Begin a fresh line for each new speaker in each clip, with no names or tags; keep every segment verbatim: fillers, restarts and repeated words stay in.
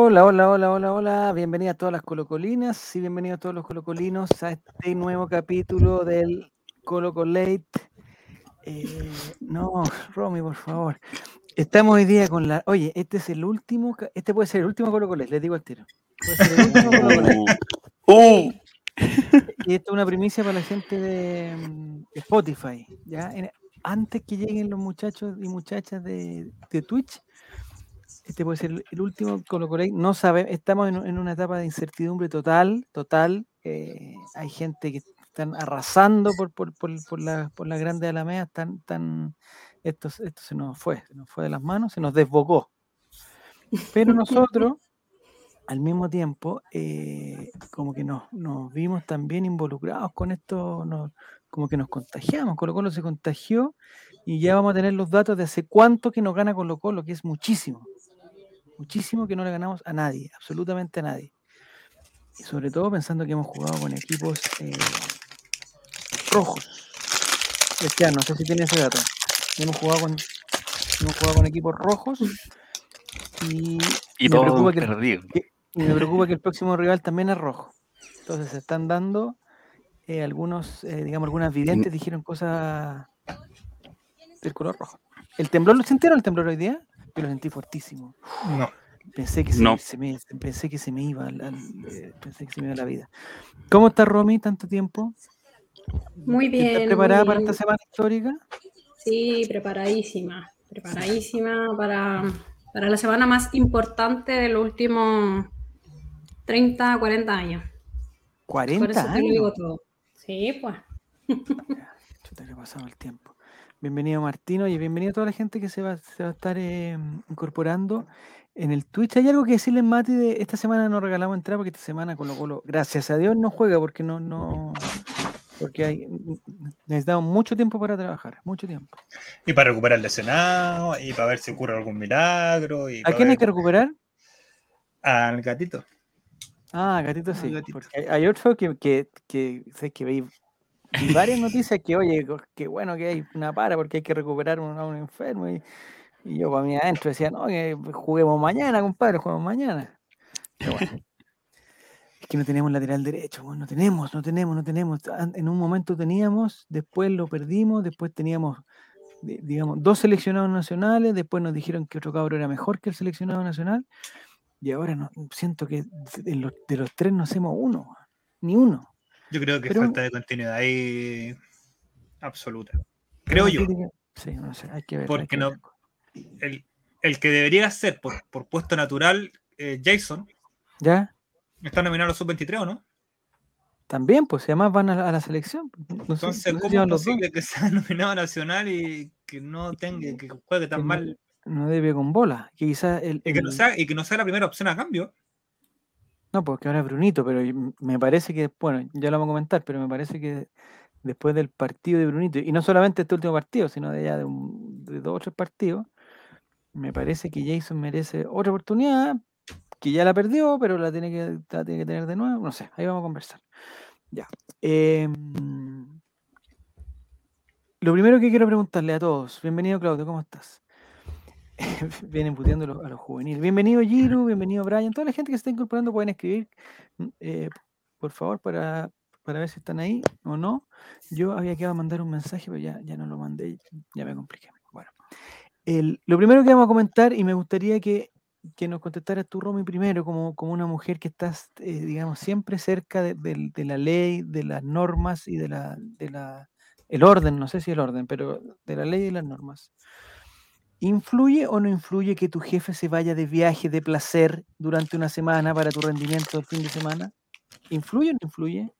Hola, hola, hola, hola, hola. Bienvenidas a todas las colocolinas y bienvenidos a todos los colocolinos a este nuevo capítulo del Colocolate. Eh, no, Romy, por favor. Estamos hoy día con la... Oye, este es el último... ca- Este puede ser el último Colocolate, les digo al tiro. Puede ser el último Colocolate.
Uh, uh.
Y esto es una primicia para la gente de mm, Spotify. ¿Ya? En- antes que lleguen los muchachos y muchachas de, de Twitch, este puede ser el, el último Colo Colo. No sabemos, estamos en, en una etapa de incertidumbre total, total. Eh, hay gente que están arrasando por, por, por, por la, por las grandes alamedas, tan, tan, esto, esto se nos fue, se nos fue de las manos, se nos desbocó. Pero nosotros, al mismo tiempo, eh, como que nos, nos vimos también involucrados con esto, nos, como que nos contagiamos. Colo Colo se contagió y ya vamos a tener los datos de hace cuánto que nos gana Colo Colo, que es muchísimo. Muchísimo que no le ganamos a nadie, absolutamente a nadie. Y sobre todo pensando que hemos jugado con equipos eh, rojos. Cristian, no sé si tiene ese dato. Hemos jugado con, hemos jugado con equipos rojos y,
Y
me
todos
preocupa
hemos
que, el,
perdido.
que- y me preocupa que el próximo rival también es rojo. Entonces se están dando eh, algunos, eh, digamos, algunas videntes dijeron cosas del color rojo. ¿El temblor lo sintieron el temblor hoy día? Yo lo sentí fuertísimo.
No.
Pensé que se,
No.
se me, pensé que se me iba, al- al- eh, pensé que se me iba la vida. ¿Cómo está Romy? ¿Tanto tiempo?
Muy
¿Estás
bien,
preparada
muy
para
bien.
esta semana histórica?
Sí, preparadísima, preparadísima para, para la semana más importante de los últimos treinta, cuarenta años. Por eso
¿cuarenta
te lo
años?
digo todo. Sí, pues.
Chuta, que ha pasado el tiempo. Bienvenido Martino y bienvenido a toda la gente que se va, se va a estar eh, incorporando en el Twitch. ¿Hay algo que decirles, Mati? De esta semana no regalamos entrada porque esta semana Colo Colo, gracias a Dios, no juega porque no, no, porque hay, necesitamos mucho tiempo para trabajar, mucho tiempo.
Y para recuperar el lesionado, y para ver si ocurre algún milagro. Y
¿A
para
quién hay
ver
que recuperar?
al gatito.
Ah, Gatito
Al
sí,
gatito.
porque hay, hay otro que, que, que sé que vi, vi varias noticias que, oye, co- qué bueno que hay una para porque hay que recuperar un- a un enfermo y, y yo para mí adentro decía, no, que juguemos mañana, compadre, juguemos mañana. Pero bueno, es que no tenemos lateral derecho, bueno, no tenemos, no tenemos, no tenemos. An- En un momento teníamos, después lo perdimos, después teníamos, di- digamos, dos seleccionados nacionales, después nos dijeron que otro cabro era mejor que el seleccionado nacional. Y ahora no, siento que de los, de los tres no hacemos uno, ni uno.
Yo creo que
Pero,
falta de continuidad ahí absoluta.
pero
Creo
una
yo.
crítica, sí, no sé, hay que ver, hay
Porque
que ver.
no. El, el que debería ser por, por puesto natural, eh, Jason,
¿Ya?
está nominado a los sub veintitrés, ¿o no?
También, pues, si además van a la, a la selección. No sé,
Entonces,
no sé si
¿cómo es
van los dos.
posible que sea nominado a nacional y que no tenga, que juegue tan
Que no,
mal
no debe con bola. Que quizás el,
y que no
el-
sea, y que no sea la primera opción a cambio?
No, porque ahora es Brunito, pero y- me parece que, bueno, ya lo vamos a comentar, pero me parece que después del partido de Brunito, y no solamente este último partido, sino de ya de, un- de dos o tres partidos, me parece que Jason merece otra oportunidad, que ya la perdió, pero la tiene que, la tiene que tener de nuevo. No sé, ahí vamos a conversar. Ya. Em, lo primero que quiero preguntarle a todos, bienvenido Claudio, ¿cómo estás? Vienen puteando a los, a los juveniles. Bienvenido Giro, bienvenido Brian. Toda la gente que se está incorporando pueden escribir, mm, eh, por favor, para, para ver si están ahí o no. Yo había quedado a mandar un mensaje, pero ya, ya no lo mandé, ya me compliqué. Bueno, el- lo primero que vamos a comentar, y me gustaría que, que nos contestaras tú, Romy, primero, como, como una mujer que estás, eh, digamos, siempre cerca de, del- de la ley, de las normas y de la, de la, el orden, no sé si el orden, pero de la ley y las normas. ¿Influye o no influye que tu jefe se vaya de viaje de placer durante una semana para tu rendimiento del fin de semana? ¿Influye o no influye?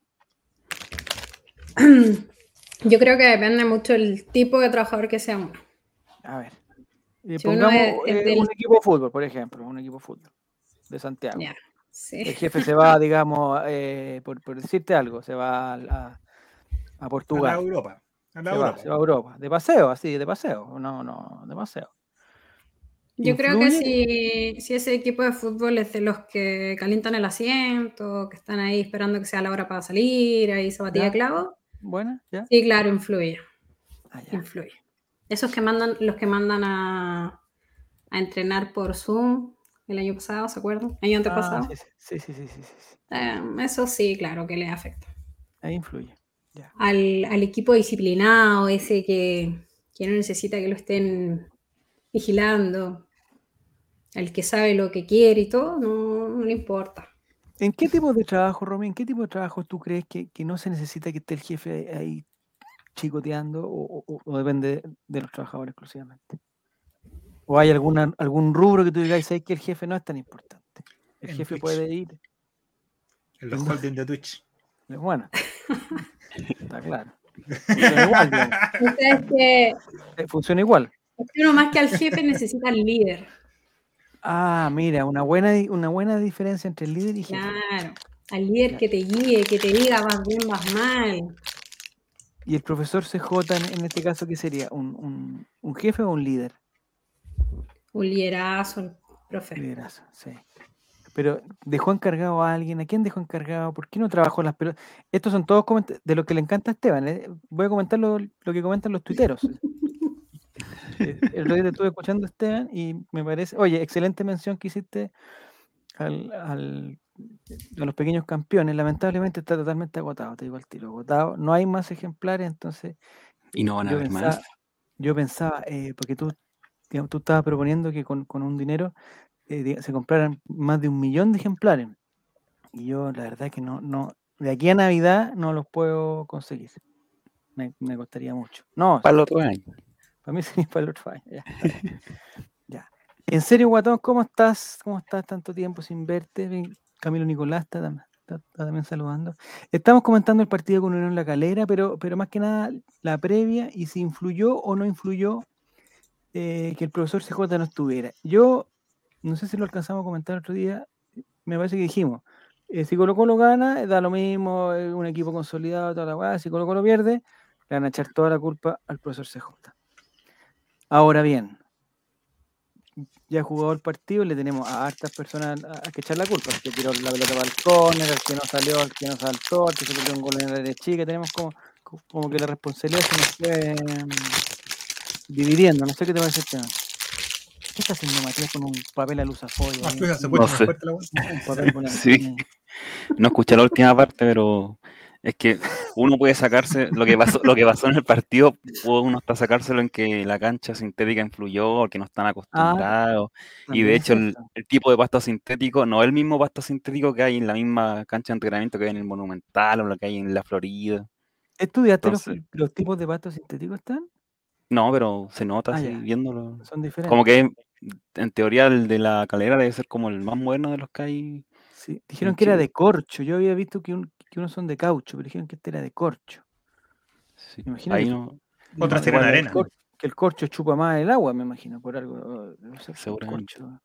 Yo creo que depende mucho del tipo de trabajador que sea uno.
A ver, eh,
Si uno
pongamos
es, es
eh, un
del...
equipo de fútbol, por ejemplo, un equipo de fútbol de Santiago.
Ya, sí.
El jefe se va, digamos, eh, por, por decirte algo, se va a, a- a
A la
Portugal,
Europa. A la
se va,
Europa.
se va a Europa, de paseo, así, de paseo, no, no, de paseo.
Yo creo que
¿Influye?
si, si ese equipo de fútbol es de los que calientan el asiento, que están ahí esperando que sea la hora para salir, ahí zapatilla de
¿Ya?
clavo,
¿Buena? ¿Ya?
sí, claro, influye,
Ah, ya.
influye. Esos que mandan, los que mandan a, a entrenar por Zoom, el año pasado, ¿se acuerdan? Año antepasado.
Ah, sí, sí, sí, sí, sí, sí, sí.
Eh, eso sí, claro que le afecta.
Ahí influye. Ya.
Al, al equipo disciplinado, ese que, que no necesita que lo estén vigilando, al que sabe lo que quiere y todo, no, no le importa.
¿En qué tipo de trabajo, Romy, en qué tipo de trabajo tú crees que, que no se necesita que esté el jefe ahí chicoteando o, o- o depende de los trabajadores exclusivamente? ¿O hay alguna, algún rubro que tú digas, sabes que el jefe no es tan importante? El
En
jefe
Twitch.
puede ir.
En los
No.
holdings de Twitch.
Bueno, está claro. Funciona igual, digamos.
O sea, es que,
Eh, Funciona igual.
es que uno más que al jefe necesita al líder.
Ah, mira, una buena, di- una buena diferencia entre el líder y jefe.
Claro, al líder
Ya.
que te guíe, que te diga vas bien, vas mal.
¿Y el profesor C J en, en este caso qué sería? ¿Un, un, un jefe o un líder?
Un liderazo, el profe.
Liderazgo, sí. Pero dejó encargado a alguien. ¿A quién dejó encargado? ¿Por qué no trabajó las pelotas? Estos son todos coment- de lo que le encanta a Esteban. ¿eh? Voy a comentar lo, lo que comentan los tuiteros. Eh, El otro día te estuve escuchando, Esteban, y me parece, oye, excelente mención que hiciste al, al- a los pequeños campeones. Lamentablemente está totalmente agotado, te digo al tiro, agotado. No hay más ejemplares, entonces
Y no van a
yo
haber
pensaba,
más.
yo pensaba, eh, porque tú, digamos, tú estabas proponiendo que con, con un dinero eh, diga- se compraran más de un millón de ejemplares. Y yo la verdad que no, no, de aquí a Navidad no los puedo conseguir. Me, me costaría mucho. No,
Para el otro año.
para mí sería para el otro año. Ya, está bien. Ya. En serio, Guatón, ¿cómo estás? ¿Cómo estás tanto tiempo sin verte? Ven, Camilo Nicolás está, tam- está- está también saludando. Estamos comentando el partido con Unión La Calera, pero, pero más que nada la previa y si influyó o no influyó eh, que el profesor C J no estuviera. Yo no sé si lo alcanzamos a comentar el otro día, me parece que dijimos, eh, si Colo Colo gana, da lo mismo, es un equipo consolidado, toda la weá, si Colo Colo pierde, le van a echar toda la culpa al profesor C J. Ahora bien, ya jugado el partido, le tenemos a hartas personas a, a que echar la culpa, al que tiró la pelota para el córner, al que no salió, al que no saltó, al que se perdió un gol en la área chica, tenemos como, como que la responsabilidad se nos fue mm, dividiendo, no sé qué te parece el tema. ¿Qué está haciendo Matías con un papel alusafolia?
Ah,
ahí
fíjate, se
encima?
escucha
No
más
sé.
fuerte la voz.
Un papel volante.
Sí. No escuché la última parte, pero es que uno puede sacarse lo que pasó, lo que pasó en el partido, puede uno hasta sacárselo en que la cancha sintética influyó, que no están
Ah,
acostumbrados. Y
también
de
es
hecho, el,
cierto.
el tipo de pasto sintético no es el mismo pasto sintético que hay en la misma cancha de entrenamiento que hay en el Monumental o lo que hay en la Florida.
¿Estudiaste los,
Entonces,
los tipos de pastos sintéticos están?
no, pero se nota
Ah,
así
ya,
viéndolo.
son diferentes.
Como que en teoría el de la Calera debe ser como el más moderno de los que hay
Sí, dijeron
en
que era
Chile.
de corcho. Yo había visto que, un, que unos son de caucho, pero dijeron que este era de corcho.
Sí.
Me imagino
Ahí
que,
no,
Otra
no,
sería en
igual
el
arena.
cor- que el corcho chupa más el agua, me imagino, por algo. No sé, el
seguramente.
corcho.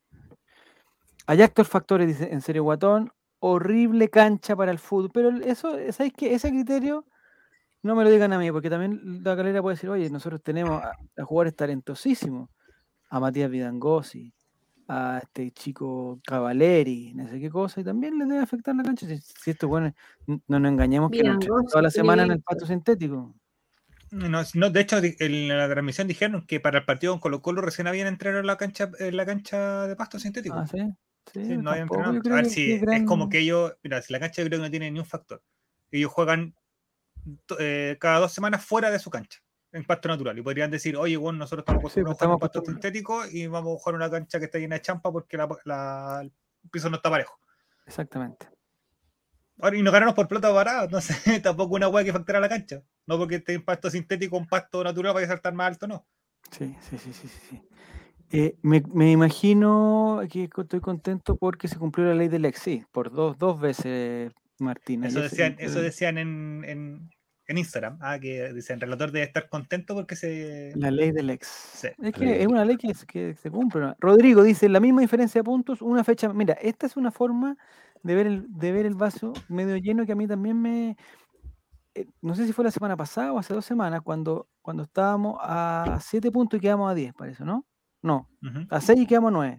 Hay actos factores, dice, en serio, Guatón. Horrible cancha para el fútbol. Pero eso, ¿sabéis qué? Ese criterio no me lo digan a mí, porque también la Calera puede decir, oye, nosotros tenemos a, a jugadores talentosísimos. A Matías Vidangosi, a este chico Cavaleri, no sé qué cosa, y también les debe afectar la cancha. Si, si estos buenos, n- no nos engañemos que no entrenan
Vidangosi,
toda la
qué
semana en
nivel.
el pasto sintético.
No, no, de hecho, di- en la transmisión dijeron que para el partido con Colo Colo recién habían entrenado en la cancha, en la cancha de pasto sintético.
Ah, sí, sí,
Sí, no habían
tampoco.
entrenado.
Yo creo
A ver
que, que
si
es
es como
gran.
que ellos, mira, si la cancha yo creo que no tiene ni un factor. Ellos juegan to- eh, cada dos semanas fuera de su cancha, en pasto natural. Y podrían decir, oye, bueno, nosotros estamos
Sí, pues
acostumbrados a jugar
estamos
en pasto
acostumbrados.
sintético y vamos a jugar una cancha que está llena de champa porque la, la- el piso no está parejo.
Exactamente.
Ahora, y no ganamos por plata barata, no sé, tampoco una hueá que factura la cancha. No porque esté en pasto sintético, un pasto natural vaya a saltar más alto, no.
Sí, sí, sí, sí, sí. sí. Eh, me, me imagino que co- estoy contento porque se cumplió la ley del ex, sí, por dos, dos veces, Martina.
Eso
Ayer se
decían,
cumplió
eso
la-
decían en, en, en Instagram, ah, que dicen, el relator debe estar contento porque se...
La ley del ex.
Sí.
Es
La ley
que es
del
una ley que, se- que se cumple, ¿no? Rodrigo dice, la misma diferencia de puntos, una fecha. Mira, esta es una forma de ver el, de ver el vaso medio lleno que a mí también me... eh, no sé si fue la semana pasada o hace dos semanas, cuando, cuando estábamos a siete puntos y quedamos a diez, parece, ¿no? No,
Ujú.
a seis y quedamos a nueve.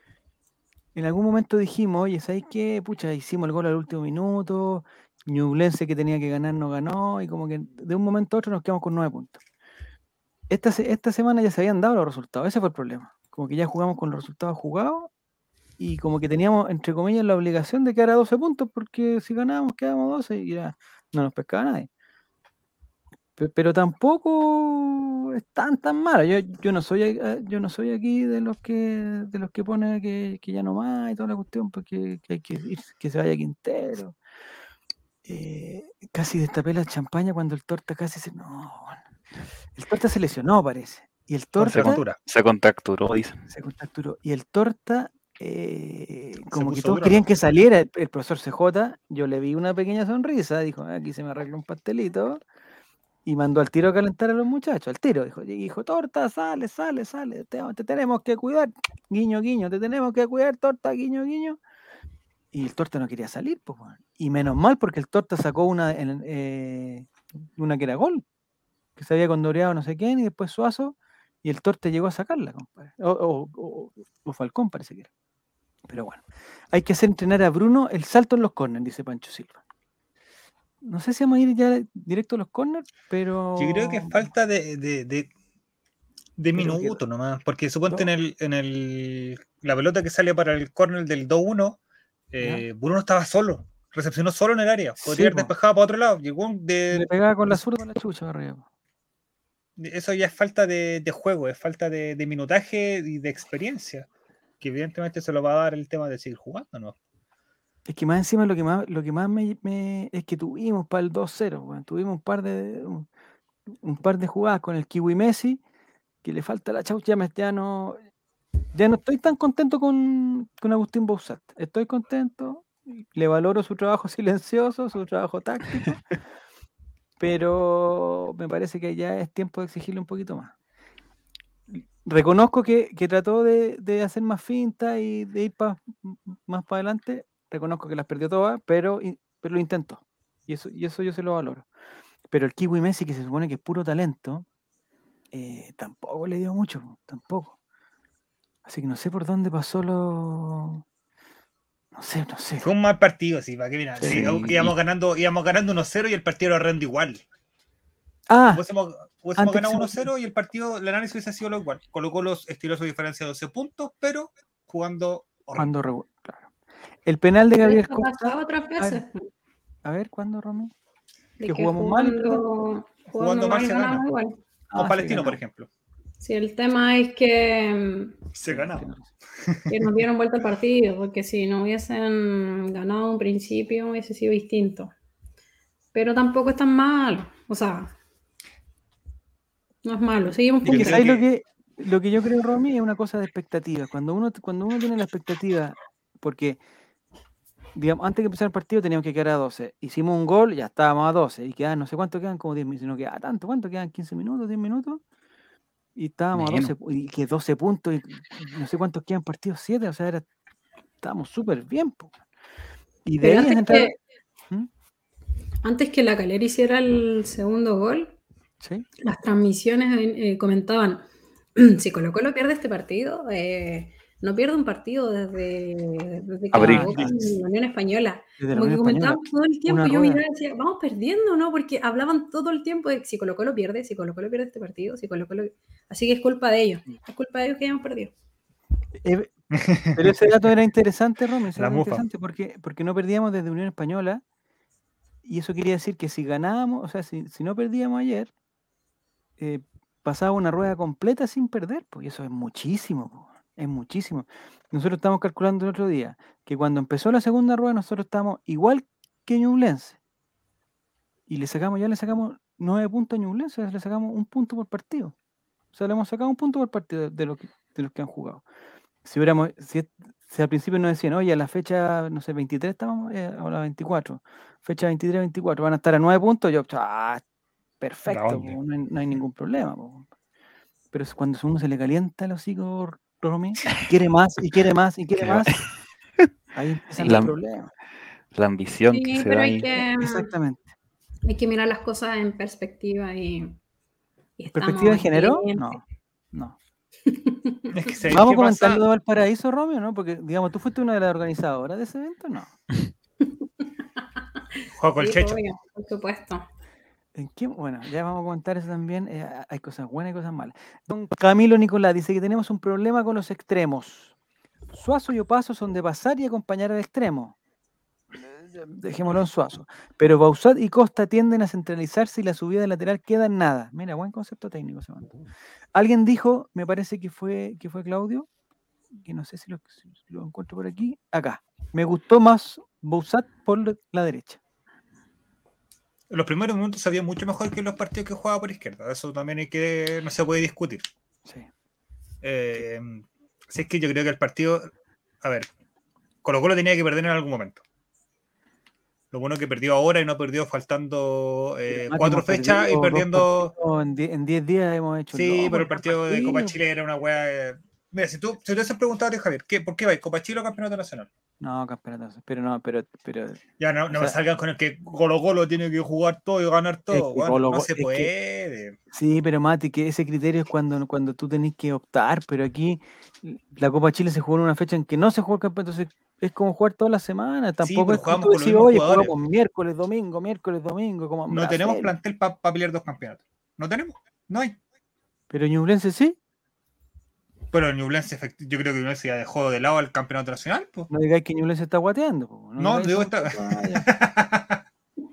En algún momento dijimos, oye, ¿sabes qué? Pucha, hicimos el gol al último minuto, Ñublense que tenía que ganar no ganó, y como que de un momento a otro nos quedamos con nueve puntos. Esta, se- esta semana ya se habían dado los resultados, ese fue el problema. Como que ya jugamos con los resultados jugados y como que teníamos, entre comillas, la obligación de quedar a doce puntos, porque si ganábamos quedábamos doce y era, no nos pescaba nadie. Pe- Pero tampoco es tan tan malo. Yo, yo no soy a- yo no soy aquí de los que de los que pone que, que ya no más y toda la cuestión, porque que hay que ir, que se vaya Quintero. Eh, casi destapé la champaña cuando el Torta casi se. No, bueno. El Torta se lesionó, parece. Y el
Con
Torta
Se, con-
Tortura.
se contracturó, dicen.
se contracturó. Y el Torta, eh, como que
puso
todos
duro,
querían
¿no?
que saliera. El, el profesor C J, yo le vi una pequeña sonrisa, dijo, "Ah, aquí se me arregla un pastelito". Y mandó al tiro a calentar a los muchachos, al tiro. Dijo, y dijo, Torta, sale, sale, sale. Te, te tenemos que cuidar. Guiño, guiño, te tenemos que cuidar, Torta, guiño, guiño. Y el Torta no quería salir, pues, weón. Y menos mal porque el Torta sacó una, en- eh, una que era gol, que se había condoreado no sé quién, y después Suazo, y el Torta llegó a sacarla, compadre. O, o- o- o Falcón parece que era. Pero bueno, hay que hacer entrenar a Bruno el salto en los corners, dice Pancho Silva. No sé si vamos a ir ya directo a los corners, pero...
Yo creo que es falta de, de, de, de
Creo que-
minutos nomás, porque suponte en
No.
el, en el la pelota que sale para el córner del dos uno, eh, Bruno estaba solo, recepcionó solo en el área,
Sí,
podría haber
po.
despejado para otro lado, llegó un-
Le
de,
pegaba con la
de-
zurda con la chucha para arriba, po.
de- eso ya es falta de, de juego, es falta de, de minutaje y de experiencia, que evidentemente se lo va a dar el tema de seguir jugando, ¿no?
Es que más encima lo que más, lo que más me, me- es que tuvimos para el dos cero, weón. Tuvimos un par de un, un par de jugadas con el Kiwi Messi, que le falta la chaucha, ya, me- ya no, ya no estoy tan contento con, con Agustín Bouzat. Estoy contento, le valoro su trabajo silencioso, su trabajo táctico, pero me parece que ya es tiempo de exigirle un poquito más. Reconozco que, que trató de, de hacer más finta y de ir pa- m- más para adelante. Reconozco que las perdió todas, pero, i- pero lo intentó. Y eso, y eso yo se lo valoro. Pero el Kiwi Messi, que se supone que es puro talento, eh, tampoco le dio mucho, po, tampoco. Así que no sé por dónde pasó lo. No sé, no sé.
Fue un mal partido, sí, para que mira,
Sí.
sí, íbamos ganando, íbamos ganando uno cero y el partido era horrendo igual.
Ah,
Hubiésemos, hubiésemos
antes
ganado
que
uno
se-
cero y el partido, el análisis hubiese sido lo igual. Colocó los estiró su diferencia de doce puntos, pero jugando horrible.
cuando regu- claro. El penal de
Pero
Gabriel
esto ha
Costa.
pasado otras
A ver,
veces.
a ver, ¿cuándo, Romy?
De
Que
que
jugamos mal y perdemos.
jugando,
Jugando
jugando
mal
mal
se
ganamos
gana.
igual.
Con
Ah, sí,
Palestino, por
ganamos.
ejemplo.
Sí, el tema es que,
Se
Sí,
ganaba.
tiene razón.
que nos dieron vuelta el partido, porque si no hubiesen ganado un principio hubiese sido distinto. Pero tampoco es tan malo. O sea, no es malo. Seguimos
Es
Yo
que
creo
¿sabes lo
que-
que, lo que yo creo, Romy? Es una cosa de expectativa. Cuando uno, cuando uno tiene la expectativa, porque, digamos, antes que empezar el partido teníamos que quedar a doce. Hicimos un gol, ya estábamos a doce. Y quedan, no sé cuánto quedan, como diez minutos. No queda tanto, ¿cuánto quedan? ¿quince minutos, diez minutos? Y estábamos
Menos.
a doce, y que doce puntos, y no sé cuántos quedan partidos, siete. O sea, era, estábamos súper bien, po. Y de
Pero
ahí es
antes
entrar.
que,
¿Mm?
antes que la Calera hiciera el segundo gol,
¿Sí?
las transmisiones eh, comentaban, si Colo Colo pierde este partido, eh, no pierde un partido desde, desde que
Abril.
jugó con la Unión Española.
Desde la
Como que
Unión Española.
comentaban todo el tiempo
Una
y yo
rueda.
miraba y decía, ¿vamos perdiendo o no? Porque hablaban todo el tiempo de si Colo Colo pierde, si Colo Colo pierde este partido, si Colo Colo... Así que es culpa de ellos, es culpa de ellos que hayamos perdido.
Eh, Pero ese dato era interesante, Romy, ese
La
dato era
mufa.
interesante porque, porque no perdíamos desde Unión Española, y eso quería decir que si ganábamos, o sea, si, si no perdíamos ayer, eh, pasaba una rueda completa sin perder, pues eso es muchísimo, po, es muchísimo. Nosotros estamos calculando el otro día que cuando empezó la segunda rueda nosotros estábamos igual que Ñublense, y le sacamos, ya le sacamos nueve puntos a Ñublense, o sea, le sacamos un punto por partido. O sea, le hemos sacado un punto por partido de, de los que, de los que han jugado. Si hubiéramos, si, es- si al principio nos decían, oye, a la fecha, no sé, veintitrés estamos, eh, o la veinticuatro, fecha veintitrés veinticuatro, van a estar a nueve puntos, yo, ah, perfecto,
dónde?
po, no, hay, no hay ningún problema. Po. Pero es cuando a uno se le calienta el hocico, Romy, y quiere más, y quiere más, y quiere
Quiere
más,
más.
ahí empiezan
La-
los problemas.
La ambición que
Sí,
se
pero
da
hay
ahí.
que,
Exactamente.
hay que mirar las cosas en perspectiva y, y
¿Perspectiva de
estamos
género?
bien.
No, no.
Es que ¿sabes
¿Vamos a
qué
comentar
pasa?
lo de Valparaíso, Romeo, no? Porque, digamos, tú fuiste una de las organizadoras de ese evento, ¿no?
Juego con el
Sí,
Checho.
obvio, por supuesto.
¿En qué? Bueno, ya vamos a comentar eso también. eh, hay cosas buenas y cosas malas. Don Camilo Nicolás dice que tenemos un problema con los extremos. Suazo y Opaso son de pasar y acompañar al extremo. Dejémoslo en Suazo. Pero Bausat y Costa tienden a centralizarse y la subida de lateral queda en nada. Mira, buen concepto técnico se mandó. Alguien dijo, me parece que fue, que fue Claudio, que no sé si lo, si lo encuentro por aquí, acá. Me gustó más Bausat por la derecha.
En los primeros minutos sabía mucho mejor que los partidos que jugaba por izquierda. Eso también hay que, no se puede discutir.
Sí.
Eh, así es que yo creo que el partido, a ver, Colo Colo tenía que perder en algún momento. Lo bueno que perdió ahora y no perdió faltando eh, cuatro fechas y perdiendo.
En diez días hemos hecho.
Sí, pero el partido de Copa Chile era una weá. Eh... Mira, si tú, si tú te has preguntado, Javier, ¿qué, ¿por qué vais? ¿Copa Chile o Campeonato Nacional?
No, Campeonato, pero no, pero. pero
ya no, no me sea, salgan con el que Colo Colo tiene que jugar todo y ganar todo. Es bueno, Colo, no se puede.
Que, sí, pero Mati, que ese criterio es cuando, cuando tú tenés que optar, pero aquí la Copa Chile se jugó en una fecha en que no se jugó el campeonato, entonces es como jugar toda la semana. Tampoco
sí,
es como tú decir, oye, jugamos miércoles, domingo, miércoles, domingo. Como
no tenemos serie. plantel para pa pelear dos campeonatos. No tenemos, no hay.
Pero Ñublense sí.
Pero Ñublense, yo creo que Ñublense ya dejó de lado el campeonato nacional. Pues.
No digáis que Ñublense está guateando. Po.
No, no digo está.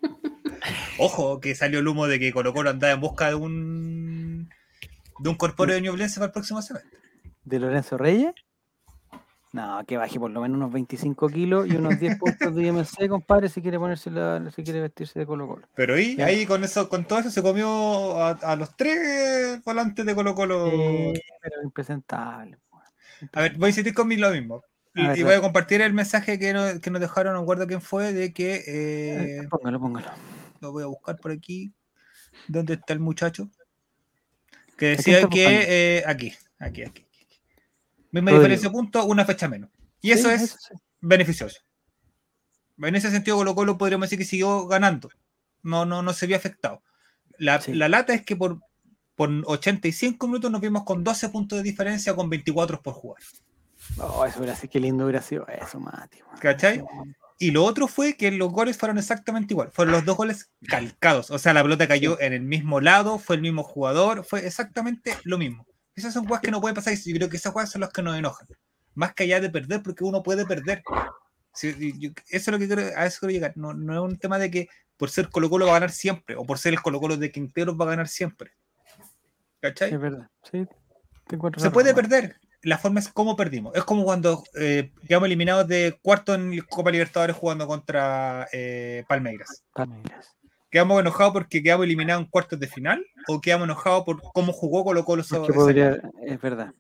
Ojo, que salió el humo de que Colo Colo andaba en busca de un de un corpóreo de Ñublense para el próximo semestre.
¿De Lorenzo Reyes? No, que baje por lo menos unos veinticinco kilos y unos diez puntos de I M C, compadre, si quiere ponerse la, si quiere vestirse de Colo Colo.
Pero ahí, ¿Ya? ahí con eso, con todo eso se comió a, a los tres volantes de Colo Colo.
Sí, pero impresentable.
A ver, voy a insistir conmigo lo mismo. Y, ver, y voy a compartir el mensaje que, no, que nos dejaron, no recuerdo quién fue, de que... Eh,
póngalo, póngalo.
Lo voy a buscar por aquí. ¿Dónde está el muchacho? Que decía que... Eh, aquí, aquí, aquí. Misma Rodrigo. Diferencia de puntos, una fecha menos. Y sí, eso es eso sí. beneficioso. En ese sentido, Colo Colo podríamos decir que siguió ganando. No, no, no se vio afectado. La, sí. la lata es que por, por ochenta y cinco minutos nos vimos con doce puntos de diferencia con veinticuatro por jugar.
Oh, eso hubiera sido, qué lindo hubiera sido eso, Mati.
¿Cachai? Y lo otro fue que los goles fueron exactamente igual. Fueron los dos goles calcados. O sea, la pelota cayó sí. en el mismo lado, fue el mismo jugador, fue exactamente lo mismo. Esas son cosas que no pueden pasar y yo creo que esas cosas son las que nos enojan. Más que allá de perder, porque uno puede perder. Sí, yo, eso es lo que quiero, a eso quiero llegar. No, no es un tema de que por ser Colo Colo va a ganar siempre, o por ser el Colo Colo de Quinteros va a ganar siempre. ¿Cachai?
Es verdad, sí. Te encuentro
Se puede perder. La forma es cómo perdimos. Es como cuando eh, quedamos eliminados de cuarto en Copa Libertadores jugando contra eh, Palmeiras.
Palmeiras.
¿Quedamos enojados porque quedamos eliminados en cuartos de final? ¿O quedamos enojados por cómo jugó Colo Colo?
So podría, es verdad.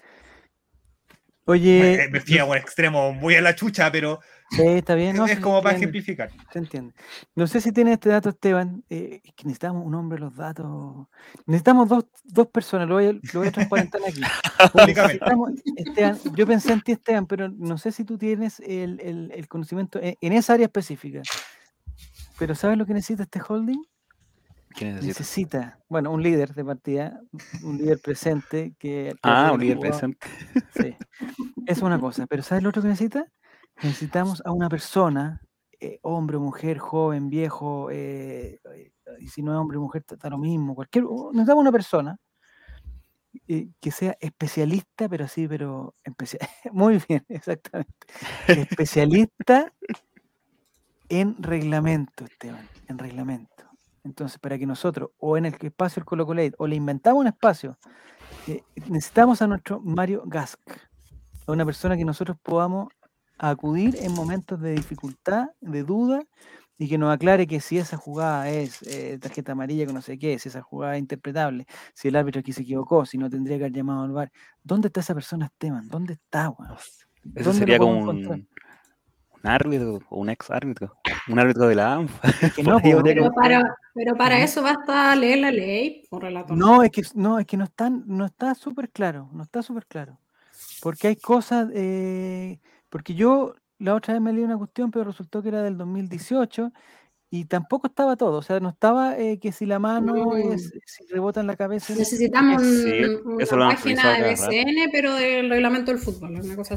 Oye...
Me, me fui a un extremo muy a la chucha, pero...
Sí, está bien. No,
es como para ejemplificar.
Se entiende. No sé si tiene este dato, Esteban. Eh, es que necesitamos un hombre los datos. Necesitamos dos, dos personas. Lo voy a, lo voy a transparentar aquí. Esteban, yo pensé en ti, Esteban, pero no sé si tú tienes el, el, el conocimiento en, en esa área específica. Pero ¿sabes lo que necesita este holding?
¿Qué necesita?
Necesita, bueno, un líder de partida, un líder presente. que, que
Ah, un líder jugado. presente.
Sí, es una cosa. Pero ¿sabes lo otro que necesita? Necesitamos a una persona, eh, hombre o mujer, joven, viejo, eh, y si no es hombre o mujer, está lo mismo. Cualquier, necesitamos una persona eh, que sea especialista, pero sí, pero especia, muy bien, exactamente. Especialista en reglamento, Esteban, en reglamento. Entonces, para que nosotros, o en el espacio del Colo Colate, o le inventamos un espacio, eh, necesitamos a nuestro Mario Gask, a una persona que nosotros podamos acudir en momentos de dificultad, de duda, y que nos aclare que si esa jugada es eh, tarjeta amarilla, que no sé qué, si esa jugada es interpretable, si el árbitro aquí se equivocó, si no tendría que haber llamado al V A R. ¿Dónde está esa persona, Esteban? ¿Dónde está, weón?
Eso sería como un, un árbitro o un ex árbitro, un árbitro de la A M F.
Es que no,
pero, pero para, pero para eso basta leer la ley por relator.
No, es que no, es que no están, no está súper claro, no está súper claro. Porque hay cosas, eh, porque yo la otra vez me leí una cuestión, pero resultó que era del dos mil dieciocho y tampoco estaba todo, o sea, no estaba eh, que si la mano mm. es, si rebota en la cabeza.
Necesitamos es, sí, una página de B C N, pero del reglamento del fútbol, una cosa así.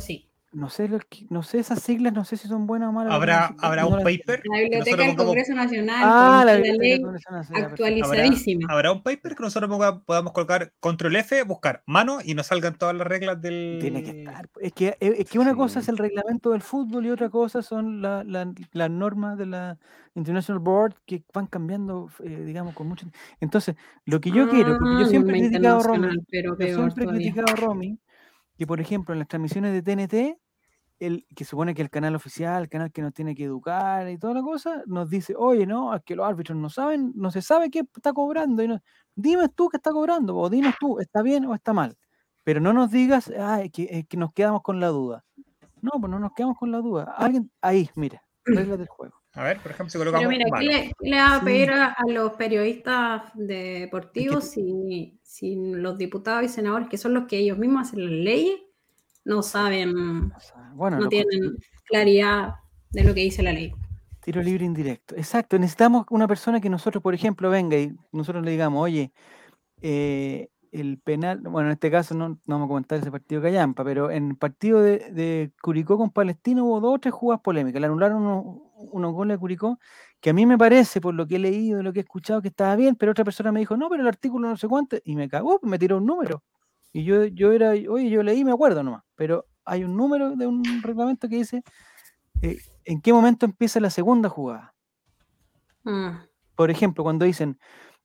No sé, lo que- no sé esas siglas, no sé si son buenas o malas. lo que
Habrá,
necesito,
habrá
no
un
las entiendo.
paper
La
que
Biblioteca
nosotros
del
pongamos.
Congreso Nacional,
Ah,
con
la
la
biblioteca de
ley
Congreso Nacional, ya, perfecto.
Habrá,
actualizadísima.
habrá un paper que nosotros ponga- podamos colocar control F, buscar mano y nos salgan todas las reglas del.
Tiene que estar. Es que, es que una cosa es
Sí.
el reglamento del fútbol y otra cosa son la- la- las normas de la International Board que van cambiando, eh, digamos, con mucho. Entonces, lo que yo quiero, porque yo
Ah,
siempre he
norma
criticado a Romy,
internacional, pero
yo
peor
siempre he
todavía.
criticado a Romy, que por ejemplo en las transmisiones de T N T, el, que supone que el canal oficial, el canal que nos tiene que educar y toda la cosa, nos dice, oye, no, es que los árbitros no saben, no se sabe qué está cobrando. Y no, dime tú qué está cobrando, o dinos tú, ¿está bien o está mal? Pero no nos digas, ah, es que, es que nos quedamos con la duda. No, pues no nos quedamos con la duda. Alguien, ahí, mira, reglas del juego.
A ver, por ejemplo, si
Pero
colocamos
mira, ¿qué
mano.
le, qué le va a
Sí.
pedir a, a los periodistas
Es
deportivos
que-
si, si los diputados y senadores, que son los que ellos mismos hacen las leyes, no saben,
O sea, bueno,
no
lo
tienen
consti-
claridad de lo que dice la ley?
tiro libre indirecto. Exacto, necesitamos una persona que nosotros, por ejemplo, venga y nosotros le digamos, oye, eh, el penal, bueno, en este caso no, no vamos a comentar ese partido Callampa, pero en el partido de, de Curicó con Palestino hubo dos o tres jugadas polémicas. Le anularon unos, unos goles de Curicó, que a mí me parece, por lo que he leído, lo que he escuchado, que estaba bien, pero otra persona me dijo, no, pero el artículo no sé cuánto, y me cagó, me tiró un número. Y yo, yo era, oye, yo leí, me acuerdo nomás, pero hay un número de un reglamento que dice eh, en qué momento empieza la segunda jugada.
Mm.
Por ejemplo, cuando dicen,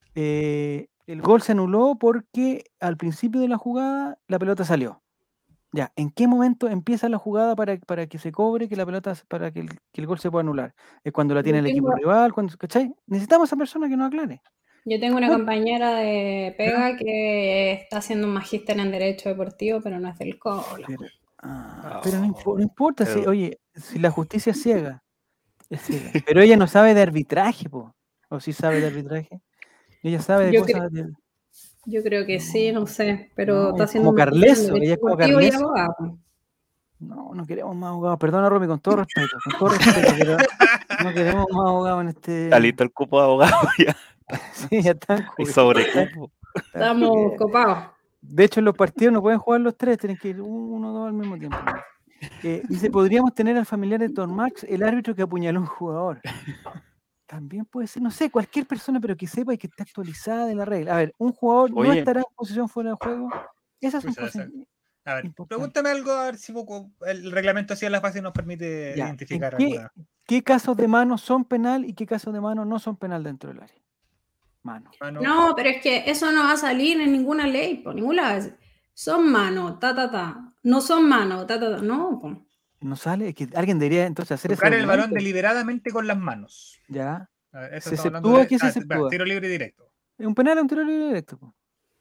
eh, el gol se anuló porque al principio de la jugada la pelota salió. Ya, ¿en qué momento empieza la jugada para, para que se cobre que la pelota, para que el, que el gol se pueda anular? ¿Es cuando la tiene
Yo
el equipo
tengo,
rival? Cuando, ¿cachai? Necesitamos a esa persona que nos aclare.
yo tengo una
Bueno,
compañera de pega que está haciendo un magíster en Derecho Deportivo, pero no es del Colo.
pero, ah, pero no, impo-
Oh,
no importa, si,
pero-
oye, si la justicia es ciega, es ciega. Pero ella no sabe de arbitraje, po. ¿O sí sabe de arbitraje? Ella sabe de
Yo, cre-
cosas de...
yo creo que sí, no
No,
sé, pero
no,
está
ella es
haciendo
como
un magíster en
Carleso, ella
Derecho
es como
Deportivo y
Carleso.
abogado.
No, no queremos más abogados. Perdona, Romy, con todo respeto, con todo respeto, pero no queremos más abogados en este.
Está listo el cupo de abogado ya.
Sí, ya están
Hay
cubiertos.
sobrecupo.
Están
Estamos
cubiertos.
copados.
De hecho, en los partidos no pueden jugar los tres, tienen que ir uno o dos al mismo tiempo. Eh, dice, podríamos tener al familiar de Don Max, el árbitro que apuñaló a un jugador. También puede ser, no sé, cualquier persona, pero que sepa y que esté actualizada de la regla. A ver, un jugador no
Oye.
estará en posición fuera de juego. Esas son
Pucha,
cosas
esa- A ver,
importantes.
pregúntame algo, a ver si poco- el reglamento así a la fase nos permite
Ya, ¿en
identificar
qué,
alguna.
qué casos de mano son penal y qué casos de mano no son penal dentro del área? Mano.
Mano.
No, pero es que eso no va a salir en ninguna ley, por ninguna vez. Son manos, ta, ta, ta. No son manos, ta, ta, ta. No, po.
No sale, es que alguien debería entonces hacer ese
Tocar el balón
documento.
deliberadamente con las manos.
Ya.
A ver, eso
¿Se
estamos hablando
exceptúa?
de
¿Qué se
ah,
exceptúa?
espera, tiro libre directo.
Es un penal o un tiro libre directo. po.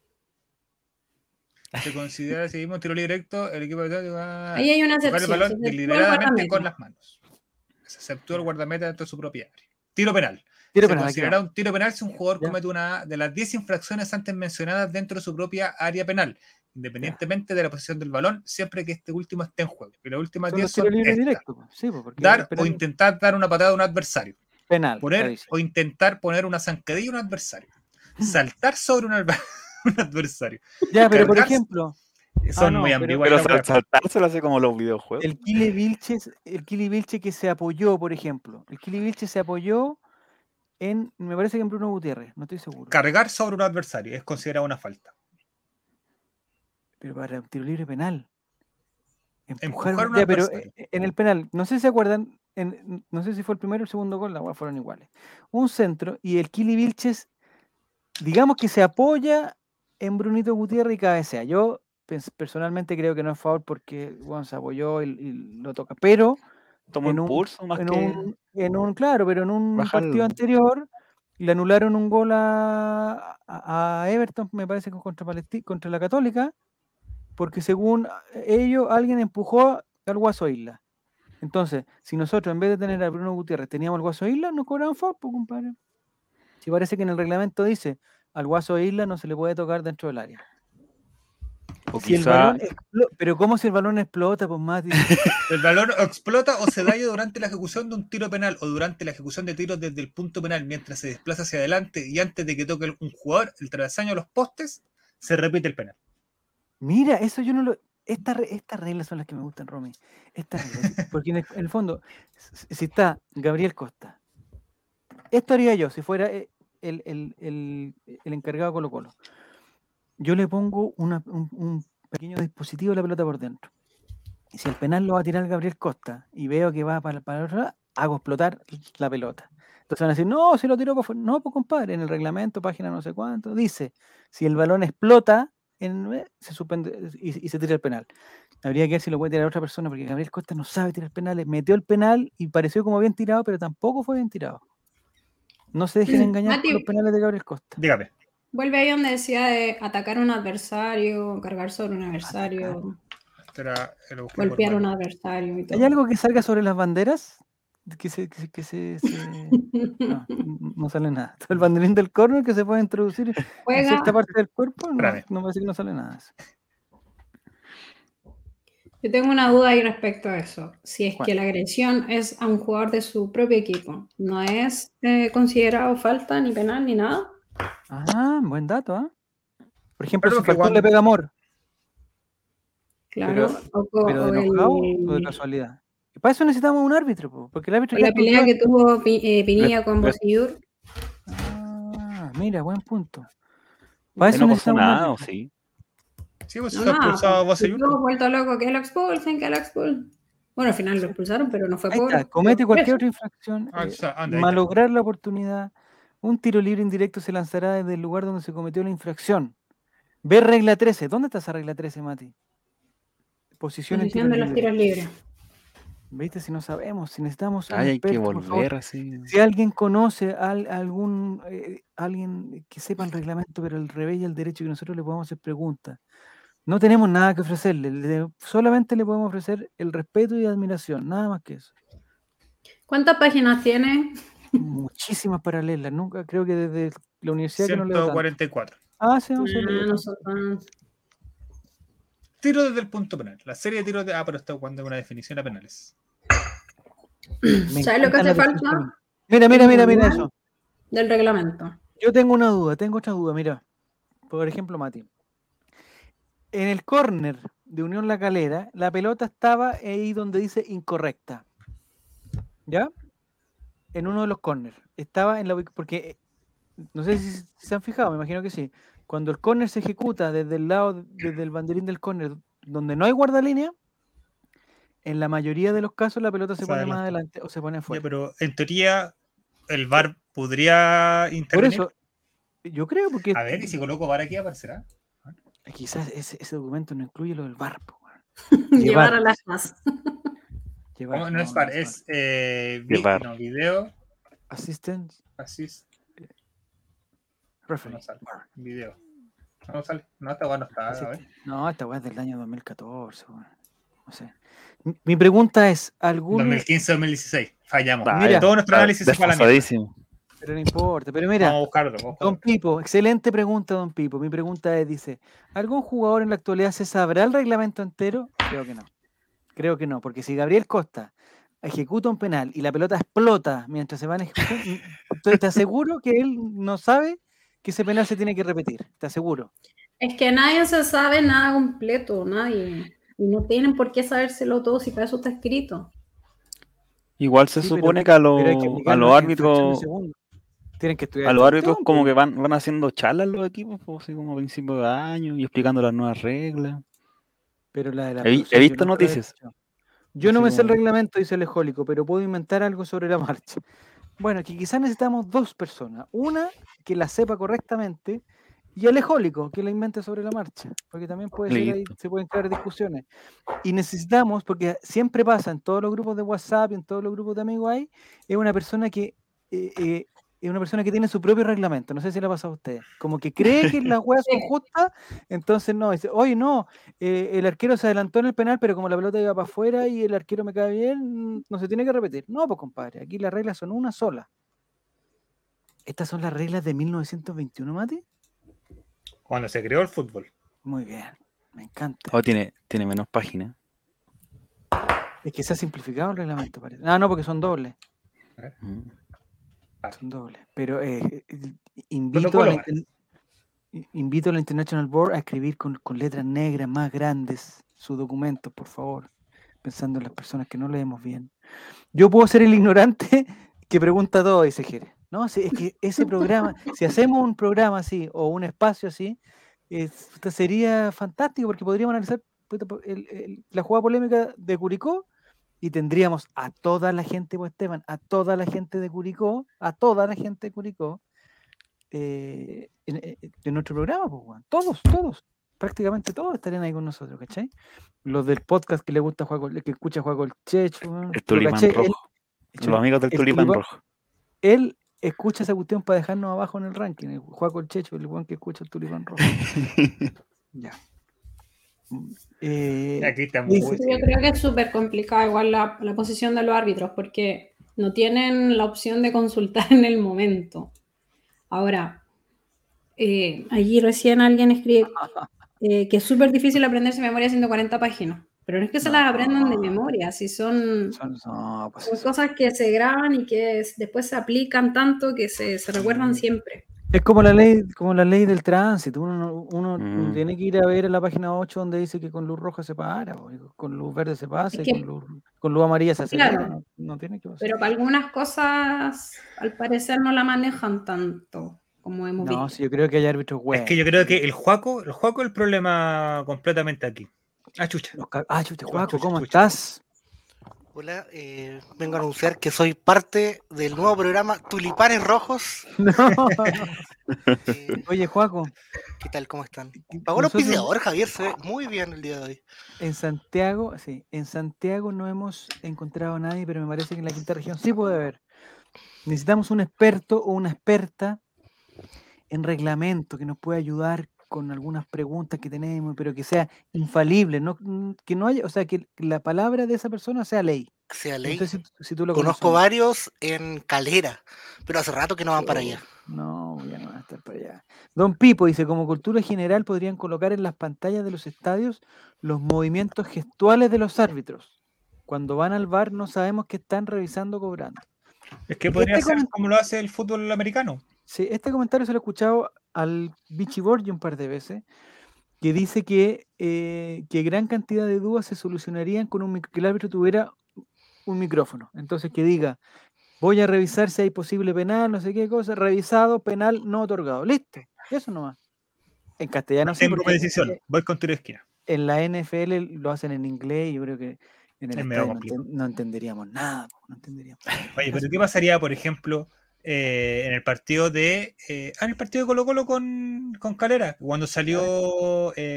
Se considera, si vimos tiro libre directo, el equipo de va
Ahí hay una
tocar el
excepción.
balón
Se exceptúa el
deliberadamente
guardameta.
con las manos. Se exceptúa el guardameta dentro de su propia área. Tiro penal.
Tiro
Se
penal, aquí
considerará
va.
un tiro penal si un jugador
Ya.
comete una de las diez infracciones antes mencionadas dentro de su propia área penal, independientemente de la posición del balón, siempre que este último esté en juego. Y las últimas
Son
diez
los tiros
son
libres
estas.
directos. po. Sí, po, porque el
Dar o
penal-
intentar dar una patada a un adversario.
penal.
Poner
clarísimo.
o intentar poner una zancadilla a un adversario. Saltar sobre un, adver- un adversario.
Ya, pero por
cargarse-
ejemplo,
Son
no,
muy
pero-
ambiguas.
Pero
las
sal-
weas.
saltarse lo hace como los videojuegos.
el Kili Vilches, el Kili Vilche que se apoyó, por ejemplo. El Kili Vilche se apoyó en, me parece que en Bruno Gutiérrez, no estoy seguro.
Cargar sobre un adversario es considerado una falta.
Pero para un tiro libre penal.
Empujar
Empujar,
a un
ya, pero
adversario.
eh, en el penal, no sé si se acuerdan, en- no sé si fue el primero o el segundo gol, las weas fueron iguales. Un centro y el Kili Vilches, digamos que se apoya en Brunito Gutiérrez y cabecea. Yo pens- personalmente creo que no es foul porque bueno, se apoyó y, y lo toca, pero
Tomó
en un,
impulso más
en
que
un, en un, claro, pero en un
bajarlo.
partido anterior le anularon un gol a, a- a Everton, me parece que contra Palesti- contra la Católica, porque según ellos alguien empujó al Guaso Isla. Entonces, si nosotros en vez de tener a Bruno Gutiérrez teníamos al Guaso Isla, nos cobraban foul, pues, compadre. Si parece que en el reglamento dice al Guaso Isla no se le puede tocar dentro del área.
O
Si el
quizá
balón explo- pero ¿cómo si el balón explota, pues Mati?
El balón explota o se daña durante la ejecución de un tiro penal o durante la ejecución de tiros desde el punto penal mientras se desplaza hacia adelante y antes de que toque un jugador el travesaño a los postes, se repite el penal.
Mira, eso yo no lo. Estas re- estas reglas son las que me gustan, Romy. Estas reglas. Porque en el, en el fondo, si si está Gabriel Costa, esto haría yo si fuera eh, el, el- el- el encargado de Colo Colo. Yo le pongo una- un, un pequeño dispositivo de la pelota por dentro. Y si el penal lo va a tirar Gabriel Costa y veo que va para, para el otro lado, hago explotar la pelota. Entonces van a decir, no, se lo tiró para afuera. No, pues compadre, en el reglamento, página no sé cuánto, dice, si el balón explota, en, eh, se suspende y, y se tira el penal. Habría que ver si lo puede tirar otra persona, porque Gabriel Costa no sabe tirar penales. Metió el penal y pareció como bien tirado, pero tampoco fue bien tirado. No se dejen engañar por los
Mati,
penales de Gabriel Costa.
Dígame.
vuelve ahí donde decía de atacar a un adversario, cargar sobre un adversario,
Este era el busqué por
golpear a un
Mario.
adversario y
¿Hay
todo.
algo que salga sobre las banderas? Que se, que se, que se- se- No, n- no sale nada. El banderín del córner que se puede introducir en
Juega,
cierta parte del cuerpo, no,
Espérame.
no parece que no sale nada de eso.
yo tengo una duda ahí respecto a eso. Si es
¿Cuál?
que la agresión es a un jugador de su propio equipo, ¿no es eh, considerado falta, ni penal, ni nada?
Ah, buen dato, ¿ah? Por ejemplo,
Claro
si
que
Falcón
cuando-
le pega a Amor,
Claro.
Pero-
o, co-
pero
o
de
el-
enojado o de casualidad. Y para eso necesitamos un árbitro, po, porque el árbitro
o
ya
la pelea
expulsó-
que tuvo Pi- eh, Pinilla con
le-
Bosillur.
Ah, mira, buen punto.
Que
Para eso
no pasó
necesitamos un
nada, ¿o
árbitro.
sí?
Sí, pues
No,
se ha
nada,
expulsado a
pues,
Bosellur.
estuvo vuelto loco, que lo expulsen, que lo expulsen. Bueno, al final lo expulsaron, pero no fue
Ahí
por.
está, comete
por
cualquier
eso.
otra infracción,
Ah,
eh,
o sea, anda, ahí está.
malograr la oportunidad, un tiro libre indirecto se lanzará desde el lugar donde se cometió la infracción. Ve regla trece. ¿Dónde está esa regla trece, Mati? Posición en
Posición
tiro
de los
libre.
tiros libres.
¿Viste? Si no sabemos, si necesitamos un
Ay, hay que
experto, por favor.
volver así.
Si alguien conoce a al- algún eh, alguien que sepa el reglamento, pero el revés y el derecho, que nosotros le podamos hacer preguntas. No tenemos nada que ofrecerle, le- solamente le podemos ofrecer el respeto y admiración, nada más que eso.
¿Cuántas páginas tiene?
Muchísimas paralelas, nunca creo que desde la universidad que no leo
ciento
tanto.
cuarenta y cuatro.
Ah, sí, no sé,
Ah,
leo
no
tanto.
son tan-
Tiro desde el punto penal. La serie de tiros de. Ah, pero está jugando una definición a penales.
Me
¿Sabes lo que
encantan
hace
las
falta?
definiciones. Mira, mira, mira, mira
Manual
eso.
Del reglamento.
Yo tengo una duda, tengo otra duda, mira. Por ejemplo, Mati. En el córner de Unión La Calera, la pelota estaba ahí donde dice incorrecta. ¿Ya? En uno de los córners. Estaba en la ubic- porque eh, no sé si s- se han fijado, me imagino que sí. Cuando el córner se ejecuta desde el lado, desde el banderín del córner, donde no hay guardalínea, en la mayoría de los casos la pelota se
Se
pone más
adelanta.
adelante o se pone
Ya,
afuera.
pero en teoría, el V A R podría
Por
intervenir.
eso, yo creo porque
A ver, y si coloco V A R aquí aparecerá.
quizás ese, ese documento no incluye lo del V A R. po, weón.
Llevar
Llevar.
a las más.
Llevar,
No, no es V A R, es eh, vi-
De V A R.
no, video.
Assistant
Assist.
Referee.
No sale. Video. No, no sale. No, esta bueno está. A ver.
Assistant. No, esta weá es del año dos mil catorce. weón. No sé. Mi- Mi pregunta es, ¿algún...
dos mil quince dos mil dieciséis. Fallamos.
Ah,
Mira,
todo nuestro análisis se fue a la mierda.
desfasadísimo.
Pero no importa. Pero mira,
Vamos a buscarlo. Vamos a buscarlo.
don Pipo, excelente pregunta, don Pipo. Mi pregunta es, dice, ¿algún jugador en la actualidad se sabrá el reglamento entero? Creo que no. Creo que no, porque si Gabriel Costa ejecuta un penal y la pelota explota mientras se van a ejecutar, entonces te aseguro que él no sabe que ese penal se tiene que repetir. Te aseguro.
Es que nadie se sabe nada completo, nadie. Y no tienen por qué sabérselo todo si para eso está escrito.
Igual se
Sí, pero-
supone que a, los
pero hay que
a
aplicar
los
las
árbitros,
infracciones segundo. Tienen que estudiar.
a los
el
árbitros
montón,
como
po.
que van, van haciendo charlas los equipos, pues, así como a principio de año y explicando las nuevas reglas.
Pero la de la
He vi-
explosión,
he
yo
visto
nunca la he
noticias.
escuchado. Yo no
Así
me sé el
como-
reglamento, dice el ejólico, pero puedo inventar algo sobre la marcha. Bueno, que quizás necesitamos dos personas. Una que la sepa correctamente y el ejólico que la invente sobre la marcha. Porque también puede ser ahí,
Listo.
se pueden crear discusiones. Y necesitamos, porque siempre pasa en todos los grupos de WhatsApp y en todos los grupos de amigos hay, es una persona que eh, eh, es una persona que tiene su propio reglamento. No sé si le ha pasado a usted. Como que cree que las weas son
Sí.
justas, entonces no, dice, oye, no, eh, el arquero se adelantó en el penal, pero como la pelota iba para afuera y el arquero me cae bien, mm, no se tiene que repetir. No, pues compadre, aquí las reglas son una sola. ¿Estas son las reglas de mil novecientos veintiuno, Mati?
Cuando se creó el fútbol.
Muy bien, me encanta.
Oh, tiene, tiene menos páginas.
Es que se ha simplificado el reglamento, parece. Ah, no, porque son dobles.
Mm.
Son dobles. Pero eh, eh, invito a
Protocolo,
la, inten- i- invito a la International Board a escribir con, con letras negras más grandes sus documentos, por favor, pensando en las personas que no leemos bien. Yo puedo ser el ignorante que pregunta todo, dice Jere. No, sí, es que ese programa, si hacemos un programa así o un espacio así, es- puta, sería fantástico porque podríamos analizar puta, po- el- el- la jugada polémica de Curicó y tendríamos a toda la gente, pues Esteban, a toda la gente de Curicó, a toda la gente de Curicó, eh, en, en- en nuestro programa, pues, weón. Todos, todos, prácticamente todos estarían ahí con nosotros, ¿cachai? Los del podcast que le gusta jugar con- que escucha jugar con el Checho, weón.
El
Lo
tulipán
caché, él,
rojo.
hecho,
Los amigos del
el
tulipán
tulipán-
rojo.
él escucha esa cuestión para dejarnos abajo en el ranking, el juego el Checho, el weón que escucha el tulipán rojo. Ya. Mm, eh,
Aquí estamos.
dice-
Yo creo que es súper complicada igual la, la posición de los árbitros porque no tienen la opción de consultar en el momento. Ahora, eh, allí recién alguien escribe eh, que es súper difícil aprenderse de memoria ciento cuarenta páginas, pero no es que se las aprendan de
No.
memoria, si son,
son- no, pues
son
eso.
cosas que se graban y que es- después se aplican tanto que se, se recuerdan siempre.
Es como la ley, como la ley del tránsito. Uno, no- uno
Mm.
tiene que ir a ver a la página ocho donde dice que con luz roja se para, o con luz verde se pasa,
Es
y
que-
con luz, con luz amarilla se acelera.
Claro.
No, no tiene que pasar.
Pero para algunas cosas, al parecer, no la manejan tanto como hemos
No,
visto.
sí, yo creo que hay árbitros
Es
buenos.
que yo creo que el Juaco, el Juaco es el problema completamente aquí. Ah, chucha.
Los ca- Ah, chute,
Chucha,
Juaco,
chucha,
¿cómo
chucha.
estás?
Hola, eh, vengo a anunciar que soy parte del nuevo programa Tulipanes Rojos.
No.
Eh,
Oye, Juaco,
¿Qué tal? ¿Cómo están? Pagó el
nosotros
auspiciador, Javier, se ve muy bien el día de hoy.
en Santiago, sí, en Santiago no hemos encontrado a nadie, pero me parece que en la quinta región sí puede haber. Necesitamos un experto o una experta en reglamento que nos pueda ayudar con algunas preguntas que tenemos, pero que sea infalible, no, mm, que no haya, o sea, que la palabra de esa persona sea ley.
Que sea
No
ley.
sé si, si tú lo
Conozco
conoces.
varios en Calera, pero hace rato que no van para allá.
No, ya no van a estar para allá. Don Pipo dice, como cultura general podrían colocar en las pantallas de los estadios los movimientos gestuales de los árbitros. Cuando van al bar no sabemos qué están revisando o cobrando.
Es que podría
Este
ser
comen-
como lo hace el fútbol americano.
Sí, este comentario se lo he escuchado al Vichy Borgi un par de veces, que dice que, eh, que gran cantidad de dudas se solucionarían con un mic- que el árbitro tuviera un micrófono. Entonces que diga, voy a revisar si hay posible penal, no sé qué cosa, revisado, penal no otorgado. Listo, eso nomás. En castellano sí,
Tengo mi
porque
decisión.
eh,
Voy con tiro de esquina.
en la N F L lo hacen en inglés y yo creo que en el
Es medio
estadio no,
complicado.
enten- no entenderíamos nada, po, no entenderíamos.
Oye, pero ¿qué pasaría, por ejemplo, eh, en el partido de. Eh, ah, en el partido de Colo Colo con, con Calera? Cuando salió eh,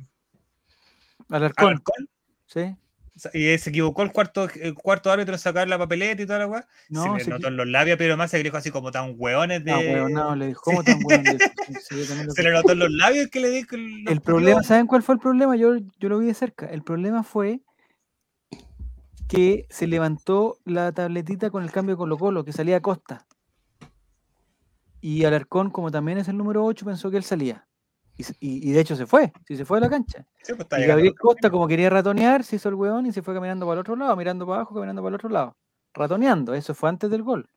Alarcón,
Alarcón
¿sí?
y se equivocó el cuarto, el cuarto árbitro en sacar la papeleta y toda la weá.
No,
se le
se
notó
equi-
en los labios, pero más se le dijo así como tan hueones de.
Ah, weón, no, le dijo, ¿cómo tan weón? Le dijo, sí, sí, yo también lo
Se le notó en los labios que le dijo. El,
El problema, ¿saben cuál fue el problema? Yo, yo lo vi de cerca. El problema fue que se levantó la tabletita con el cambio de Colo Colo, que salía a Costa. Y Alarcón, como también es el número ocho, pensó que él salía. Y, se- y- y de hecho se fue, sí se fue de la cancha.
Sí, pues, está
Y
llegando
Gabriel
los
Costa,
campeones.
como quería ratonear, se hizo el weón y se fue caminando para el otro lado, mirando para abajo, caminando para el otro lado. Ratoneando, eso fue antes del gol.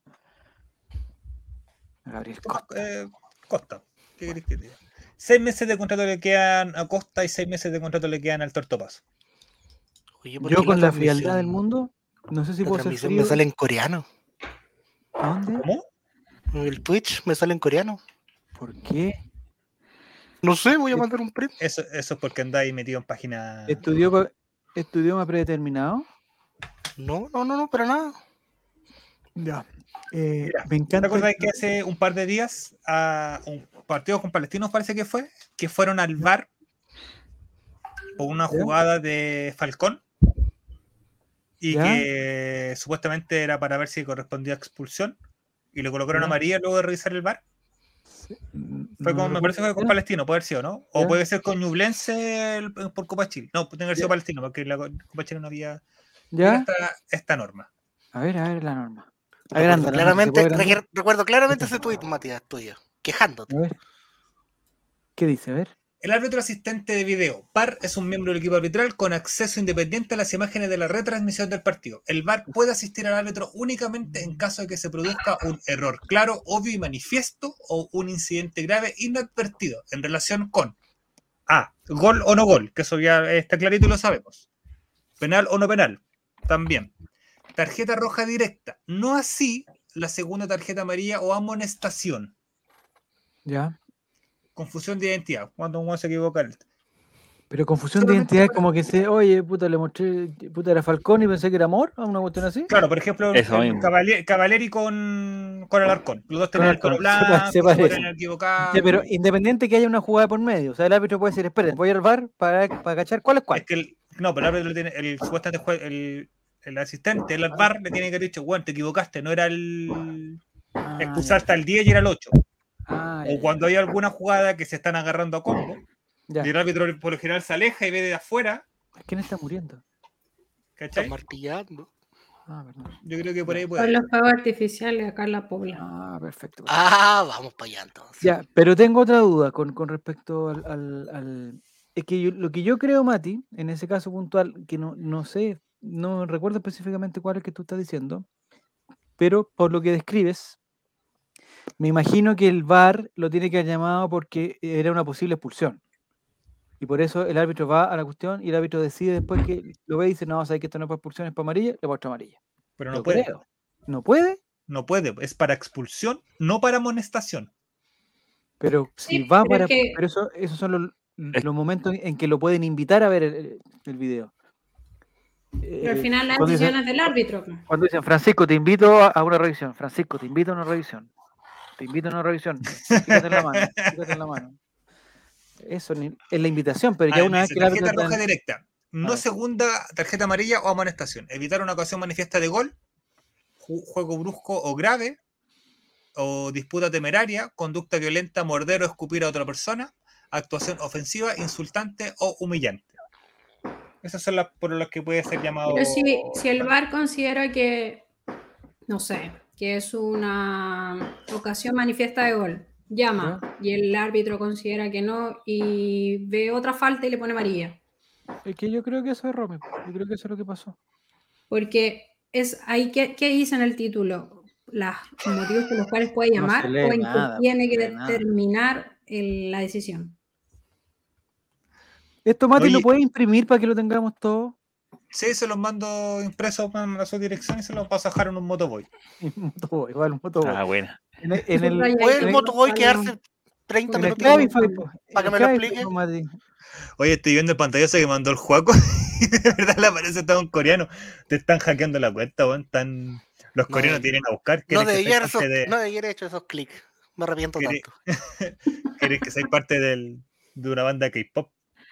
Gabriel Costa.
Eh, Costa. ¿Qué querés que te diga? Seis meses de contrato le quedan a Costa y seis meses de contrato le quedan al Tortopaso.
Oye, ¿por
Yo
qué
con la
transmisión-
frialdad del mundo, no sé si
La
puedo ser
transmisión
frío.
me sale en coreano.
¿A dónde?
¿Cómo?
El Twitch me sale en coreano.
¿Por qué?
No sé, voy a mandar un print.
Eso, eso es porque andáis metido en página.
¿Estudió, co- estudió más predeterminado?
No, no, no, no, para nada.
Ya. Eh,
Mira,
me
¿Te
encanta.
acuerdas que hace un par de días a un partido con palestinos parece que fue? Que fueron al V A R por una
¿Ya?
jugada de Falcón y
¿Ya?
que supuestamente era para ver si correspondía a expulsión y le colocaron
¿Ya?
amarilla luego de revisar el V A R. Fue
No
con, me
recuerdo
parece que fue con
ya.
Palestino, puede haber sido, ¿no? O
¿Ya?
puede ser con Ñublense el- por Copa Chile. No, tiene que haber sido
¿Ya?
Palestino, porque la Copa Chile no había
¿Ya?
esta, esta norma.
A ver, a ver la norma.
Recuerdo
Agrándala,
claramente,
¿se puede agrandar?
recuer- recuerdo claramente ese tweet, Matías, tuyo. Quejándote.
A ver. ¿Qué dice? A ver.
El árbitro asistente de video, V A R, es un miembro del equipo arbitral con acceso independiente a las imágenes de la retransmisión del partido. El V A R puede asistir al árbitro únicamente en caso de que se produzca un error claro, obvio y manifiesto o un incidente grave inadvertido en relación con A, gol o no gol, que eso ya está clarito y lo sabemos. Penal o no penal, también. Tarjeta roja directa, no así la segunda tarjeta amarilla o amonestación.
Ya.
Confusión de identidad, cuando uno se equivoca. en esto.
Pero confusión de
Solamente
identidad
para-
como que se, oye, puta, le mostré, puta, era Falcón y pensé que era Amor, a una cuestión así.
Claro, por ejemplo,
Eso
el
mismo.
Cavalieri, Cavalieri con, con Alarcón. Los dos tenían el
Con
pelo
Alarcón, se pa- se
blanco, se
parecen.
podían equivocar.
Ya, pero independiente que haya una jugada por medio, o sea, el árbitro puede decir, esperen, voy al V A R para, para cachar cuál es cuál.
Es que el, no, pero el árbitro le tiene, el supuestamente jue- el, el asistente, el V A R, le tiene que haber dicho, bueno, te equivocaste, no era el
Ah,
expulsar
ya.
hasta el diez y era el ocho.
Ah,
O
ya,
cuando hay alguna jugada que se están agarrando a combo,
ya.
y el árbitro por lo general se aleja y ve de afuera,
¿Quién está muriendo?
Están
¿cachai?
martillando.
Ah, perdón.
Yo creo que por ahí
Por
puede.
los fuegos artificiales acá en la Pobla.
Ah, perfecto. perfecto.
Ah, vamos para allá entonces.
Ya, pero tengo otra duda con, con respecto al, al, al- Es que yo- lo que yo creo, Mati, en ese caso puntual, que no, no sé, no recuerdo específicamente cuál es que tú estás diciendo, pero por lo que describes, me imagino que el V A R lo tiene que haber llamado porque era una posible expulsión. Y por eso el árbitro va a la cuestión y el árbitro decide después que lo ve y dice, no, sabes que esto no es para expulsión, es para amarilla, le muestro amarilla.
Pero no
Yo
puede.
creo. ¿No puede?
No puede. Es para expulsión, no para amonestación.
Pero si
Sí,
va
pero
para...
es que-
Pero eso, esos son los,
Es-
los momentos en que lo pueden invitar a ver el, el- el video.
Pero al
Eh,
final la
cuando
decisión
dicen,
es del árbitro. pues.
cuando dicen, Francisco, te invito a, a una revisión. Francisco, te invito a una revisión. Te invito a una revisión. Fíjate en la mano. Fíjate en la mano. Eso ni- es la invitación, pero
A
ya
ver,
una vez
dice,
que el árbitro
tarjeta
está
roja
en-
directa. No
ver.
segunda tarjeta amarilla o amonestación. Evitar una ocasión manifiesta de gol, ju- juego brusco o grave, o disputa temeraria, conducta violenta, morder o escupir a otra persona, actuación ofensiva, insultante o humillante. Esas son las por las que puede ser llamado.
Pero si, si el V A R considera que, no sé, que es una ocasión manifiesta de gol, llama y el árbitro considera que no y ve otra falta y le pone amarilla.
Es que yo creo que eso es Romy. Yo creo que eso es lo que pasó.
Porque es ahí que, ¿qué dice en el título? Los motivos por los cuales puede
No
llamar
se lee
o en
nada,
que tiene
no
que
se lee nada.
determinar el- la decisión.
Esto, Mati, ¿lo
Oye.
puedes imprimir para que lo tengamos todo?
Sí, se los mando impresos a su dirección y se los paso a dejar en un motoboy.
En Motoboy, igual, un Motoboy.
Ah, buena.
En el, en el,
¿Puede
en
el
el-
Motoboy quedarse treinta
en el
minutos?
Cabify, po,
para que
en
me
el
lo
Cabify,
explique.
po, Mati.
Oye, estoy viendo el pantallazo que mandó el Juaco y de verdad le aparece todo un coreano. Te están hackeando la cuenta, weón. Están... Los
No,
coreanos
eh,
tienen a buscar.
No
Quieren que
debería,
seas
haber
parte
esos-
de...
no debería haber hecho esos clics. Me arrepiento
Quiere-
tanto.
quieren que seas parte del... de una banda de K-pop.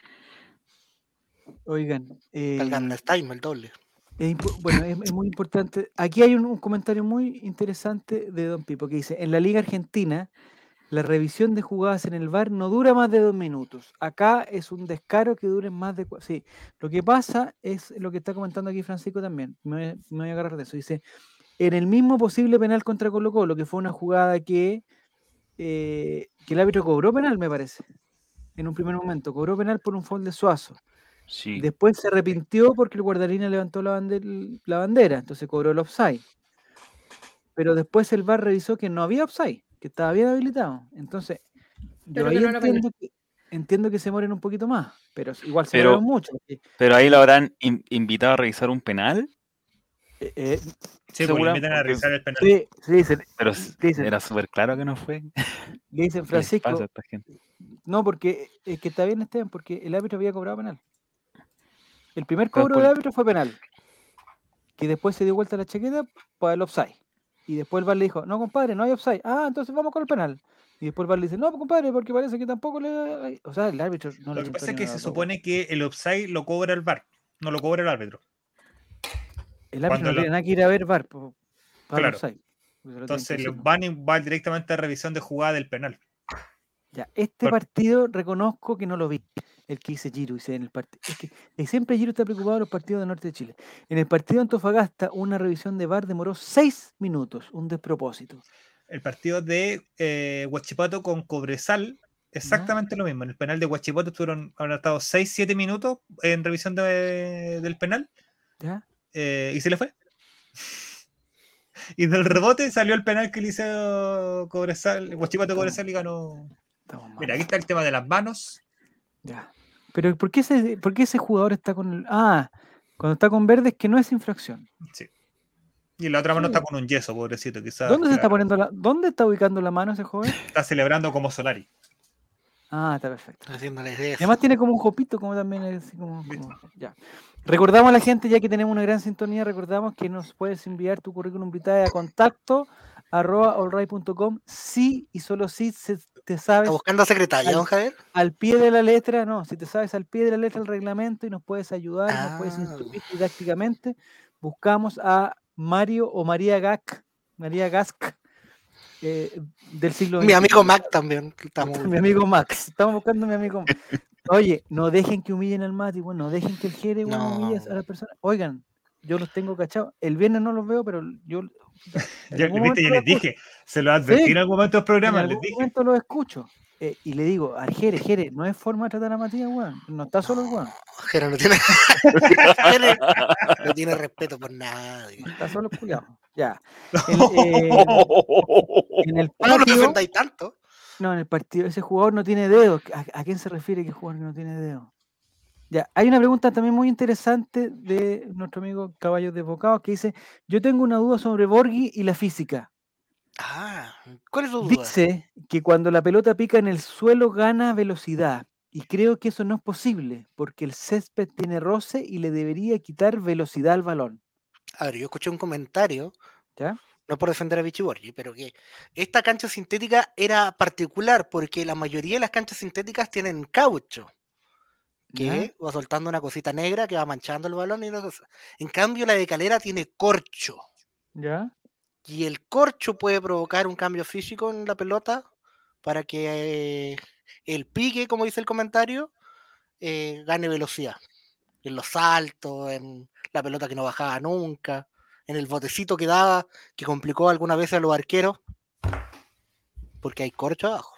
Oigan, eh,
El Gangnam Style, el doble.
es impo- bueno, es, es muy importante. Aquí hay un, un comentario muy interesante de Don Pipo que dice, en la Liga Argentina, la revisión de jugadas en el V A R no dura más de dos minutos. Acá es un descaro que duren más de... cua- Sí, lo que pasa es lo que está comentando aquí Francisco también. Me, voy a- me voy a agarrar de eso. Dice, en el mismo posible penal contra Colo Colo, que fue una jugada que, eh, que el árbitro cobró penal, me parece. En un primer momento, cobró penal por un foul de Suazo.
Sí.
Después se arrepintió porque el guardalina levantó la bandera, la bandera, entonces cobró el offside. Pero después el V A R revisó que no había offside, que estaba bien habilitado. Entonces, yo
Pero
ahí
que no era
entiendo que, entiendo que se mueren un poquito más, pero igual se
Pero-
mueren mucho. porque,
Pero ahí lo habrán in- invitado a revisar un penal.
eh, eh,
Sí, pues
Segura-
le invitan a
porque-
revisar el penal.
sí, sí, dicen,
Pero s-
dicen,
era súper claro que no fue. ¿Qué
le dicen
les
Francisco,
pasa a esta gente?
no, porque es que está bien Esteban, porque el árbitro había cobrado penal. El primer
Pero
cobro
por-
del árbitro fue penal, que después se dio vuelta la chaqueta para el offside. Y después el V A R le dijo, no, compadre, no hay offside. Ah, entonces vamos con el penal. Y después el V A R le dice, no, compadre, porque parece que tampoco le... O sea, el árbitro no le
Lo que
pintó
pasa es
ni
que
una
se
otra
supone que el offside lo cobra el V A R, no lo cobra el árbitro.
hueá. El árbitro
cuando
no
la-
tiene nada que ir a ver V A R po- para
Claro.
el offside. Porque se lo tienen
Entonces
que
le
decir.
van y va directamente a revisión de jugada del penal.
Ya, este
Por-
partido reconozco que no lo vi. El que dice Giro, dice en el partido. Es que eh, siempre Giro está preocupado de los partidos del norte de Chile. En el partido de Antofagasta, una revisión de V A R demoró seis minutos, un despropósito.
El partido de eh, Huachipato con Cobresal Exactamente lo mismo. En el penal de Huachipato estuvieron, habrán estado seis siete minutos en revisión de- del penal
¿Ya?
eh, y se le fue. Y del rebote salió el penal que le hizo Cobresal, Huachipato Cobresal y ganó.
Estamos mal.
Mira, aquí está el tema de las manos.
Ya. Pero ¿por qué ese, por qué ese jugador está con el. Ah, cuando está con verde es que no es infracción.
Sí. Y la otra mano
Sí.
está con un yeso, pobrecito. Quizás
¿Dónde se está
claro,
poniendo la, ¿Dónde está ubicando la mano ese joven?
está celebrando como Solari.
Ah, está perfecto.
Haciéndoles de
Y
eso.
además tiene como un jopito, como también es así como, como- ya. Recordamos a la gente, ya que tenemos una gran sintonía, recordamos que nos puedes enviar tu currículum vitae a contacto arroba allright punto com si y solo si se- te sabes
¿Está buscando secretaria,
al-
don Javier?
al pie de la letra, no, si te sabes al pie de la letra el reglamento y nos puedes ayudar, nos puedes
Ah.
instruir didácticamente, buscamos a Mario o María Gac, María Gask, eh, del siglo
Mi
veintiuno.
amigo Mac también. que estamos-
Mi amigo Max, estamos buscando a mi amigo Max. Oye, no dejen que humillen al Mati, bueno, no dejen que el Jere bueno,
No.
humille a las personas. Oigan, yo los tengo cachados. El viernes no los veo, pero yo en
Ya,
algún
¿viste?
momento
Ya
los
les
escucho.
dije, se lo advertí
Sí,
en algún momento del
En
programa, les
algún
dije.
momento los escucho. Eh, y le digo, al Jere, Jere, no es forma de tratar a Matías, weón. No está solo el weón.
Jero no tiene, Jero no tiene respeto por nadie.
No está solo el culiao. Ya. El, eh, en el
No lo
patio,
defendáis tanto.
no, en el partido, ese jugador no tiene dedos. ¿A, a quién se refiere que jugador que no tiene dedos? Ya, hay una pregunta también muy interesante de nuestro amigo Caballos Desbocados que dice, yo tengo una duda sobre Borghi y la física.
Ah, ¿cuál es tu duda?
Dice que cuando la pelota pica en el suelo gana velocidad y creo que eso no es posible porque el césped tiene roce y le debería quitar velocidad al balón.
A ver, yo escuché un comentario,
¿Ya?
no por defender a Vichy Borgi, pero que esta cancha sintética era particular porque la mayoría de las canchas sintéticas tienen caucho, que
¿Ya?
va soltando una cosita negra que va manchando el balón y una cosa. En cambio, la de Calera tiene corcho.
¿Ya?
Y el corcho puede provocar un cambio físico en la pelota para que eh, el pique, como dice el comentario, eh, gane velocidad. En los saltos, en la pelota que no bajaba nunca, en el botecito que daba, que complicó algunas veces a los arqueros, porque hay corcho abajo.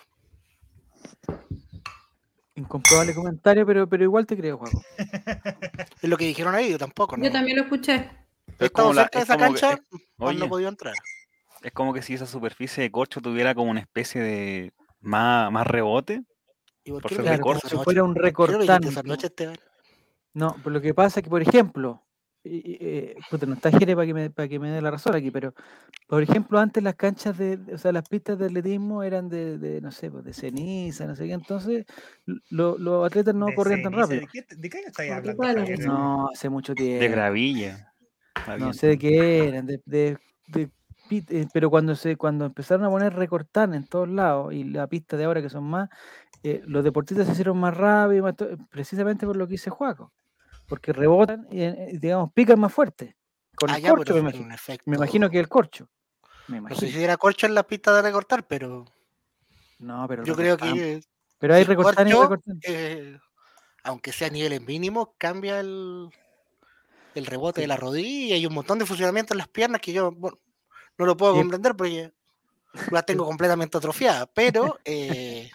Incomprobable comentario, pero, pero igual te creo, Juaco.
Es lo que dijeron ahí, yo tampoco.
Yo
¿no?
también lo escuché.
He
Es
estado
como la-
cerca de
es
esa
como que-
cancha,
es-
mas no he
oye.
podido entrar.
Es como que si esa superficie de corcho tuviera como una especie de más, más rebote.
¿Y por
Por
qué
ser
lo
de
dijiste
Claro, como
corcho.
esa
si
noche?
fuera un
¿Por qué lo dijiste
recortante.
esa noche, Esteban?
No, pero lo que pasa es que, por ejemplo, y- y, eh, puta, no está Jere para que, me, para que me dé la razón aquí, pero, por ejemplo, antes las canchas de, de- o sea, las pistas de atletismo eran de, de, no sé, pues, de ceniza, no sé qué, entonces lo- los atletas no
De
corrían tan
ceniza,
rápido.
¿De qué, de qué estáis
¿De
hablando,
cuál?
Javier?
No, hace mucho
De
tiempo.
gravilla. Está
No
bien.
sé de qué eran, de, de- de pit- eh, pero cuando se cuando empezaron a poner recortar en todos lados y la pista de ahora que son más, eh, los deportistas se hicieron más rápido, más to- precisamente por lo que dice Juaco, porque rebotan y, eh, digamos, pican más fuerte. Con
Ah,
el
ya,
corcho,
pero
me
es
imagino.
un efecto.
Me imagino que el corcho. Me
No sé
imagino.
si era corcho en la pista de recortar, pero
No, pero
yo creo
recortan.
que
Pero hay
si es
recortar y
corcho,
recortar.
eh, aunque sea a niveles mínimos, cambia el, el rebote
Sí.
de la rodilla y un montón de funcionamiento en las piernas que yo bueno, no lo puedo
Y-
comprender porque las tengo completamente atrofiadas, pero eh,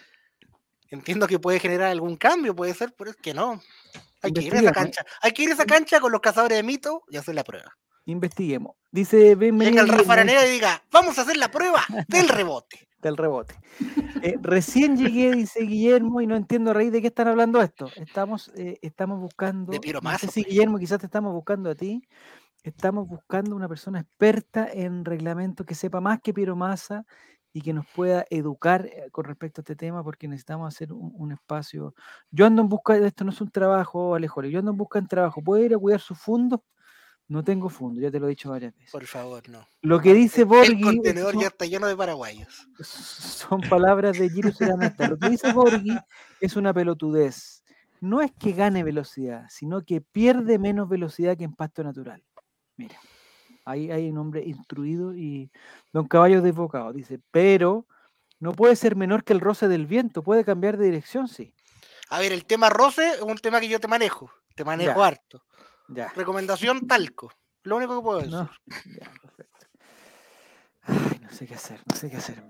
entiendo que puede generar algún cambio, puede ser, pero es que no. Hay que ir a esa
Investiguemos,
cancha. Hay que ir a esa cancha con los cazadores de mitos y hacer la prueba.
investiguemos. Dice, bienvenido
Venga el Rafa
Guillermo,
Araneda y diga, vamos a hacer la prueba del rebote.
del rebote. Eh, recién llegué, dice Guillermo, y no entiendo a raíz de qué están hablando esto. Estamos, eh, estamos buscando,
De Piero
no sé
Massa,
si
pues.
Guillermo, quizás te estamos buscando a ti. Estamos buscando una persona experta en reglamentos que sepa más que Piero Massa y que nos pueda educar eh, con respecto a este tema, porque necesitamos hacer un, un espacio. Yo ando en busca de esto, no es un trabajo, Alejo, yo ando en busca de trabajo. ¿Puede ir a cuidar sus fondos? No tengo fondo, ya te lo he dicho varias veces.
Por favor, no.
Lo que dice
El
Borghi
contenedor
son,
ya está lleno de paraguayos.
son palabras de Giro Ceramesta. Lo que dice Borghi es una pelotudez. No es que gane velocidad, sino que pierde menos velocidad que en pasto natural. Mira, ahí hay un hombre instruido y don Caballo desbocado. Dice, pero no puede ser menor que el roce del viento, puede cambiar de dirección, sí.
A ver, el tema roce es un tema que yo te manejo. Te manejo
Ya.
harto.
Ya.
Recomendación, talco. Lo único que puedo decir.
No, ya, perfecto. Ay, no sé qué hacer, no sé qué hacer en verdad.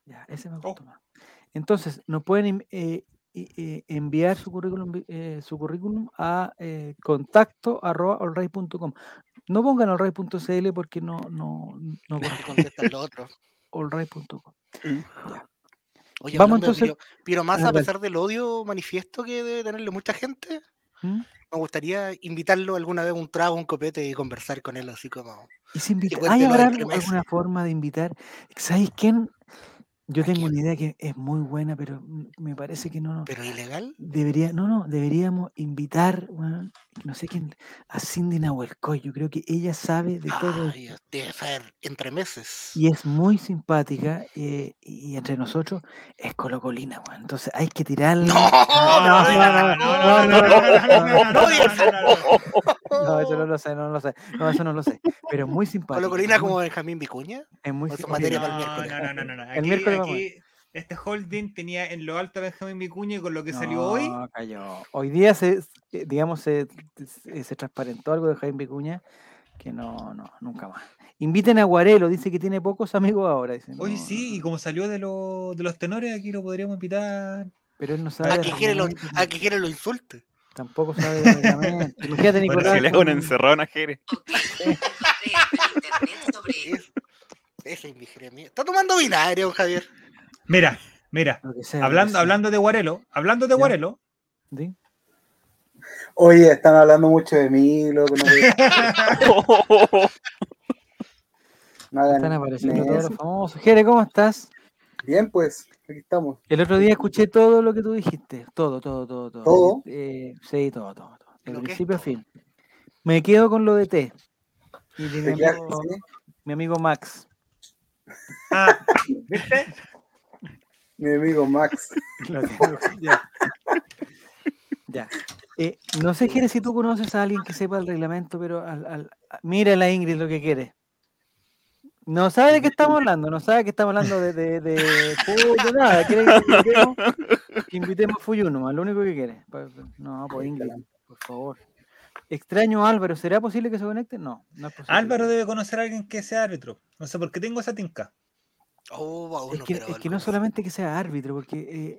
Ya, ese me
Oh.
gustó más. Entonces, nos pueden em- eh, eh, eh, enviar su currículum, vi- eh, su currículum a eh, contacto arroba allray punto com. No pongan allray punto c l porque no, no, no
Que
corresponde.
contestan los otros.
allray punto com.
Oye,
Vamos
hablando de
entonces-
Piro, Piro Massa,
Ah,
a
dale.
pesar del odio manifiesto que debe tenerle mucha gente,
¿Mm?
me gustaría invitarlo alguna vez a un trago, un copete y conversar con él así como...
Y se invita.
cuente
¿Hay
los
habrá
entremeses.
alguna forma de invitar? ¿Sabéis quién? Yo
¿A
tengo
quién?
una idea que es muy buena, pero mm, me parece que no, no.
¿Pero ilegal?
Debería, no, no, deberíamos invitar, weón, no sé quién, a Cindy Nahuelcoy. Yo creo que ella sabe de todo
Ay,
esto.
debe ser entremeses.
Y es muy simpática, eh, y entre nosotros es colocolina, weón. Entonces hay que tirarle.
No,
no,
no digas
no,
eso,
no, no, no,
no digas eso.
no, eso no lo sé, no lo sé. No, eso no lo sé. Pero es muy simpática.
¿Colocolina
es muy-
como Benjamín Vicuña?
Es muy
o eso
simpática.
materia
No,
para el
no,
miércoles.
no, no, no, no.
El
Aquí,
miércoles vamos a
aquí este holding tenía en lo alto a Benjamín Vicuña y con lo que salió
No,
hoy.
cayó. Hoy día se, eh, digamos, se, se, se transparentó algo de Jaime Vicuña que no, no, nunca más. Inviten a Guarelo, dice que tiene pocos amigos ahora. Dice,
Oye,
no,
sí, y
no,
como salió de, lo- de los tenores, aquí lo podríamos invitar.
pero él no sabe
A
de
que quiere lo,
reglamento,
a que quiere lo insulte.
tampoco sabe de reglamento. Imagínate,
Bueno,
Nicolás.
Que le haga una
con-
encerrona a Jere.
Es- Esa indigestión. Está tomando vinagre, don Javier.
Mira, mira,
lo que sea, lo que
hablando,
sea.
hablando de Guarelo, hablando de
Ya.
Guarelo,
¿Sí?
Oye, están hablando mucho de mí, loco. No, no hagan
Están apareciendo todos
eso.
los famosos. Jere, ¿cómo estás?
Bien, pues, aquí estamos.
El otro día escuché todo lo que tú dijiste. Todo, todo, todo, todo.
¿Todo?
Eh, sí, todo, todo, todo. De
Lo que es
principio a
todo.
fin. Me quedo con lo de T. Y de mi
¿Te quedas
amigo,
así?
mi amigo Max.
ah, ¿viste?
Mi amigo Max.
Lo tengo, ya. Ya. Eh, no sé, Jere, si tú conoces a alguien que sepa el reglamento, pero al, al- a- mira la Ingrid lo que quiere. No sabe de qué estamos hablando, no sabe que estamos hablando de, de, de fútbol, nada. Quiere que invitemos, que invitemos a Fuyu nomás, lo único que quiere. Pa- No, pues Ingrid, por favor. Extraño a Álvaro, ¿será posible que se conecte? No, no es posible.
Álvaro debe conocer a alguien que sea árbitro. No sé por qué tengo esa tinca.
Oh, va
Es
uno,
que,
pero
es que no
algo.
solamente que sea árbitro, porque eh,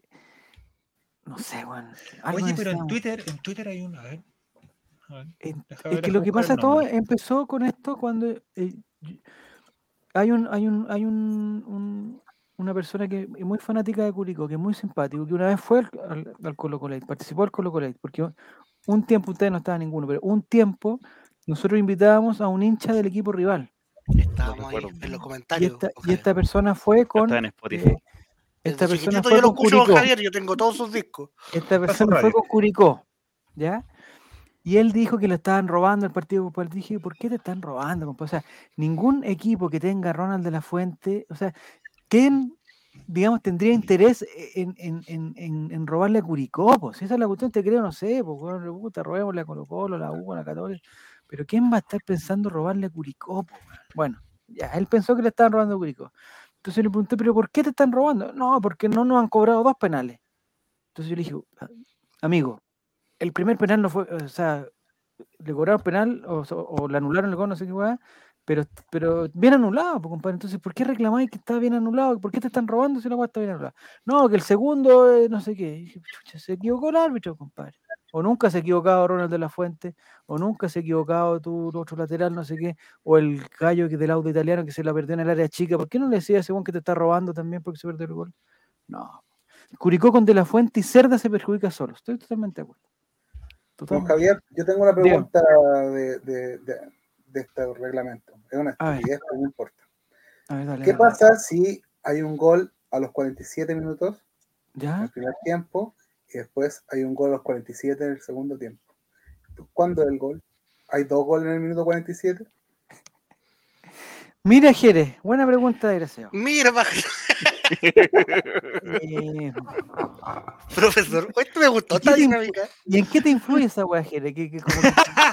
no sé, Juan. algo
Oye, pero en
necesitamos.
Twitter, en Twitter hay una. A ver. A ver,
En-
deja
es
ver,
que
deja
lo que
buscar
pasa
el
todo
nombre.
empezó con esto cuando eh, y- hay un hay un hay un, un- una persona que es muy fanática de Curicó, que es muy simpático, que una vez fue al, al, al Colo Colo, participó al Colo Colo, porque un tiempo ustedes no estaban ninguno, pero un tiempo nosotros invitábamos a un hincha del equipo rival
Estábamos ahí
recuerdo.
en los
y
comentarios.
esta
don
y
Javier.
esta persona fue con
Está en Spotify.
eh, esta
Desde
persona
chiquitito
fue
yo lo
con
escucho, don
Curicó.
Javier. Yo tengo todos sus discos.
Esta
su
persona fue
radio.
con Curicó, ¿ya? Y él dijo que le estaban robando al Partido Popular. Dije, ¿por qué te están robando, compa? O sea, ningún equipo que tenga a Ronald de la Fuente, o sea, ¿quién, digamos, tendría interés en, en, en, en, en robarle a Curicó? Pues? Si esa es la cuestión, te creo, no sé, pues, bueno, puta, robémosle a Colo Colo, la U, a la Católica. Pero ¿quién va a estar pensando robarle a Curicó? Pues, weón? Bueno, ya, él pensó que le estaban robando a Curicó. Entonces le pregunté, ¿pero por qué te están robando? No, porque no nos han cobrado dos penales. Entonces yo le dije, amigo, el primer penal no fue, o sea, le cobraron penal o, o le anularon el gol, no sé qué weá, pero, pero bien anulado, pues, compadre. Entonces, ¿por qué reclamáis que está bien anulado? ¿Por qué te están robando si la weá está bien anulada? No, que el segundo, eh, no sé qué. Y dije, chucha, se equivocó el árbitro, compadre. O nunca se ha equivocado Ronald de la Fuente, o nunca se ha equivocado tu otro lateral, no sé qué, o el gallo que del auto italiano que se la perdió en el área chica. ¿Por qué no le decía a ese weón que te está robando también porque se perdió el gol? No. Curicó con De la Fuente y Cerda se perjudica solo. Estoy totalmente de acuerdo.
Don
Totalmente.
Javier, yo tengo una
Dígame.
pregunta de, de, de, de este reglamento. Es una
A ver.
estupidez, pero no importa.
A ver, dale,
¿Qué
dale, dale.
pasa si hay un gol a los cuarenta y siete minutos en
¿Ya?
el primer tiempo y después hay un gol a los cuarenta y siete en el segundo tiempo? ¿Cuándo es el gol? ¿Hay dos goles en el minuto cuarenta y siete?
Mira, Jerez, buena pregunta, desgraciado.
Mira, pa-
Eh,
profesor. Esto me gustó
¿Y qué
esta
te
dinámica.
¿Y en qué te influye esa weá, Jerez? Que, que como que...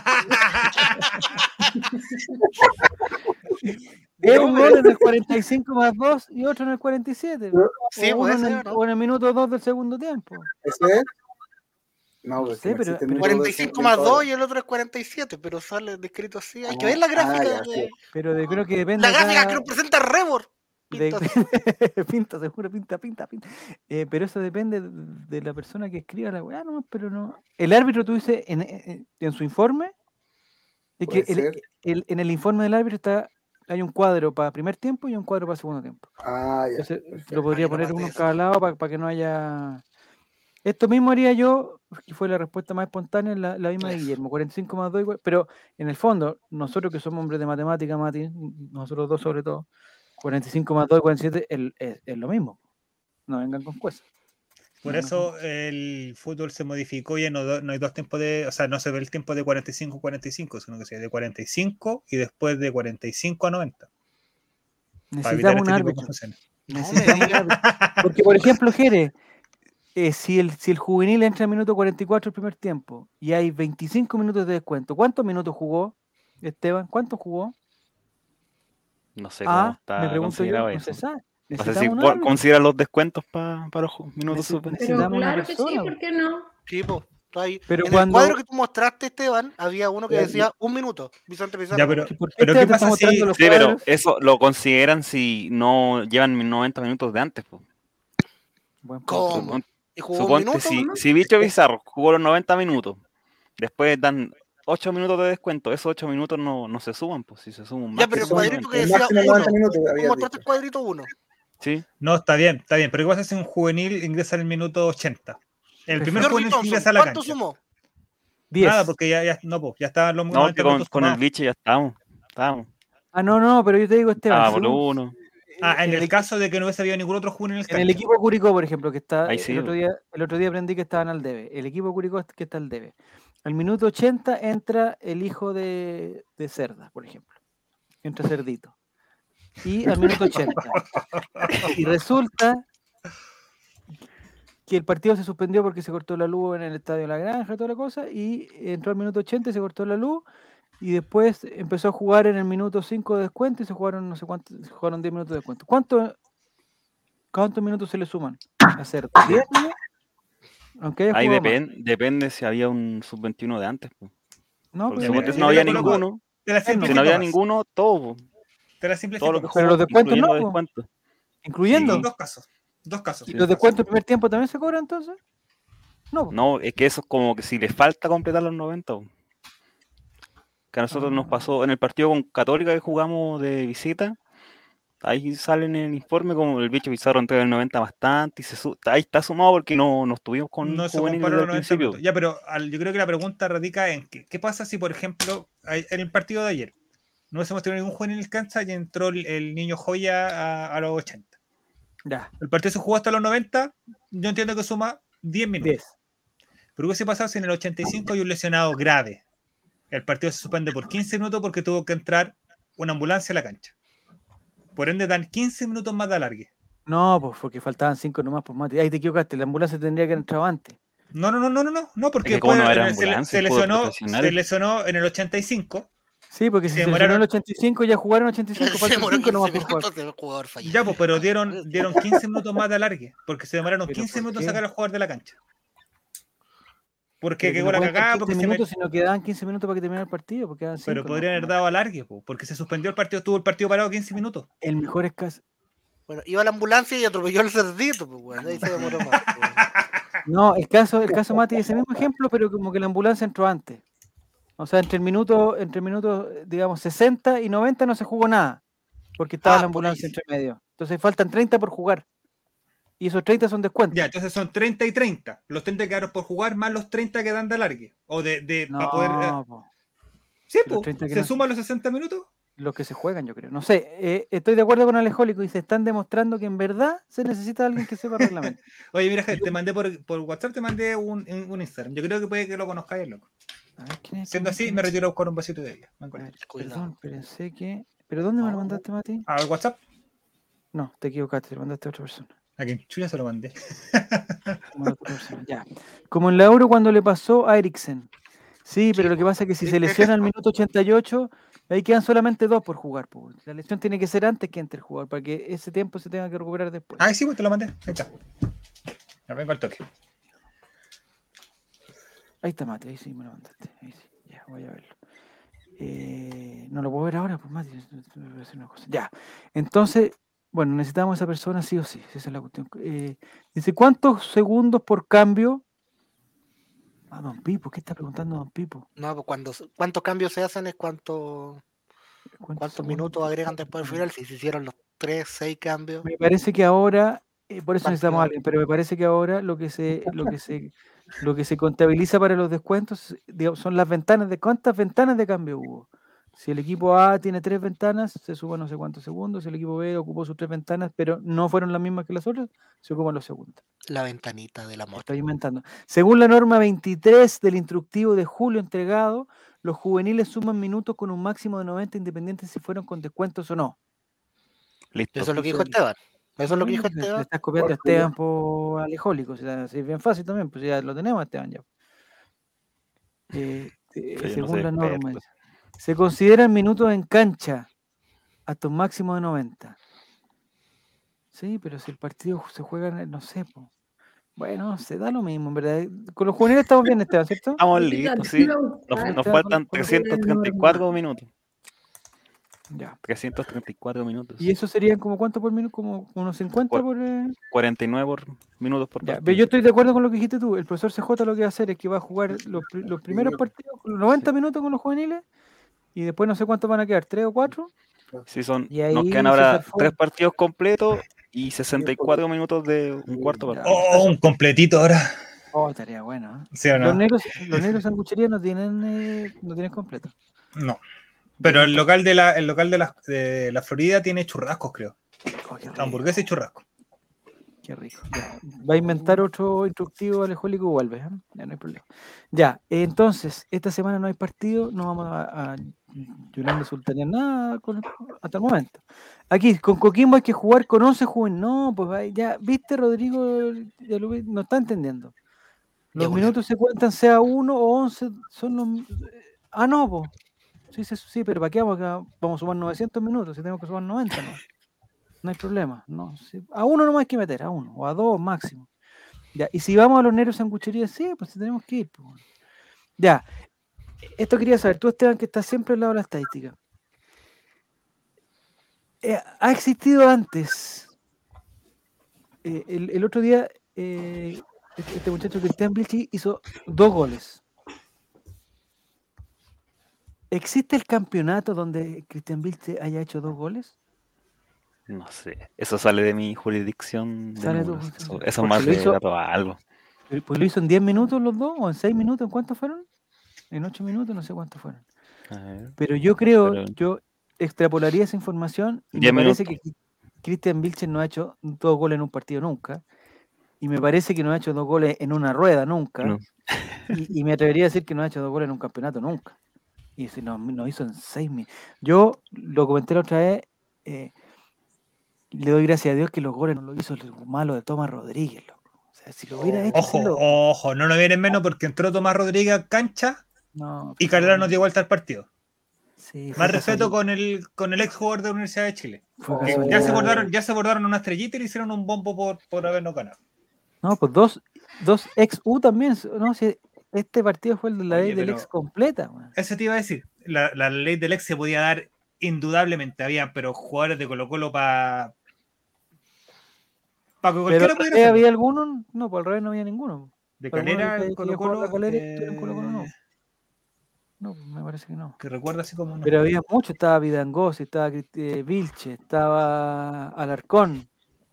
Es
No,
un
pero-
gol en el cuarenta y cinco más dos y otro en el cuarenta y siete.
Sí,
o,
puede
uno en
ser,
el,
¿no?
o en el minuto dos del segundo tiempo.
¿Ese es? No,
No
pues
sé,
no
pero-
existe
pero-
minuto
cuarenta y
de-
cinco
de
más
todo.
dos y el otro es cuarenta y siete, pero sale descrito así. Hay que ver la
Ah,
gráfica.
ya,
de-
sí.
Pero de- creo que depende
La gráfica
cada-
que nos presenta Rebor.
de-
Pinta.
pinta, seguro, pinta, pinta, pinta. Eh, pero eso depende de, de la persona que escriba la weá, no, pero no. El árbitro, tú dices, en, en- en su informe, es que
Puede
el-
ser.
el- en el informe del árbitro está, hay un cuadro para primer tiempo y un cuadro para segundo tiempo.
Ah, ya.
Entonces,
perfecto.
lo podría
Ahí no
poner
más
uno
de
en
eso.
cada lado para, que no haya. Esto mismo haría yo, que fue la respuesta más espontánea, la, la misma de
Eso.
Guillermo, cuarenta y cinco más dos igual, pero en el fondo, nosotros que somos hombres de matemática, Mati, nosotros dos sobre todo, cuarenta y cinco más dos y cuarenta y siete el- es, es lo mismo. No vengan con cosas.
Por
No vengan con
eso
cosas.
el fútbol se modificó y ya no, do- no hay dos tiempos de, o sea, no se ve el tiempo de cuarenta y cinco a cuarenta y cinco, sino que se ve de cuarenta y cinco y después de cuarenta y cinco a noventa, para evitar
Necesitamos un
este tipo de
árbitro.
confusiones.
No me
Necesitamos un
digas.
árbitro. Porque, por ejemplo, Jerez, eh, si, el, si el juvenil entra en minuto cuarenta y cuatro el primer tiempo y hay veinticinco minutos de descuento, ¿cuántos minutos jugó Esteban? ¿Cuántos jugó?
No sé cómo
Ah, me
está
pregunto yo,
considerado
no se
eso.
sabe.
No sé si
Necesitamos un
po-
árbitro.
considera los descuentos pa- para los ju- minutos
Nece-
suspensivos.
Pero
necesitamos una
claro que sí,
persona.
¿por qué no?
Sí, po, está ahí.
Pero
en
cuando-
el cuadro que tú mostraste, Esteban, había uno que
Ya,
decía un minuto. Vicente Pizarro.
Ya, pero,
¿Y por qué
pero
te-
¿qué
te está
pasa si
mostrando los
Sí, pero
cuadros?
eso lo consideran si no llevan noventa minutos de antes. Po.
Buen punto.
¿Cómo?
Supon-
¿Y jugó un
Suponte,
minuto?
si,
¿no?
si Bicho Bizarro jugó los noventa minutos, después dan ocho minutos de descuento, esos ocho minutos no, no se suman, pues si se suman más
Ya,
que
pero el
son
cuadrito
noventa.
que
El
decía
máximo
uno.
noventa minutos
Tú
había
mostraste el
dicho.
cuadrito uno.
Sí,
no, está bien, está bien, pero ¿qué pasa si un juvenil ingresa en el minuto ochenta? El primer
Jordi
juvenil que
Thompson,
ingresa a la
¿cuánto
cancha.
sumó?
diez.
Nada, porque ya, ya, no, pues, ya estaban los
no,
noventa
que con,
minutos
con el
tomados.
bicho ya estamos. Estamos.
Ah, no, no, pero yo te digo, Esteban,
Ah, por
según-
uno.
Ah, en el
equi-
caso de que no hubiese habido ningún otro juvenil en el
en el
cancha.
equipo Curicó, por ejemplo, que está
Ahí
eh,
sí,
el otro
bo.
día, el otro día aprendí que estaban al debe. El equipo Curicó es- que está al debe. Al minuto ochenta entra el hijo de, de Cerda, por ejemplo. Entra Cerdito. Y al minuto ochenta. Y resulta que el partido se suspendió porque se cortó la luz en el estadio de La Granja, toda la cosa, y entró al minuto ochenta y se cortó la luz, y después empezó a jugar en el minuto cinco de descuento y se jugaron no sé cuántos, se jugaron diez minutos de descuento. ¿Cuánto, ¿Cuántos minutos se le suman a Cerda? ¿diez? ¿No? Aunque haya
Ahí
jugado más.
depen- depende si había un sub veintiuno de antes. Po.
No,
Porque
pero,
suponte
mira,
si no
yo
había
te lo coloco-
ninguno,
Te la
no.
si no
simplifico
había
más.
ninguno, todo, po.
Te la
todo
simplifico
lo que
más.
Pero
jugó,
los descuentos
incluyendo
no,
los
po.
descuentos.
incluyendo.
Sí.
Dos casos. Dos casos.
¿Y
Sí.
los descuentos del primer tiempo también se cobran entonces? No. po.
No, es que eso es como que si le falta completar los noventa. Po. Que a nosotros nos
Ah.
pasó en el partido con Católica que jugamos de visita. Ahí sale en el informe como el bicho Pizarro entró en el noventa bastante y se su- ahí está sumado porque no, no estuvimos con
No se
juvenil
comparan
desde
los
el
noventa
principio.
minutos. Ya, pero al- yo creo que la pregunta radica en que, ¿qué pasa si, por ejemplo, hay- en el partido de ayer no hubiésemos tenido ningún juvenil en cancha y entró el, el niño Joya a, a los ochenta?
Ya,
El partido se jugó hasta los noventa, yo entiendo que suma diez minutos.
diez.
Pero ¿qué hubiese pasado si en el ochenta y cinco hay un lesionado grave? El partido se suspende por quince minutos porque tuvo que entrar una ambulancia a la cancha. Por ende, dan quince minutos más de alargue.
No, pues porque faltaban cinco nomás, pues Mati. Ahí te equivocaste, la ambulancia tendría que haber entrado antes.
No, no, no, no, no, no, no, porque
Es que como
después
no era
en el- se,
ambulancia,
se
el fútbol
lesionó,
profesional.
se lesionó en el ochenta y cinco.
Sí, porque
Se
si se lesionó en
demoraron-
el ochenta y cinco ya jugaron ochenta y cinco,
Se
faltan
demoró
cinco nomás
quince
por jugar.
minutos del jugador falló.
Ya, pues, pero dieron, dieron quince minutos más de alargue, porque se demoraron
¿Pero
quince
por
minutos en
qué?
sacar al jugador de la cancha. Porque
Pero que
quedó
no
la
cuentan
cagada,
quince
porque se me-
minutos, sino que daban quince minutos para que terminara el partido, porque quedan cinco.
pero podrían
nomás,
haber
pues,
dado alargue, po, porque se suspendió el partido, estuvo el partido parado quince minutos.
Mati. El mejor es caso.
Bueno, iba a la ambulancia y atropelló al cerdito, pues, weón. Ahí se demoró más. pues, weón.
No, el caso, el caso Mati es ese mismo ejemplo, pero como que la ambulancia entró antes. O sea, entre el minuto, entre el minuto, digamos, sesenta y noventa no se jugó nada, porque estaba
Ah,
la
por ahí
ambulancia
sí.
entre medio. Entonces faltan treinta por jugar. Y esos treinta son descuentos.
Ya, entonces son treinta y treinta. Los treinta quedaron por jugar más los treinta que dan de alargue. O de, de
No,
para poder. eh,
po,
sí,
los
po,
treinta que
se
no-
suman los sesenta minutos.
los que se juegan, yo creo. No sé, eh, estoy de acuerdo con Alejólico y se están demostrando que en verdad se necesita alguien que sepa reglamento.
Oye, mira, gente, te mandé por, por WhatsApp, te mandé un, un un Instagram. Yo creo que puede que lo conozcáis, loco.
A ver, ¿quién es?
Siendo
¿Quién es?
así,
¿Quién
me
es?
retiro a buscar un vasito de ella. Me
A
encuentro.
ver,
Cuidado.
perdón, pensé que. ¿Pero dónde me lo mandaste, Mati?
¿Al WhatsApp?
No, te equivocaste, te lo mandaste a otra persona.
A quien chuya se lo mandé.
Como a otra persona, ya. Como en la Euro cuando le pasó a Eriksen. Sí, pero lo que pasa es que si se lesiona al minuto ochenta y ocho, ahí quedan solamente dos por jugar. po. La lesión tiene que ser antes que entre el jugador, para que ese tiempo se tenga que recuperar después.
Ah, sí, pues te lo mandé. Ahí está. Ya vengo al toque.
Ahí está, Mati, ahí sí me lo mandaste. Ahí sí, ya, voy a verlo. Eh, no lo puedo ver ahora, pues Mati, voy a hacer una cosa. Ya, entonces, Bueno, necesitamos a esa persona sí o sí, esa es la cuestión. Eh, dice, ¿cuántos segundos por cambio? Ah, don Pipo, ¿qué está preguntando don Pipo?
No, pues cuando, ¿cuántos cambios se hacen es cuánto, cuántos
segundos
minutos
por
agregan después del
cambio?
final? Si se hicieron los tres, seis cambios.
Me parece que ahora, eh, por eso necesitamos a
¿Cuánto?
alguien, pero me parece que ahora lo que se, lo que se, lo que se contabiliza para los descuentos, digamos, son las ventanas de cuántas ventanas de cambio hubo. Si el equipo A tiene tres ventanas, se suma no sé cuántos segundos. Si el equipo B ocupó sus tres ventanas, pero no fueron las mismas que las otras, se ocupan los segundos.
La ventanita del amor.
Estoy inventando. Según la norma veintitrés del instructivo de julio entregado, los juveniles suman minutos con un máximo de noventa independientes si fueron con descuentos o no.
Listo.
Eso es lo que dijo
Entonces,
Esteban. Eso es lo que dijo
bueno, le- le
Esteban.
estás copiando a
Por Julio.
Esteban por alejólico. O sea, sí, es bien fácil también, pues ya lo tenemos a Esteban ya. Eh, eh,
Pero yo no
según
soy
la norma,
experto.
dice, se consideran minutos en cancha hasta un máximo de noventa. Sí, pero si el partido se juega, en el- no sé, po. Bueno, se da lo mismo, en verdad. Con los juveniles estamos bien, Esteban, ¿cierto?
Estamos listos, sí. Nos,
Esteban,
nos
con-
faltan
con los
trescientos treinta y cuatro minutos.
Ya.
trescientos treinta y cuatro minutos.
¿Y eso serían como cuánto por minuto? Como unos cincuenta
Cua-
por... eh?
cuarenta y nueve por minutos por
Ya,
partido.
pero yo estoy de acuerdo con lo que dijiste tú. El profesor C J lo que va a hacer es que va a jugar los, pri- los primeros partidos, los noventa minutos con los juveniles, y después no sé cuántos van a quedar, tres o cuatro.
Sí, son,
Y ahí
nos quedan
se
ahora
zarfó.
tres partidos completos y sesenta y cuatro minutos de un cuarto
Ya.
partido.
Oh, un completito ahora.
Oh, estaría bueno. ¿eh?
¿Sí o no?
Los negros, los negros sanguchería no tienen, eh, no tienen completo.
No. Pero el local de la, el local de la, de la Florida tiene churrascos, creo.
Oh, qué rico,
Hamburguesa y churrasco.
qué rico. Ya. Va a inventar otro instructivo alejólico y vuelve. ¿eh? Ya no hay problema. Ya, eh, entonces, esta semana no hay partido, no vamos a, a Yolanda Sultania nada con- hasta el momento. Aquí, con Coquimbo hay que jugar con once juveniles. No, pues ahí ya, viste, Rodrigo, ya lo vi- no está entendiendo. Los
Ya, pues.
minutos se cuentan, sea uno o once, son los. Ah, no, pues. Sí, sí, sí, pero ¿para qué vamos a, vamos a sumar novecientos minutos si tenemos que sumar noventa? No, no hay problema. No, sí. A uno nomás hay que meter, a uno, o a dos máximo. Ya, y si vamos a los negros sangucherías, sí, pues sí tenemos que ir. Pues. Bueno. Ya, esto quería saber, tú Esteban, que estás siempre al lado de la estadística. Eh, ¿Ha existido antes? Eh, el, el otro día, eh, este, este muchacho Cristian Vilchi hizo dos goles. ¿Existe el campeonato donde Cristian Vilche haya hecho dos goles?
No sé, eso sale de mi jurisdicción. De
Sale de tu
números.
jurisdicción.
Eso, eso
Porque
más
lo
de
hizo-
dato a algo.
Eh, Pues lo hizo en diez minutos los dos, o en seis minutos, ¿en cuántos fueron? En ocho minutos, no sé cuántos fueron.
A ver,
Pero yo creo,
Pero-
yo extrapolaría esa información y me
diez
parece
minutos.
que Cristian Vilches no ha hecho dos goles en un partido nunca. Y me parece que no ha hecho dos goles en una rueda nunca.
No.
Y, y me atrevería a decir que no ha hecho dos goles en un campeonato nunca. Y si no, no hizo en seis minutos. Yo lo comenté la otra vez, eh, le doy gracias a Dios que los goles no lo hizo el malo de Tomás Rodríguez, loco. O sea, si lo hubiera hecho
Ojo,
ese loco,
ojo, no nos vienen menos porque entró Tomás Rodríguez a cancha
no,
y
pero
Calera
bueno,
nos dio vuelta al partido.
sí, fue
Más respeto
casualidad.
con el, con el ex jugador de la Universidad de Chile.
Fue
Que
casualidad.
ya se bordaron, ya se bordaron una estrellita y le hicieron un bombo por, por habernos ganado.
No, pues dos, dos ex U también. No, si este partido fue el de la
Oye,
ley del
pero-
ex completa. Man.
Eso te iba a decir. La, la ley del ex se podía dar indudablemente, había, pero jugadores de Colo Colo para para que
Pero
cualquiera
¿al
pudiera
revés
hacerlo.
había alguno, no, por el revés no había ninguno.
De
¿Alguno que
Calera,
haya
en Colo
querido jugar la
Colo,
Calera y estuviera en Colo Colo, no?
eh,
No, me parece que no.
que recuerda así como no.
Pero había mucho, estaba Vidangosi, estaba Cristi- eh, Vilche, estaba Alarcón.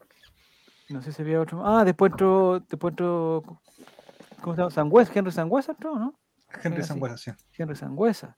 No sé si había otro. Ah, después entró, después entró, ¿cómo se llama? Sangüesa, Henry Sangüesa entró, ¿no?
Gente
era
de San
así.
Juan, sí.
Henry Sangüesa.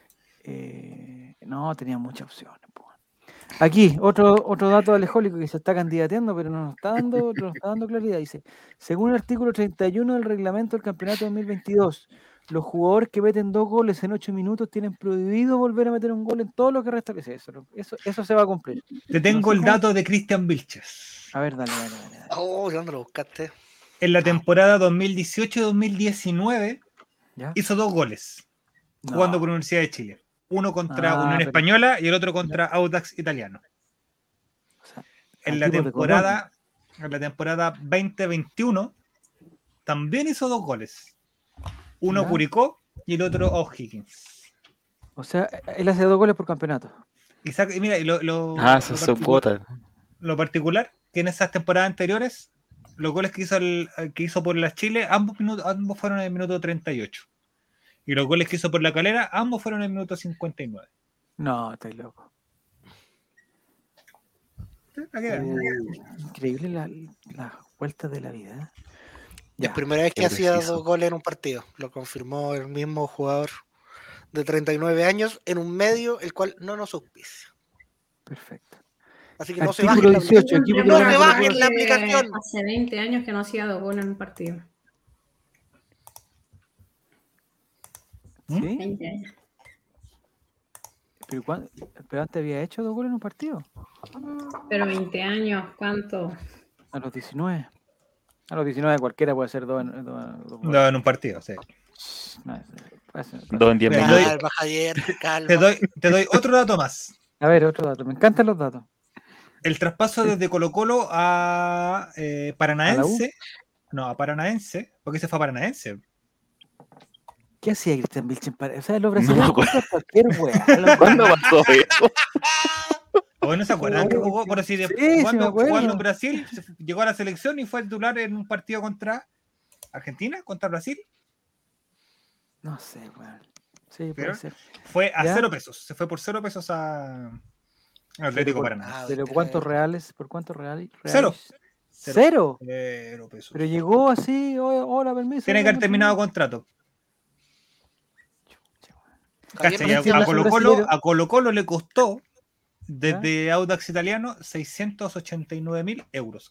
Eh, no, tenía muchas opciones. po. Aquí, otro, otro dato alejólico que se está candidateando, pero no nos está dando, no nos está dando claridad. Dice, según el artículo treinta y uno del reglamento del campeonato dos mil veintidós, los jugadores que meten dos goles en ocho minutos tienen prohibido volver a meter un gol en todo lo que resta. ¿Qué es eso? Eso, eso se va a cumplir.
Te tengo
sé
el
cómo-
dato de Cristian Vilches.
A ver, dale, dale, dale. dale.
Oh, ¿dónde lo buscaste?
En la temporada dos mil dieciocho dos mil diecinueve
¿Ya?
hizo dos goles
No.
jugando por Universidad de Chile. Uno contra
Ah,
Unión
pero-
Española y el otro contra Audax Italiano.
O sea,
En la
equipos de
temporada, en la temporada veinte veintiuno también hizo dos goles. Uno
Ya.
Curicó y el otro O'Higgins.
O sea, él hace dos goles por campeonato.
Y, saca- y mira, y lo, lo-
Ah,
lo
esa es su
particular-
cuota.
lo particular, que en esas temporadas anteriores, los goles que hizo, el, que hizo por la Chile, ambos, minutos, ambos fueron en el minuto treinta y ocho. Y los goles que hizo por la Calera, ambos fueron en el minuto cincuenta y nueve.
No, estoy loco. Increíble la, la vuelta de la vida. ¿eh?
La
Ya.
primera vez que
qué
hacía
preciso.
dos goles en un partido. Lo confirmó el mismo jugador de treinta y nueve años en un medio el cual no nos auspicia.
Perfecto.
Así que no se
Artículo
bajen la,
dieciocho, equipo que
no
gana
se
Colo
bajen
Colo.
la aplicación.
Hace veinte años que no hacía dos goles en un partido.
¿Mm?
¿Sí?
veinte años.
¿Pero, cuándo- pero antes había hecho dos goles en un partido.
Pero veinte años, ¿cuánto?
A los diecinueve. A los diecinueve cualquiera puede hacer dos, en- dos, dos goles.
No, en un partido, sí.
No, es- pasa- pasa.
Dos en diez
Mira,
minutos.
Calma, Javier, calma.
Te doy, te doy otro dato más.
A ver, otro dato. Me encantan los datos.
El traspaso desde Colo Colo a eh, Paranaense. No, a Paranaense. ¿Por qué se fue a Paranaense?
¿Qué hacía Cristian Vilchen? para- O sea, los
No me
brasileños
acuerdo.
hacen cualquier weá. loco.
¿Cuándo pasó eso?
¿O no se acuerdan que jugó? Por si de,
Sí, sí me
jugando,
acuerdo.
jugando en Brasil, se fu- llegó a la selección y fue titular en un partido contra Argentina, contra Brasil.
No sé, weón. Sí, puede
¿Pero?
ser.
Fue a
¿Ya?
cero pesos. Se fue por cero pesos a a Atlético
por-
Paraná.
Ah,
¿Pero
veinte
cuántos
años.
reales? ¿Por cuántos reales?
Cero.
reales?
Cero.
¿Cero?
Cero pesos.
Pero llegó así, "Oh, hola, permiso.
Tiene que haber
mucho
terminado
más".
contrato.
Javier,
Cacha,
no
y
se
a,
entiendo
a
su
Colo Colo,
brasilero.
a Colo Colo le costó desde Audax Italiano seiscientos ochenta y nueve mil euros.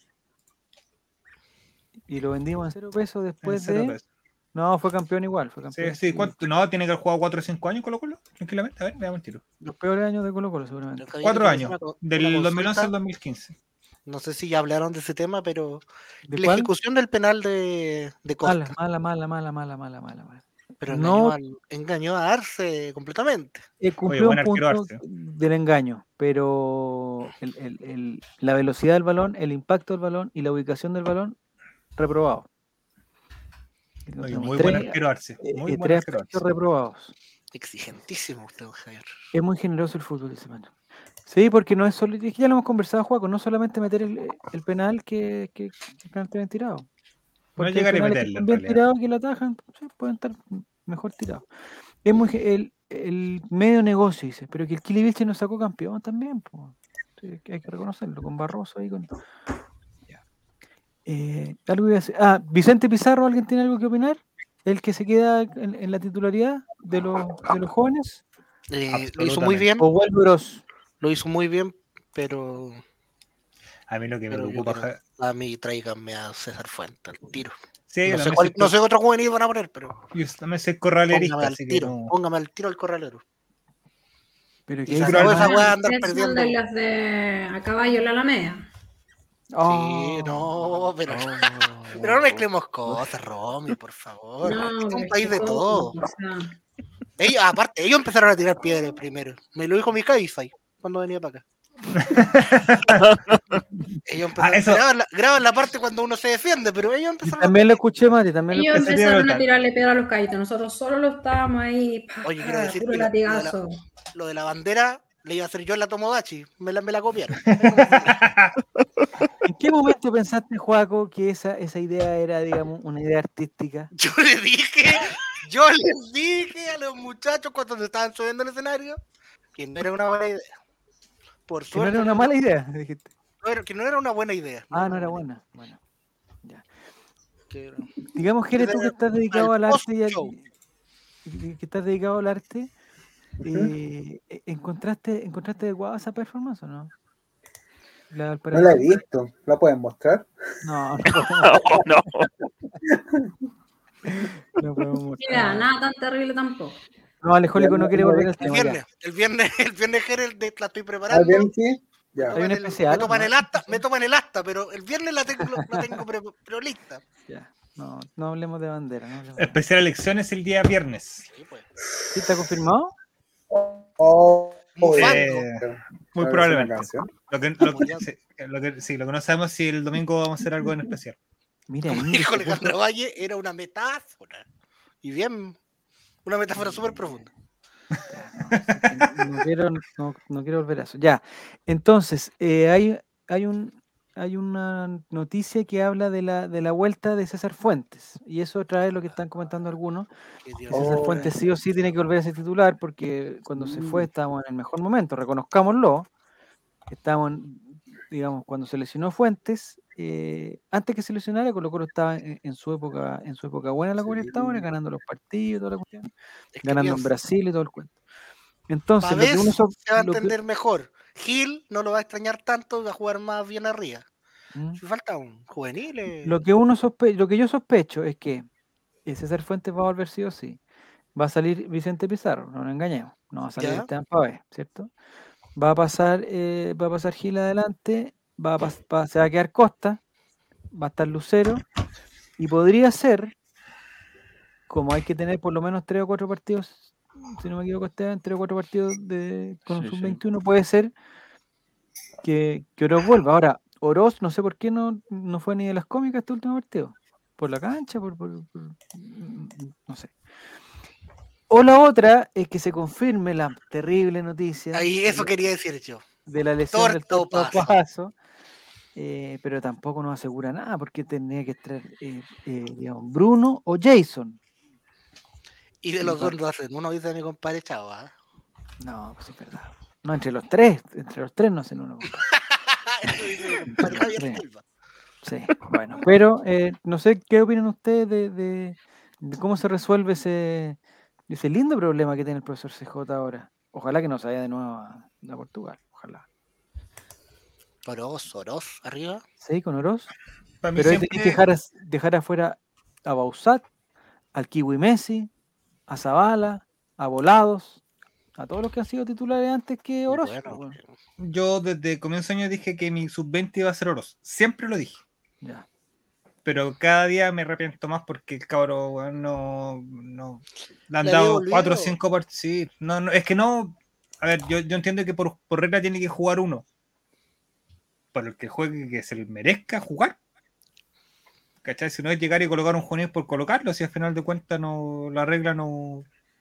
Y lo vendimos a cero pesos
En
después
cero
de.
pesos.
No, fue campeón igual. Fue
Sí,
campeón.
sí, ¿cuánto? No, tiene que haber jugado cuatro o cinco años Colo Colo, tranquilamente. A ver, veamos el tiro.
Los peores años de Colo Colo, seguramente.
Javier,
Cuatro
quiero
años,
hacer una co-
del
una
dos mil once
consulta.
al dos mil quince.
No sé si ya hablaron de ese tema, pero
¿De
la
cuál?
ejecución del penal de, de
Mala,
Costa.
mala, mala, mala, mala, mala, mala. mala.
Pero engañó,
No.
al- engañó a Arce completamente.
Eh,
Oye,
cumplió
buen
un
arquero
punto
Arce.
del engaño, pero el- el- el- la velocidad del balón, el impacto del balón y la ubicación del balón, reprobado.
Oye, muy buen arquero Arce.
eh,
Muy
eh,
buen
tres
arquero
aspectos
Arce.
reprobados.
Exigentísimo usted, don Javier.
Es muy generoso el fútbol, dice Mano. Sí, porque no es solo, es que ya lo hemos conversado, Juaco, no solamente meter el, el penal que, que, que el penal que bien tirado.
No
Porque hay
llegar y
penales que
meterle,
están
en
bien
realidad.
tirados que lo atajan, sí, pueden estar mejor tirados. Es muy ge- el, el medio negocio, dice, pero que el Kili Vilche nos sacó campeón también, po. Sí, que hay que reconocerlo, con Barroso ahí con. Ya. Eh, algo iba a decir- Ah, Vicente Pizarro, ¿alguien tiene algo que opinar? ¿El que se queda en, en la titularidad de los, de los jóvenes?
Eh, lo hizo muy
Absolutamente.
bien,
¿O Waldo Gross?
lo hizo muy bien, pero,
A mí lo que me
pero yo
preocupa.
quiero-
Ja-
a mí tráiganme a César Fuente al tiro.
Sí, yo
No sé,
también
cuál-
soy
no
cor-
sé qué otro juvenil van a poner, pero
yo también soy
póngame
corralerista,
al
así que
tiro,
no.
póngame al tiro al corralero.
Pero
Y
que
se
hay
acabó
que-
esa weá de andar
Ustedes son
perdiendo.
de las de a caballo en la Alameda.
Oh.
Sí, no, pero,
Oh.
pero no mezclemos cosas, Romy, por favor.
No,
Este es
pero
un
es
país
que
de todo.
o sea,
Ellos, aparte, ellos empezaron a tirar piedras primero. Me lo dijo mi Cabify cuando venía para acá. Ellos empezaron,
Ah, eso-
graban, la, graban la parte cuando uno se defiende, pero ellos
Y
empezaron
también lo escuché, Mati, también lo
ellos
Ese
escuché.
sería
empezaron a
brutal.
tirarle piedra a los caídos. Nosotros solo lo estábamos ahí. pa,
Oye, quiero
pa,
decir
puro
que lo- lo de la-
latigazo.
a lo de la bandera le iba a hacer yo en la Tomodachi. Me la, me la copiaron.
¿En qué momento pensaste, Juaco, que esa, esa idea era, digamos, una idea artística?
Yo les dije, yo les dije a los muchachos cuando se estaban subiendo al escenario que no era una buena idea. Por
Que no
suerte,
era una mala idea, dijiste.
no era- que no era una buena idea.
Ah, no era buena. Bueno,
Que-
digamos, Jere, tú que estás dedicado al
Al
arte y al-
post-show.
y que estás dedicado al arte, eh, ¿encontraste, ¿encontraste adecuada esa performance o no? La,
No la he visto. ¿La pueden mostrar?
No, no,
Oh, no.
no podemos
Mira,
mostrar.
nada tan terrible tampoco.
No, Alejólico no quiere volver al
El
tema. ya.
viernes, el viernes, el viernes Jerez de- la estoy
¿Ah,
preparando.
bien, sí? Ya.
Me
Hay
toman
un
el-
especial,
Me toman
¿no?
el acta, me toman el acta, pero el viernes la tengo, la tengo pre- pero lista.
Ya. No, no hablemos de bandera. No hablemos de-
Especial elecciones el día viernes.
Sí, pues.
¿Sí está confirmado?
Oh,
Mufando.
Eh, Muy
¿sabes
probablemente.
una canción?
Lo que, lo, que, sí, lo que- sí, lo que no sabemos es si el domingo vamos a hacer algo en especial.
Mira,
Como
Ingrid
dijo
se puso-
Alejandro Valle, era una metáfora. Y bien, una metáfora súper profunda.
No, no quiero, no, no quiero volver a eso. Ya. Entonces, eh, hay, hay un hay una noticia que habla de la de la vuelta de César Fuentes, y eso trae lo que están comentando algunos,
Que
que
Dios
César
Oh.
Fuentes sí o sí tiene que volver a ser titular, porque cuando se fue
Mm.
estábamos en el mejor momento, reconozcámoslo. Estábamos, en- digamos, cuando se lesionó Fuentes, eh, antes que se lesionara, Colo Colo estaba en, en su época, en su época buena la
Sí.
Libertadores, ganando los partidos, toda la cuestión,
Es que
ganando en
piensa,
Brasil y todo el cuento. Entonces, lo que
Pavés
uno so-
se va a
lo que-
entender mejor. Gil no lo va a extrañar tanto, va a jugar más bien arriba.
¿Mm?
Si falta un juvenil. eh,
lo que uno sospe- lo que yo sospecho es que eh, César Fuentes va a volver sí o sí. Va a salir Vicente Pizarro, no nos engañemos. No va a salir
¿Ya?
Esteban Pavés, ¿cierto? Va a pasar, eh, va a pasar Gil adelante, va a pas- va- se va a quedar Costa, va a estar Lucero, y podría ser, como hay que tener por lo menos tres o cuatro partidos, si no me equivoco, Esteban, tres o cuatro partidos de, con un
Sí, sí.
sub veintiuno, puede ser que, que Oroz vuelva. Ahora, Oroz, no sé por qué no, no fue ni de las cómicas este último partido. Por la cancha, por, por- por- mm, no sé. O la otra es que se confirme la terrible noticia
Ahí
de
eso
la,
quería decir yo.
de la lesión del
Torto
Torto
Paso.
Paso, eh, pero tampoco nos asegura nada, porque tendría que estar, eh, eh, digamos, Bruno o Jason.
Y de
Y
los
pa-
dos no hacen uno, dice mi compadre Chavo. ¿ah?
No, pues es verdad. No, entre los tres, entre los tres no hacen uno, compadre.
Eso dice mi
Entre
compadre
los
Javier
tres.
Silva.
Sí, bueno, pero eh, no sé qué opinan ustedes de, de- de cómo se resuelve ese, ese lindo problema que tiene el profesor C J ahora. Ojalá que no se vaya de nuevo a, a Portugal, ojalá.
Oroz, Oroz, arriba.
Sí, con Oroz.
Para mí
Pero hay que
siempre,
dejar, as- dejar afuera a Bausat, al Kiwi Messi, a Zavala, a Volados, a todos los que han sido titulares antes que Oroz.
Bueno,
pues, bueno.
yo desde comienzo de año dije que mi sub veinte iba a ser Oroz. Siempre lo dije.
Ya.
Pero cada día me arrepiento más porque el cabro, weón, no, no le han
Le había
dado cuatro o
volvido.
cinco partidos. Sí, no, no, es que no. A ver, yo, yo entiendo que por, por regla tiene que jugar uno. Pero el que juegue que se le merezca jugar. ¿Cachai? Si no es llegar y colocar un juvenil por colocarlo, si al final de cuentas no, la regla no.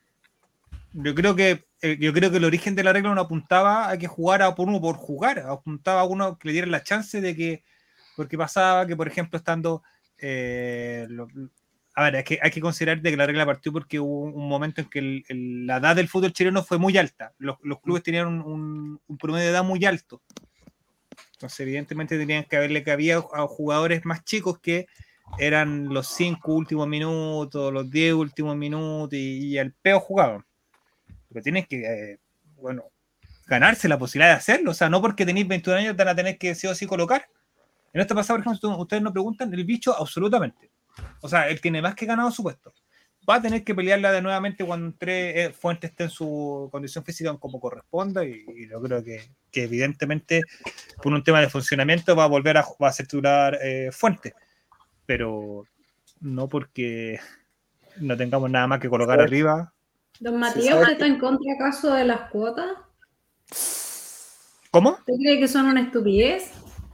Yo creo que eh, yo creo que el origen de la regla no apuntaba a que jugara por uno por jugar, apuntaba a uno que le diera la chance de que, porque pasaba que, por ejemplo, estando eh, lo- a ver, hay que, hay que considerar de que la regla partió porque hubo un momento en que el- el- la edad del fútbol chileno fue muy alta. Los, los clubes tenían un, un- un promedio de edad muy alto. Entonces, evidentemente, tenían que haberle cabido a jugadores más chicos que eran los cinco últimos minutos, los diez últimos minutos y, y al peo jugaban. Pero tienes que, eh, bueno, ganarse la posibilidad de hacerlo. O sea, no porque tenéis veintiún años te van a tener que sí o sí colocar. En esta pasada, por ejemplo, ustedes no preguntan, el bicho absolutamente. O sea, él tiene más que ganado su puesto. Va a tener que pelearla de nuevamente cuando entre, eh, Fuentes esté en su condición física como corresponda y, y yo creo que, que evidentemente por un tema de funcionamiento va a volver a, va a ser titular eh, Fuentes. Pero no porque no tengamos nada más que colocar
Sí.
arriba.
Don
Sí,
Matías,
¿sabe
¿usted
qué?
está en contra acaso de las cuotas?
¿Cómo?
¿Usted cree que son una estupidez?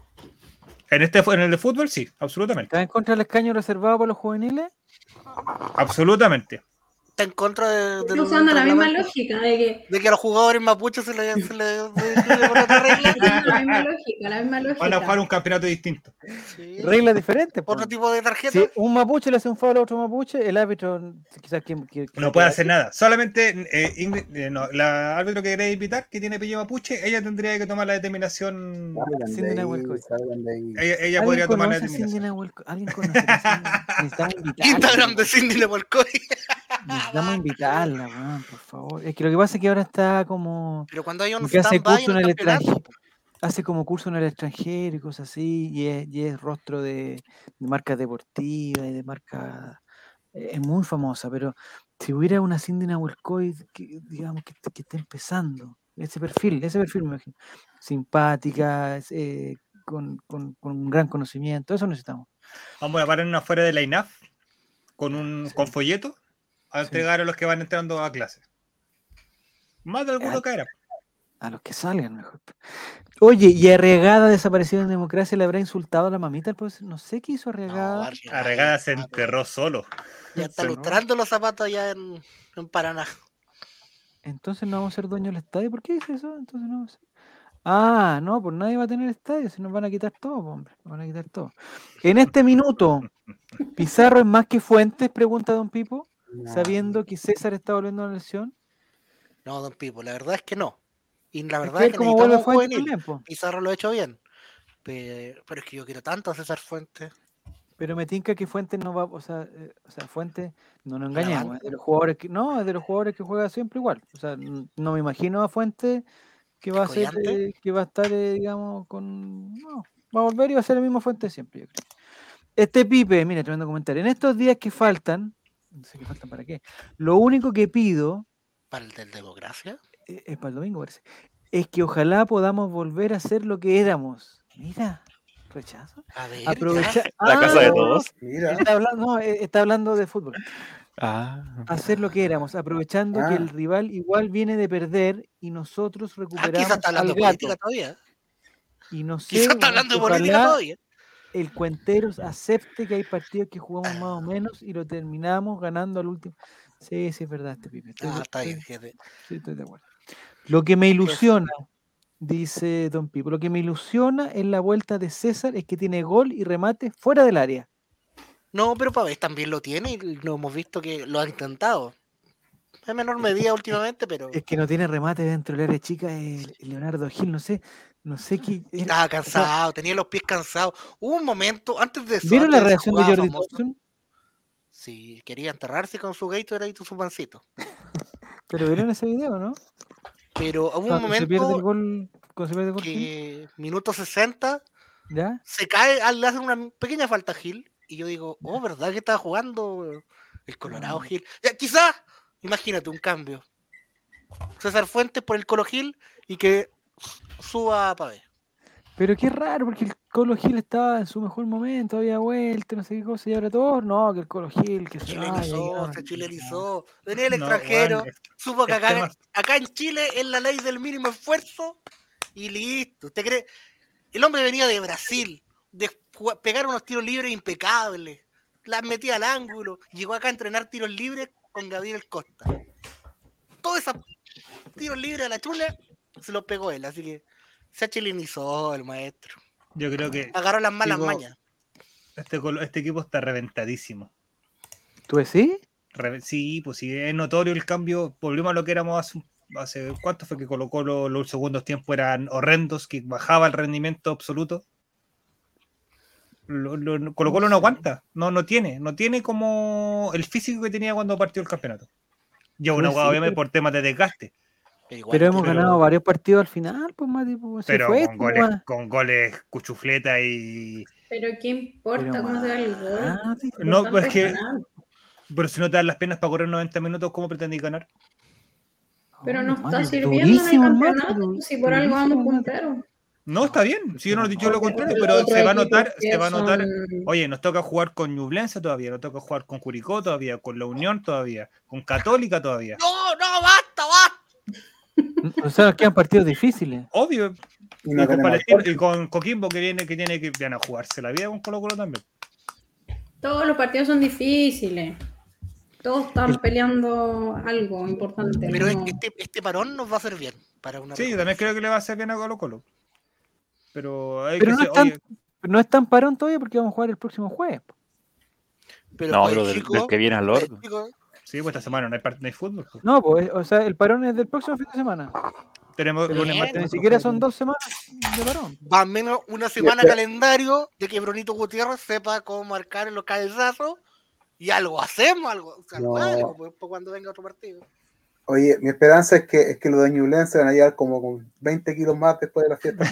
En este en el de fútbol, sí, absolutamente.
¿Está en contra del escaño reservado para los juveniles?
Absolutamente.
Está en contra de,
Estoy
del
usando la misma
reglamento,
lógica de que
de que a los jugadores mapuches se les se le, incluye con otra regla.
estoy usando la misma lógica, la misma lógica.
Van a jugar un campeonato distinto.
Sí.
Reglas diferentes.
Otro
pues.
tipo de tarjeta.
Si un mapuche le hace un foul a otro mapuche, el árbitro quizás que, que- que-
No puede hacer nada. Solamente eh, Ingrid- eh, no, la árbitro que queréis invitar, que tiene apellido mapuche, ella tendría que tomar la determinación.
Salgan
Cindy
de ahí,
Nahuelcoy.
salgan de ahí.
Ella, ella
¿Alguien
podría tomar la
conoce a Cindy
determinación.
Nahuelcoy? ¿Alguien conoce a Cindy? Necesitamos invitarla.
Instagram de Cindy Levolcoy.
Necesitamos invitarla, weón, por favor. Es que lo que pasa es que ahora está como...
Pero cuando hay un
como que hace
stand-by
curso
en
en
el
el
campeonato,
extranjero. Hace como curso en el extranjero y cosas así, y es, y es rostro de, de marcas deportivas y de marcas... eh, Es muy famosa, pero si hubiera una Cindy Nahuelcoy, que, digamos, que, que esté empezando, ese perfil, ese perfil me imagino, simpática, es, eh, con, con, con un gran conocimiento, eso necesitamos.
Vamos a pararnos afuera de la I N A F con un
Sí.
con folleto a
Sí.
entregar a los que van entrando a clase. Más de alguno
Ah,
caerá.
A los que salgan mejor. Oye, ¿y Arregada desaparecido en democracia le habrá insultado a la mamita al profesor? No sé qué hizo
no,
Arregada.
Arregada,
Arregada se
ya,
enterró solo.
Ya está
Se-
lustrando los zapatos allá en, en Paraná.
Entonces no vamos a ser dueños del estadio. ¿Por qué dice eso? Entonces no vamos a ser- Ah, no, pues nadie va a tener estadio, se nos van a quitar todo, po, hombre. Nos van a quitar todo. En este minuto, ¿Pizarro es más que Fuentes? Pregunta Don Pipo,
No.
sabiendo que César está volviendo a la lesión.
No, don Pipo, la verdad es que no. Y la
Es
verdad
que
es
él
que
como vuelve
necesitamos un
Fuentes
juvenil.
también, po.
Pizarro lo ha hecho bien. Pero, pero es que yo quiero tanto a César Fuentes.
Pero me tinca que Fuentes no va, o sea, eh, o sea, Fuentes, no nos
¿A la
engañemos,
banca?
es de los jugadores que, no, es de los jugadores que juega siempre igual. O sea, n- no me imagino a Fuentes que va a ser,
¿Escollante?
eh, que va a estar, eh, digamos, con, no, va a volver y va a ser el mismo Fuentes siempre, yo creo. Este Pipe, mira, tremendo comentario. En estos días que faltan, no sé qué faltan para qué, lo único que pido,
¿Para el del Democracia?
eh, es para el domingo, parece, es que ojalá podamos volver a ser lo que éramos. Mira, rechazo.
A ver,
Aprovechar.
ya.
La casa de
Ah,
todos.
Mira.
Está hablando, no, eh, está hablando de fútbol.
Ah,
Hacer lo que éramos, aprovechando que
Ah.
el rival igual viene de perder y nosotros
Ah, quizás
recuperamos
está
al
hablando de
gato.
política todavía.
Y no sé,
Quizás está
weón,
hablando de
que
política
ojalá
todavía.
el Cuenteros acepte que hay partidos que jugamos más o menos y lo terminamos ganando al último. Sí, sí, es verdad, este Pipe. Estoy,
Ah,
de-
está
estoy-
bien, fíjate.
sí, estoy de acuerdo. Lo que me
Es-
ilusiona, dice Don Pipo, lo que me ilusiona en la vuelta de César es que tiene gol y remate fuera del área.
No, pero Pavés también lo tiene y lo hemos visto que lo ha intentado. En menor medida últimamente, pero
Es que no tiene remate dentro del área chica, el Leonardo Gil, no sé, no sé qué. era-
estaba
o sea,
cansado, tenía los pies cansados. Hubo un momento, antes de eso,
¿vieron
antes
la
de esa
reacción de
jugada
Jordi
famosa,
Thompson?
si quería enterrarse con su Gatorade y su pancito.
Pero vieron ese video, ¿no?
Pero hubo un
Cuando se pierde el
momento
gol, cuando se pierde el gol Gil,
que, minuto sesenta,
¿ya?
se cae, al- le hacen una pequeña falta a Gil. Y yo digo, oh, ¿verdad que estaba jugando el Colorado
Mm.
Gil? Ya, quizás, imagínate un cambio. César Fuentes por el Colo Gil y que suba a Pavé.
Pero qué raro, porque el Colo Gil estaba en su mejor momento, había vuelto, no sé qué cosa, y ahora todo, no, que el Colo Gil, que se vaya. que
Chilenizó,
no,
se
no.
chilenizó. Venía el
No,
extranjero,
weón, es-
supo que
es
acá,
tema-
acá en Chile es la ley del mínimo esfuerzo y listo. ¿Usted cree? El hombre venía de Brasil, de jugar- pegar unos tiros libres impecables, las metía al ángulo, llegó acá a entrenar tiros libres con Gabriel Costa. Todos esos tiros libres a la chula se los pegó él, así que se chilenizó el maestro.
yo creo que
Agarró las malas
Digo,
mañas.
este, colo- este equipo está reventadísimo.
¿Tú decís?
Re- sí, pues sí, es notorio el cambio. Volvimos a lo que éramos hace, un- hace ¿cuánto fue que colocó los, los segundos tiempos? Eran horrendos, que bajaba el rendimiento absoluto. Lo, lo- Colo Colo no aguanta, no, no tiene, no tiene como el físico que tenía cuando partió el campeonato. Yo una
Pues
hueá,
sí,
obviamente
pero-
por temas de desgaste,
Pero, igual
Pero
no
hemos
tiene-
pero-
ganado varios partidos al final, pues, Mati, pues, se
pero
fue
con
esto
goles,
nomás.
con goles cuchufleta y.
Pero ¿qué importa
Pero,
cómo se da el gol?
Mati,
Lo
No,
importante
es que-
ganar.
Pero si no te dan las penas para correr noventa minutos, ¿cómo pretendís ganar?
Pero
oye,
no
Mati,
está
es
sirviendo en el
durísimo el Mati,
campeonato,
du-
si por algo
durísimo
vamos
el Mati.
punteros.
No, está bien, si yo no he dicho lo
Porque
contrario,
los
pero
otros
se va a
equipos
notar,
que
se va a notar.
son-
Oye, nos toca jugar con Ñublense todavía, nos toca jugar con Curicó todavía, con la Unión todavía, con Católica todavía.
No, no, basta, basta.
O sea, nos quedan partidos difíciles.
Obvio.
Y
Y,
no
con
tenemos
Palestino,
alcohol.
y con Coquimbo que viene, que tiene que viene a jugarse la vida con Colo Colo también.
Todos los partidos son difíciles. Todos están peleando algo importante.
Pero
no-
este, este parón nos va a hacer bien para una
Sí, yo también creo que le va a hacer bien a Colo Colo. Pero hay
Pero
que
no
ser,
es tan-
oye,
No es tan parón todavía porque vamos a jugar el próximo jueves.
Pero
no,
para
pero
el
del,
chico-
del que viene al
para el
Lord.
chico,
sí, pues esta semana no hay, part- no hay fútbol. Pues.
No, pues, o sea, el parón es del próximo fin de semana.
Tenemos
Pero
lunes,
bien,
martes,
ni
miércoles,
siquiera
jueves,
son
viernes.
dos semanas de parón.
va menos una semana
espera.
calendario de que Brunito Gutiérrez sepa cómo marcar en los cabezazos y algo hacemos, algo, o sea,
No.
algo, pues, para cuando venga otro partido.
Oye, mi esperanza es que, es que los de Ñublense van a llegar como con veinte kilos más después de la fiesta.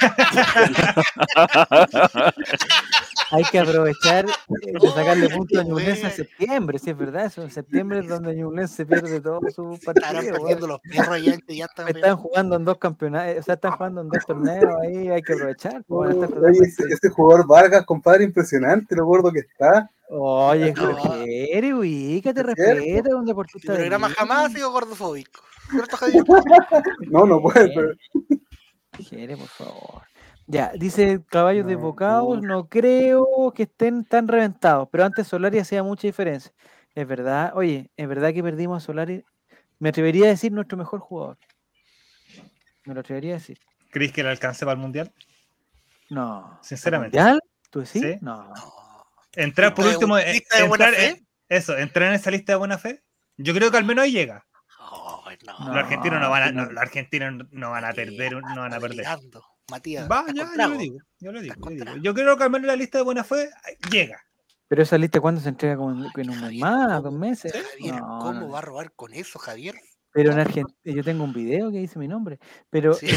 Hay que aprovechar eh, de sacarle puntos a
qué
Ñublense
bueno.
en septiembre, si es verdad. Eso en septiembre es donde Ñublense pierde todo su
Estarán
partido.
perdiendo los perros allá y ya están.
Están jugando en dos campeonatos, o sea, están jugando en dos torneos ahí, hay que aprovechar. pues, van a estar
Oye, ese,
totalmente-
ese jugador Vargas, compadre, impresionante, lo gordo que está.
Oye,
No.
refiere, ubícate,
¿Es cierto?
respeta, un
Este
deportista de
programa
élite.
jamás ha sido gordofóbico. ¿Cierto, Javier?
No, no puede, pero
Jere, por favor. Ya, dice caballos
No,
desbocados,
no.
no creo que estén tan reventados, pero antes Solari hacía mucha diferencia. Es verdad, oye, es verdad que perdimos a Solari. Me atrevería a decir nuestro mejor jugador. Me lo atrevería a decir.
¿Crees que le alcance para el mundial?
No.
Sinceramente.
¿Mundial? ¿Tú decís?
¿Sí?
No.
Entrar por
¿Lista de-
último. eh,
lista de buena
entrar,
fe?
eh, eso, entrar en esa lista de buena fe. Yo creo que al menos ahí llega.
Ay, no.
No.
Los argentinos no van a,
si no-
no, los argentinos no van a
Matías,
perder, no van a
está
perder.
delirando. Matías,
Va,
estás
ya,
con
yo lo
trago.
digo, yo lo digo,
Estás con
yo digo.
trago.
Yo creo que al menos la lista de buena fe llega.
Pero esa lista, ¿cuándo se entrega? ¿Como en, en un mes
Javier,
más?
¿cómo?
¿Dos meses?
Javier,
No,
¿cómo
no, no.
va a robar con eso, Javier?
Pero en
¿Cómo?
Argentina, yo tengo un video que dice mi nombre, pero
Sí.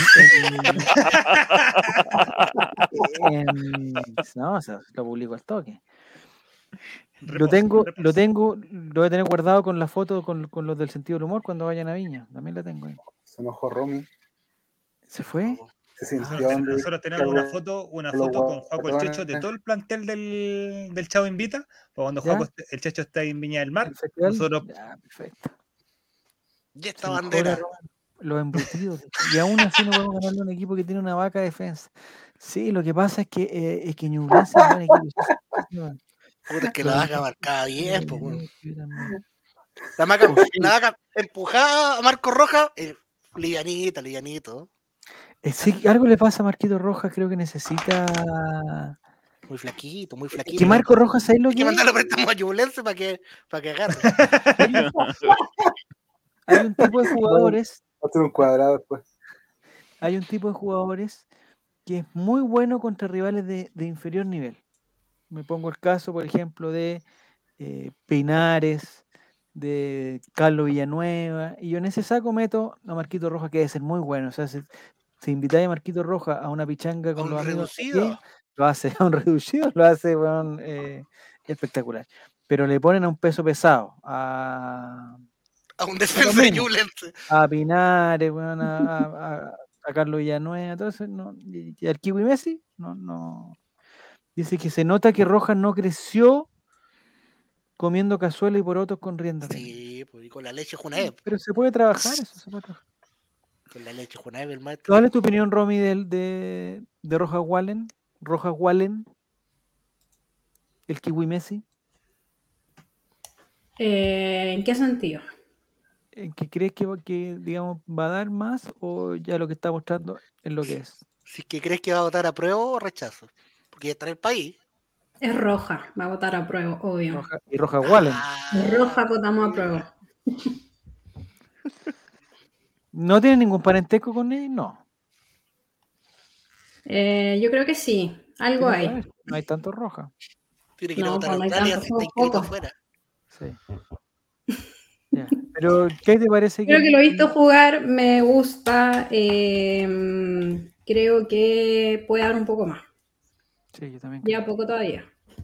en, en- en- no, o sea, lo publico al toque. Lo
Reposo,
tengo,
reposo.
lo tengo, lo voy a tener guardado con la foto con, con los del sentido del humor cuando vayan a Viña. También la tengo ahí.
Se enojó Romy.
¿Se fue?
Se
Nosotros,
sintió
ten-
donde
nosotros tenemos una foto, una
que los
foto con Juaco el
guatones-
Checho de todo el plantel del, del Chavo Invita. Pues cuando
¿Ya?
Juaco esté- el Checho está en Viña del Mar,
¿El festival?
nosotros
Ya, perfecto.
Y
Se
esta
mejora,
bandera.
Roman, los embutidos. Y aún así no podemos ganarle a un equipo que tiene una vaca de defensa. Sí, lo que pasa es que, eh, es que Ñublense es un buen equipo. Sí, sí, sí, bueno.
Puta, es que la vaca marcaba bien, pues, weón.
Yo también.
La vaca,
Pues sí.
la vaca empujada a Marco Roja, eh, livianita, livianito.
Eh, sí, algo le pasa a Marquito Rojas, creo que necesita.
Muy flaquito, muy
Es
flaquito.
que Marco Rojas, ¿sabes lo
Hay
que
que
es?
mandarlo préstamo a Ñublense para que, para que agarre.
Hay un tipo de jugadores,
Otro un cuadrado después.
hay un tipo de jugadores que es muy bueno contra rivales de, de inferior nivel. Me pongo el caso, por ejemplo, de eh, Peinares, de Carlos Villanueva, y yo en ese saco meto a Marquito Rojas, que debe ser muy bueno. O sea, si, si invitáis a Marquito Rojas a una pichanga
A
con
un
los amigos,
reducido.
aquí, lo hace a un reducido, lo hace weón, eh, espectacular. Pero le ponen a un peso pesado, a,
A un defensa de Ñublense.
a Pinares, weón, a, a, a- a Carlos Villanueva, todo eso, no, y, y al Kiwi Messi, no, no. Dice que se nota que Rojas no creció comiendo cazuela y porotos con rienda.
Sí, pues, y con la leche Junaev.
Pero se puede trabajar, eso se puede trabajar.
Con la leche Junaev, el maestro.
¿Cuál es tu opinión, Romy, del, de, de Rojas Wallen? Rojas Wallen, el Kiwi Messi,
Eh, ¿En qué sentido?
¿en qué crees que, va- que, digamos, va a dar más o ya lo que está mostrando es lo que es?
Si es que crees que va a votar a prueba o rechazo. Porque ya está en el país.
Es roja, va a votar a prueba, obvio.
Roja- y Rojas Wallen.
Ah,
Roja votamos a prueba.
¿No tiene ningún parentesco con él? No.
Eh, yo creo que sí, algo
Tiene que
hay.
haber, no hay tanto Roja.
Tiene que ir a
No,
votar a
pues no hay
Australia
tanto,
si
somos
está inscrito
pocos.
afuera.
Sí. Ya. Pero, ¿qué te parece
Creo
que,
que lo he visto jugar, me gusta. eh, creo que puede dar un poco más.
Sí, yo también.
Ya poco todavía.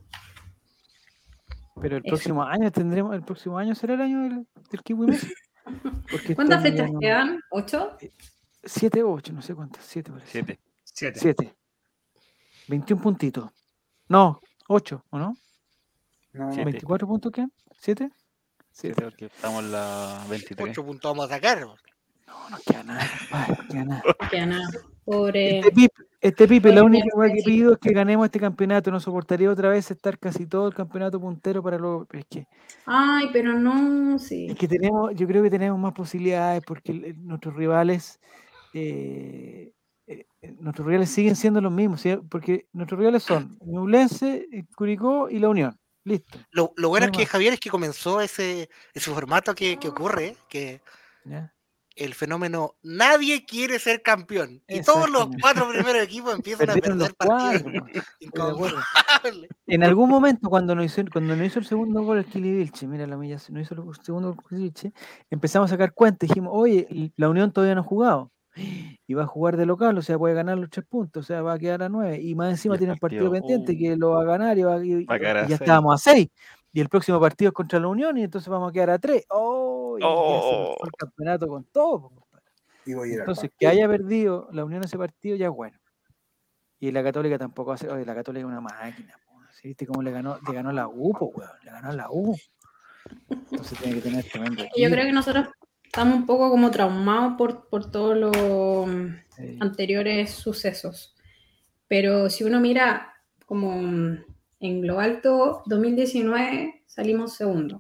Pero el
Eso.
próximo año tendremos, el próximo año será el año del, del Kiwi Messi. Porque este
¿Cuántas
año ya
fechas
no-
quedan? ¿Ocho?
Siete o ocho, no sé cuántas, siete parece.
Siete.
Siete.
Siete. veintiún puntitos. No, ocho, ¿o no?
No, no.
Siete.
¿veinticuatro puntos quedan? ¿Siete?
Siete, porque estamos en la veintitrés.
Ocho puntos vamos a sacar.
No, no queda nada, compadre, no queda nada.
No queda nada. Pobre.
Este Pipe, este Pipe, la
Pobre
única cosa que
Messi.
pido es que ganemos este campeonato. No soportaría otra vez estar casi todo el campeonato puntero para los. Es que,
Ay, pero no, sí.
es que tenemos, yo creo que tenemos más posibilidades porque el- el- nuestros rivales, eh, eh, eh, nuestros rivales siguen siendo los mismos, ¿sí? Porque nuestros rivales son Ñublense, eh, Curicó y La Unión. Listo.
Lo, lo bueno
No
es que
más.
Javier es que comenzó ese, ese formato que, que ocurre, que
¿Ya?
el fenómeno nadie quiere ser campeón. Y todos los
Exactamente.
cuatro primeros equipos empiezan a
Perdieron los
perder partidos
cuatro. po. Estoy de acuerdo.
incomparables.
En algún momento, cuando nos hizo, cuando nos hizo el segundo gol el Kili Vilche, mira la milla, no hizo el segundo gol el Kili Vilche, empezamos a sacar cuentas y dijimos, oye, y la Unión todavía no ha jugado. Y va a jugar de local, o sea, puede ganar los tres puntos, o sea, va a quedar a nueve. Y más encima
el
tiene un partido
partido,
pendiente
uh,
que lo va a ganar y, va, y-
va a quedar
y
a
ya
seis.
estábamos a seis. Y el próximo partido es contra la Unión y entonces vamos a quedar a tres. ¡Oh! Y ya se nos
Oh.
fue el campeonato con todo. po, compadre.
Y voy a ir al
Entonces, que
partido.
haya perdido la Unión ese partido ya es bueno. Y la Católica tampoco hace. Oye, la Católica es una máquina. po. ¿Sí? ¿Viste cómo le ganó? Le ganó la U, po, weón. Le ganó la U. Entonces tiene que tener tremendo
Yo
equipo.
creo que nosotros estamos un poco como traumados por, por todos los
Sí.
anteriores sucesos. Pero si uno mira como en global todo, dos mil diecinueve salimos segundo.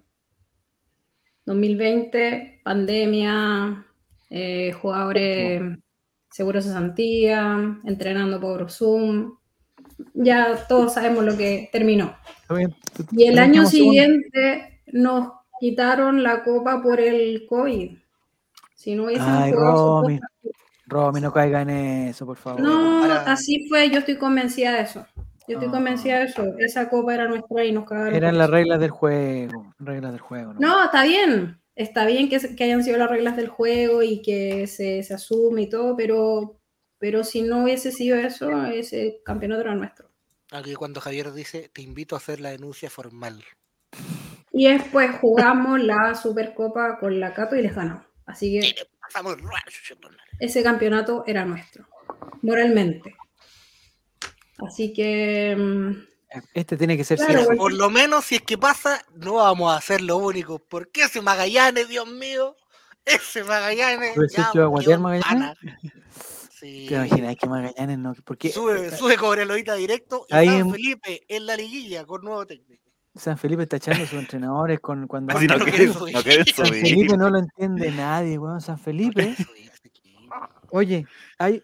dos mil veinte, pandemia, eh, jugadores seguro cesantía, entrenando por Zoom. Ya todos sabemos lo que terminó. Y el año siguiente nos quitaron la copa por el COVID. Si no hubiesen
Ay,
jugado
Romy, Romy, no caiga en eso, por favor.
No,
Para-
así fue, yo estoy convencida de eso. Yo estoy
No.
convencida de eso. Esa copa era nuestra y nos cagaron.
Eran
por
las
eso.
reglas del juego, reglas del juego. ¿no?
No, está bien. Está bien que, se- que hayan sido las reglas del juego y que se, se asume y todo, pero, pero si no hubiese sido eso, ese campeonato era nuestro.
Aquí cuando Javier dice, te invito a hacer la denuncia formal.
Y después jugamos la Supercopa con la Cato y les ganamos. Así
Y
que
le pasamos el rayo,
ese campeonato era nuestro, moralmente. Así que... mm,
Este tiene que ser
Claro,
sí o sí.
Por lo menos, si es que pasa, no vamos a ser lo único. ¿Por qué ese Magallanes, Dios mío? Ese Magallanes.
¿Tú decís
ya
que va a guatear
quedó
Magallanes?
pana. Sí.
¿Te imaginas que Magallanes no? Porque
Sube, sube Cobreloita directo y
Ahí
San
en-
Felipe en la liguilla con nuevo técnico.
San Felipe está echando a sus entrenadores con cuando
Así no
no
quieren
quieren
no
subir.
quieren
San
subir.
Felipe no lo entiende nadie, weón. San Felipe. Oye, hay,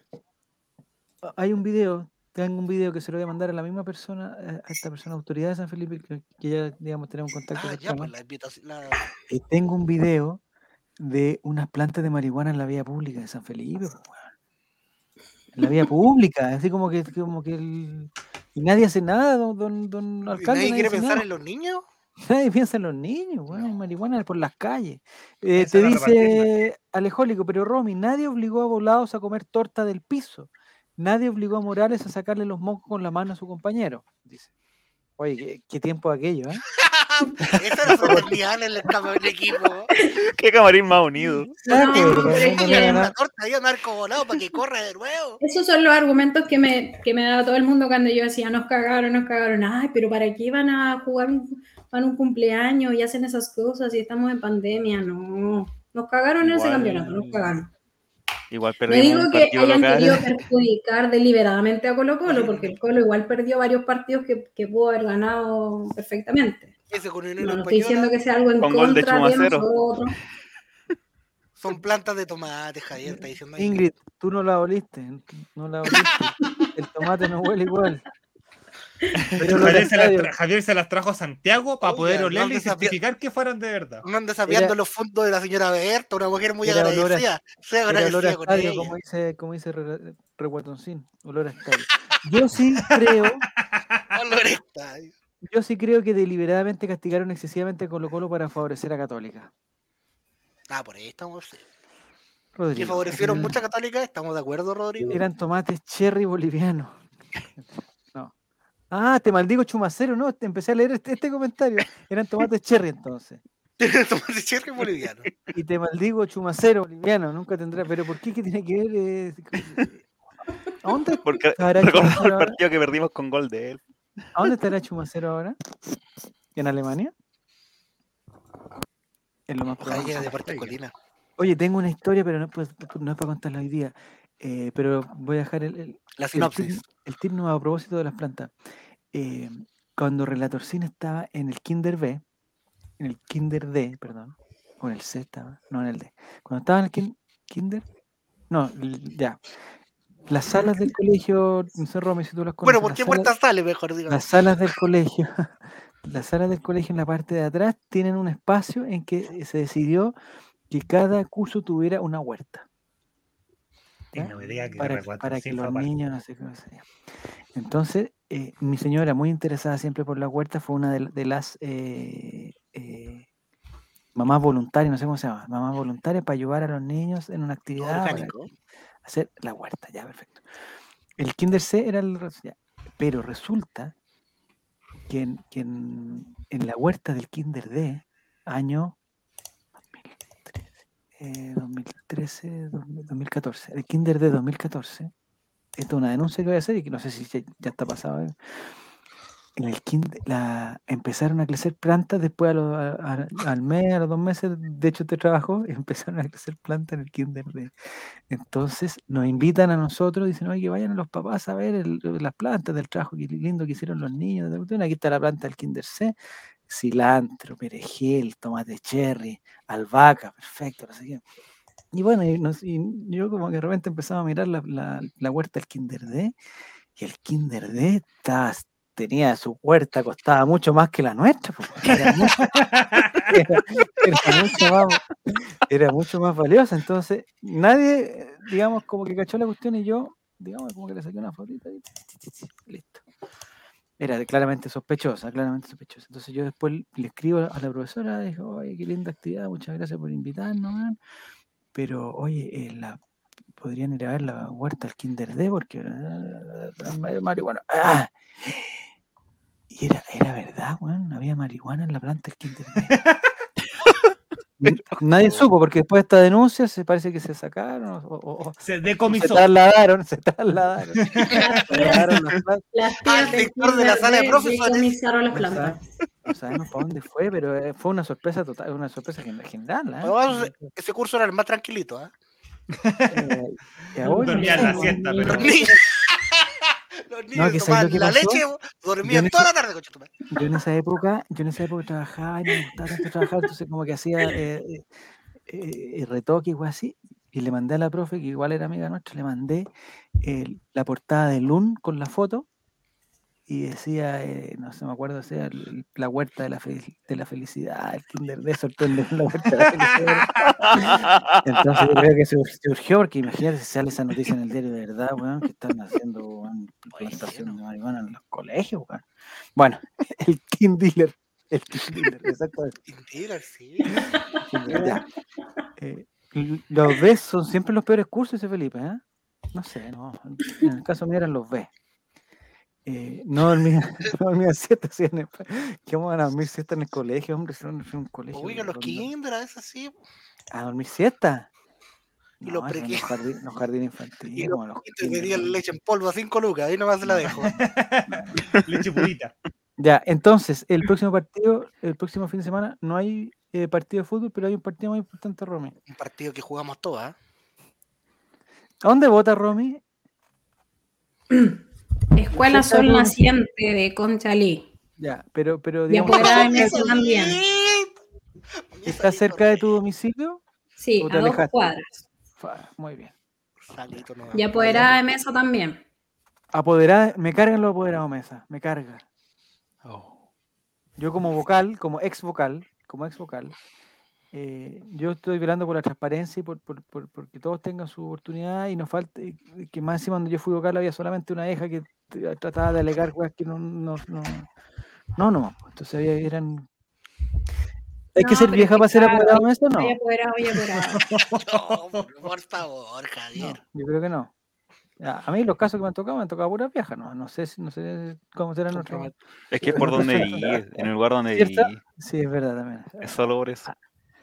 hay un video, tengo un video que se lo voy a mandar a la misma persona, eh, a esta persona, autoridad de San Felipe, que, que ya, digamos, tenemos contacto
Ah, ya,
cercano.
pues la invitación. La...
Y tengo un video de unas plantas de marihuana en la vía pública de San Felipe, pues, weón. En la vía pública, así como que, como que el- y nadie hace nada, don, don, don
¿Y
alcalde.
nadie quiere
hace
pensar
nada.
en los niños?
Nadie piensa en los niños, weón, hay
No.
marihuana por las calles. Eh,
Eso
te
era
dice Alejólico, pero Romy, nadie obligó a Volados a comer torta del piso. Nadie obligó a Morales a sacarle los mocos con la mano a su compañero. Dice. Oye, qué, qué tiempo aquello, ¿eh?
Esa era fraternidad en el, cama- el equipo.
Qué camarín más unido.
Claro,
No,
pero
pero
no
es
me
que-
van a
Una
ganar.
torta ahí a narco volado para que corra de nuevo.
Esos son los argumentos que me, que me daba todo el mundo cuando yo decía, nos cagaron, nos cagaron. Ay, pero ¿para qué van a jugar un, van a un cumpleaños y hacen esas cosas y estamos en pandemia? No, nos cagaron en ese
Igual-
campeonato, nos cagaron.
Igual
No
perdimos
digo
un
que
partido
hayan
local.
querido perjudicar deliberadamente a Colo Colo, porque el Colo igual perdió varios partidos que, que pudo haber ganado perfectamente.
Ese con Unión
No, no estoy
Española
diciendo que sea algo en
Con gol de
contra de
Chumacero.
nosotros.
son plantas de tomate, Javier, está diciendo ahí.
Ingrid, tú no la oliste, no la oliste. El tomate no huele igual. Pero lo
Javier, se las
contrario,
tra- Javier se las trajo a Santiago para
Oye,
poder
no
olerle y
desafía-
certificar que fueran de verdad.
No anda sabiendo
Era-
los fondos de la señora Berta, una mujer muy
Era olor a-
agradecida. Sea
era olor a
agradecida con
estadio,
ella.
como dice, como dice Re- Reguatoncín, olor a estadio. Yo sí creo,
Olor a estadio.
yo sí creo que deliberadamente castigaron excesivamente a Colo Colo para favorecer a Católica.
Ah, por ahí estamos. sí. Que
Rodrigo.
favorecieron
Eran-
mucha católica, ¿estamos de acuerdo, Rodrigo?
Eran tomates cherry bolivianos. No. Ah, te maldigo Chumacero, no, te empecé a leer este, este comentario. Eran tomates cherry entonces.
Tomate cherry boliviano.
Y te maldigo Chumacero boliviano, nunca tendrá. Pero ¿por qué? ¿Qué tiene que ver? eh, ¿A dónde
Porque
estará
recordamos
Chumacero
el
ahora?
partido que perdimos con gol de él.
¿A dónde estará Chumacero ahora? ¿En Alemania? Es lo más
Ojalá
probable.
llegue de parte colina.
Oye, tengo una historia, pero no, es pues, no es para contarla hoy día. Eh, pero voy a dejar el, el,
La
el tip,
sinopsis.
el tip nuevo a propósito de las plantas. Eh, cuando Relatorcín estaba en el Kinder B, en el Kinder D, perdón, o en el C estaba, no en el D. Cuando estaba en el kin- Kinder, no, l- ya. Las salas del colegio, no sé, Romy, si tú las conoces.
Bueno, ¿por
las
qué
salas-
puerta sale, mejor digo?
Las salas del colegio, las salas del colegio en la parte de atrás tienen un espacio en que se decidió que cada curso tuviera una huerta.
Y
¿ya?
no me diga que
Para,
Recuerdo
para que
sí fue
los
aparte.
niños no sé cómo se llama. Entonces, eh, mi señora, muy interesada siempre por la huerta, fue una de, de las eh, eh, mamás voluntarias, no sé cómo se llama, mamás voluntarias para ayudar a los niños en una actividad, para
orgánico.
hacer la huerta, ya, perfecto. El Kinder C era el... res- ya, pero resulta que, en, que en, en la huerta del Kinder D, año dos mil trece, eh, dos mil trece, dos mil dos mil catorce, el Kinder D dos mil catorce, esto es una denuncia que voy a hacer y que no sé si ya, ya está pasado. ¿eh? En el kinder, la, empezaron a crecer plantas después a lo- a- a- al mes, a los dos meses, de hecho este trabajo, empezaron a crecer plantas en el Kinder D. Entonces nos invitan a nosotros, dicen, oye, que vayan los papás a ver el- las plantas del trabajo que lindo que hicieron los niños. de la cuestión. Aquí está la planta del Kinder C, cilantro, perejil, tomate cherry, albahaca, perfecto, no sé qué. Y bueno, y, nos- y yo como que de repente empezaba a mirar la, la, la huerta del Kinder D, y el Kinder D estaba- tenía su huerta, costaba mucho más que la nuestra, pues, era mucho, era, era mucho más, era mucho más valiosa. Entonces, nadie, eh, digamos, como que cachó la cuestión y yo, digamos, como que le saqué una fotita y listo. Era de- claramente sospechosa, claramente sospechosa. Entonces yo después le escribo a la profesora, dijo, oye, qué linda actividad, muchas gracias por invitarnos, man. Pero, oye, eh, la, podrían ir a ver la huerta del Kinder D porque eh, marihuana. ¡Ah! Y era, era verdad, weón, había marihuana en la planta del Kinder D. N- Nadie supo, porque después de esta denuncia se parece que se sacaron o, o- o-
Se
o se
decomisó.
trasladaron, se trasladaron.
Las tías,
trasladaron las plantas.
las
Al
tías del
sector de la
Kinder
sala de
D
profesores.
decomisaron las
No,
plantas.
sabe- no sabemos para dónde fue, pero eh, fue una sorpresa total, una sorpresa gen- general. ¿eh?
Vamos, ese curso era el más tranquilito, ¿ah?
Eh, y ahora,
Dormía en la
no,
siesta,
Los
pero.
Los niños, los niños
que ¿sabes lo
tomaban
que
la
pasó?
leche,
Yo
dormían
en
toda
ese-
la tarde, conchetumare.
Yo en esa época, yo en esa época trabajaba y no me gustaba tanto trabajar, entonces como que hacía eh, eh, eh, retoque igual así, y le mandé a la profe, que igual era amiga nuestra, le mandé el- la portada de Lun con la foto y decía, eh, no sé, me acuerdo, decía el- la huerta de la, fel- de la felicidad, el Kinder de sorprende con la huerta de la felicidad. Entonces yo creo que se ur- surgió, porque imagínate si sale esa noticia en el diario de verdad, weón, que están haciendo weón, plantación de marihuana en los colegios, weón. Bueno, el King Dealer, el King Dealer, exactamente.
Mentira, sí.
King Dealer, ya. Eh, l- los B son siempre los peores cursos, ese Felipe, ¿eh? No sé, no. En el caso mío eran los B. Eh, no dormía, no dormía siesta, sí, en el- ¿cómo van a dormir siesta en el colegio, hombre? Si no es un colegio.
Oiga, los
donde-
kinder, a veces así.
¿A dormir siesta?
Y los
No, esos son
preque-
los jardines, los jardines
Y
infantiles,
los
como los
kinder
kinder,
vendían
weón.
leche en polvo a cinco lucas, ahí nomás se la
No.
dejo.
Leche purita.
Ya, entonces, el próximo partido, el próximo fin de semana, no hay eh, partido de fútbol, pero hay un partido muy importante, Romy.
Un partido que jugamos todos, ¿ah?
¿A dónde vota, Romy?
Escuela
Cerca de
Sol
tu-
Naciente de Conchalí.
Ya, pero, pero
Y
digamos,
afuera
¿está
de
cerca de
Mesa
tu-
también.
¿está cerca de tu domicilio?
Sí,
¿O te
a dos
alejaste?
cuadras.
Fa, muy bien.
Salito nomás.
Y apoderada de Mesa también.
Apoderada, me cargan los apoderados mesa, me carga.
Oh.
Yo como vocal, como ex vocal, como ex vocal, eh, yo estoy velando por la transparencia y por, por, por, por que todos tengan su oportunidad y no falte, y que más encima cuando yo fui vocal había solamente una hija que t- trataba de alegar cosas que no, no, no, no, no, entonces había, eran... ¿Hay que
No,
ser
pero
vieja
es que
para ser
claro,
apoderado mesa o no?
Hay apoderado, hay apoderado.
No, por, por favor,
No,
Javier.
yo creo que no. Ya, a mí los casos que me han tocado me han tocado puras viejas, no, no sé, si- no sé cómo será nuestro...
Compromet-
Es que es por donde
Perfecto.
vives, en el lugar donde
¿Cierto?
vives.
Sí, es verdad también.
Es solo por eso.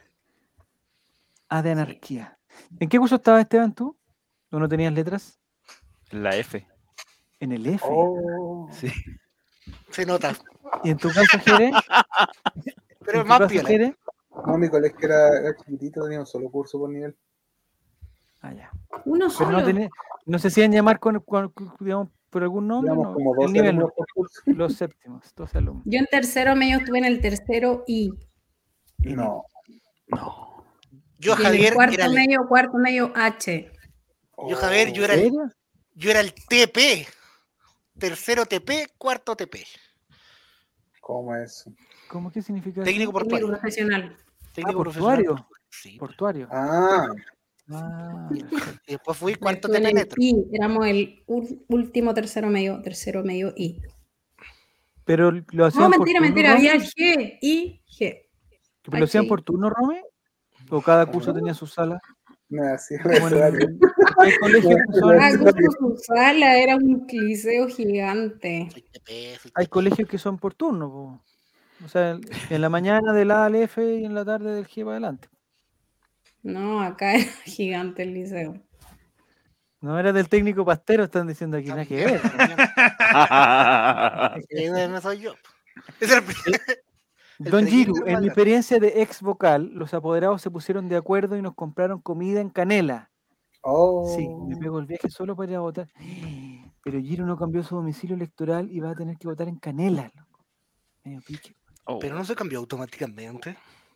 Ah, de anarquía. ¿En qué curso estabas, Esteban, tú? ¿O no tenías letras?
La F.
En el F.
Oh,
Sí.
Se nota.
¿Y en tu caso, Jere?
Pero
¿En
es
tu
más
caso,
piola.
Jere?
no, mi colegio era, era chiquitito, tenía un solo curso por nivel.
Ah, ya.
Uno
Pero
solo.
no, tenía, no se hacían llamar con, con- digamos, por algún nombre,
Teníamos
no.
como
El
doce
nivel,
alumnos
no.
por curso.
Los séptimos, doce alumnos.
Yo en tercero medio estuve en el tercero I.
En
No.
No.
Yo,
Y en el
Javier,
cuarto
era el,
medio, cuarto medio H.
yo, Javier, yo era
¿En
el,
serio?
yo era el T P. Tercero T P, cuarto T P.
¿Cómo es?
¿Cómo qué significa
Técnico
eso?
Técnico
portuario.
profesional.
Técnico
Ah,
profesional.
portuario.
Sí.
Portuario.
Ah,
Ah, perfecto.
Y después fui
Yo
cuarto
estuve
T
en
P
el
metro.
I. Éramos el ul- último tercero medio, tercero medio I.
Pero lo hacían
No,
por
mentira,
turno,
mentira.
Romy.
Había G, I, G.
¿Pero lo hacían
H I.
por turno, Romy? ¿O cada curso tenía su sala?
me hacía
Como en-
rezario.
hay colegios que son,
Ah, justo su sala era un liceo gigante.
Soy T P, soy
hay
T P.
colegios que son por turno, po. O sea, en la mañana del A al F y en la tarde del G para adelante.
No, acá era gigante el liceo.
No era del técnico pastero, están diciendo aquí, nada que ver.
Ese no soy yo. Ese era el primer- El
Don
prekinder
Giru,
más
en mi
grande.
experiencia de ex vocal, los apoderados se pusieron de acuerdo y nos compraron comida en Canela.
Oh,
Sí, me pego el viaje solo para ir a votar. Pero Giru no cambió su domicilio electoral y va a tener que votar en Canela. Loco. Medio pique.
Oh.
Pero no se cambió automáticamente.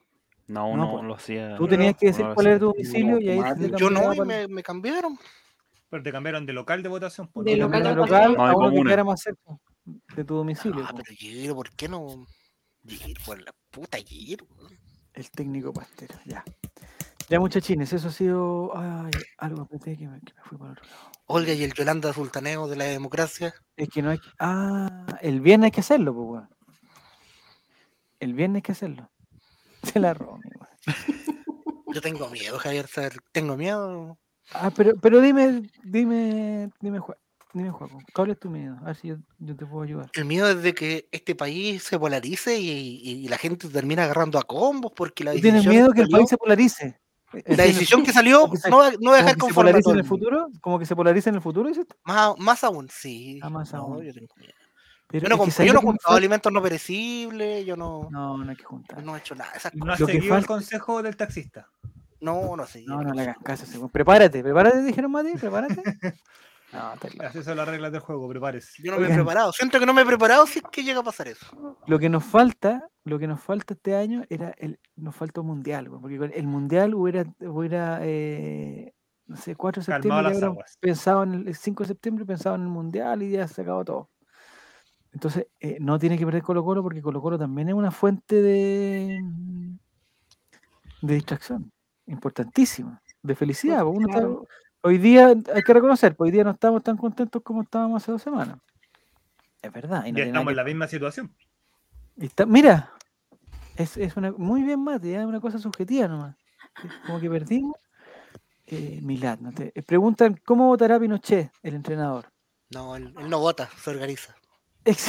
No,
No,
uno
pues,
lo hacía.
Tú tenías que
uno
decir
lo
cuál era
hacía.
tu domicilio y ahí te
automático.
Yo no,
cambiaba
y
para
me, me cambiaron.
Pero te cambiaron de local de votación. Pues,
De
no
te
local
cambiaron
cambiaron
de
de
de-
local
No,
a
de
uno que
comuna.
quedara más cerca de tu domicilio.
Ah,
po.
pero Giro, ¿por qué no? Giro, por la puta Giro.
El técnico pastero, ya. Ya, muchachines, eso ha sido. Ay, algo apreté que me, que me fui para otro lado.
Olga y el Yolanda Sultaneo de la democracia.
Es que no hay que. Ah, el viernes hay que hacerlo, pues, weón. El viernes hay que hacerlo. Se la Romy, weón.
Yo tengo miedo, Javier, saber, tengo miedo.
Ah, pero, pero dime, dime, dime, Juan, dime, Juaco, ¿cuál es tu miedo? A ver si yo, yo te puedo ayudar.
El miedo es de que este país se polarice y, y- y la gente termina agarrando a combos porque la
¿Tú tienes
decisión
miedo
que
que el
salió,
país se polarice?
la
¿En el
decisión que
futuro?
salió
¿Como que se,
no va, no va a
como
dejar
que se
conforme a
polarice
todo
en
el
el
mundo.
futuro? ¿Como que se polarice en el futuro, dices tú?
Más, más aún, sí.
Ah, más
No,
aún.
yo tengo miedo.
Pero
Yo no,
es que
comp-
¿sabes
yo
lo
no
que nos
comprado
falta?
alimentos no perecibles, yo no,
No, no hay que
yo
juntar.
no he hecho nada de esas
No
cosas.
has
Lo que
seguido el
falta-
consejo del taxista.
No, no sé.
No, no le hagas caso. Según. Prepárate, prepárate, dijeron Mati, prepárate. No, está claro.
Así son las reglas del juego, prepárese.
Yo no me he
Oigan.
preparado. Siento que no me he preparado si es que llega a pasar eso.
Lo que nos falta, lo que nos falta este año era el, nos falta un mundial, güey, porque con el mundial hubiera, hubiera eh, no sé, cuatro de
Calmado
septiembre, ya
las
hubiéramos
aguas.
pensado en el, el cinco de septiembre, pensado en el mundial y ya se acabó todo. Entonces, eh, no tiene que perder Colo Colo porque Colo Colo también es una fuente de, mm, de distracción, importantísima, de felicidad.
Pues,
Pues, uno está-
claro.
hoy día hay que reconocer, pues hoy día no estamos tan contentos como estábamos hace dos semanas. Es verdad. Y no
Ya
tiene nada
estamos
que
en la misma situación.
Y está- mira, es, es una muy bien, Mati, es una cosa subjetiva nomás. Es como que perdimos. Eh, Milad, ¿no? Te, eh, preguntan cómo votará Pinochet, el entrenador.
No, él, él no vota, se organiza.
Ex-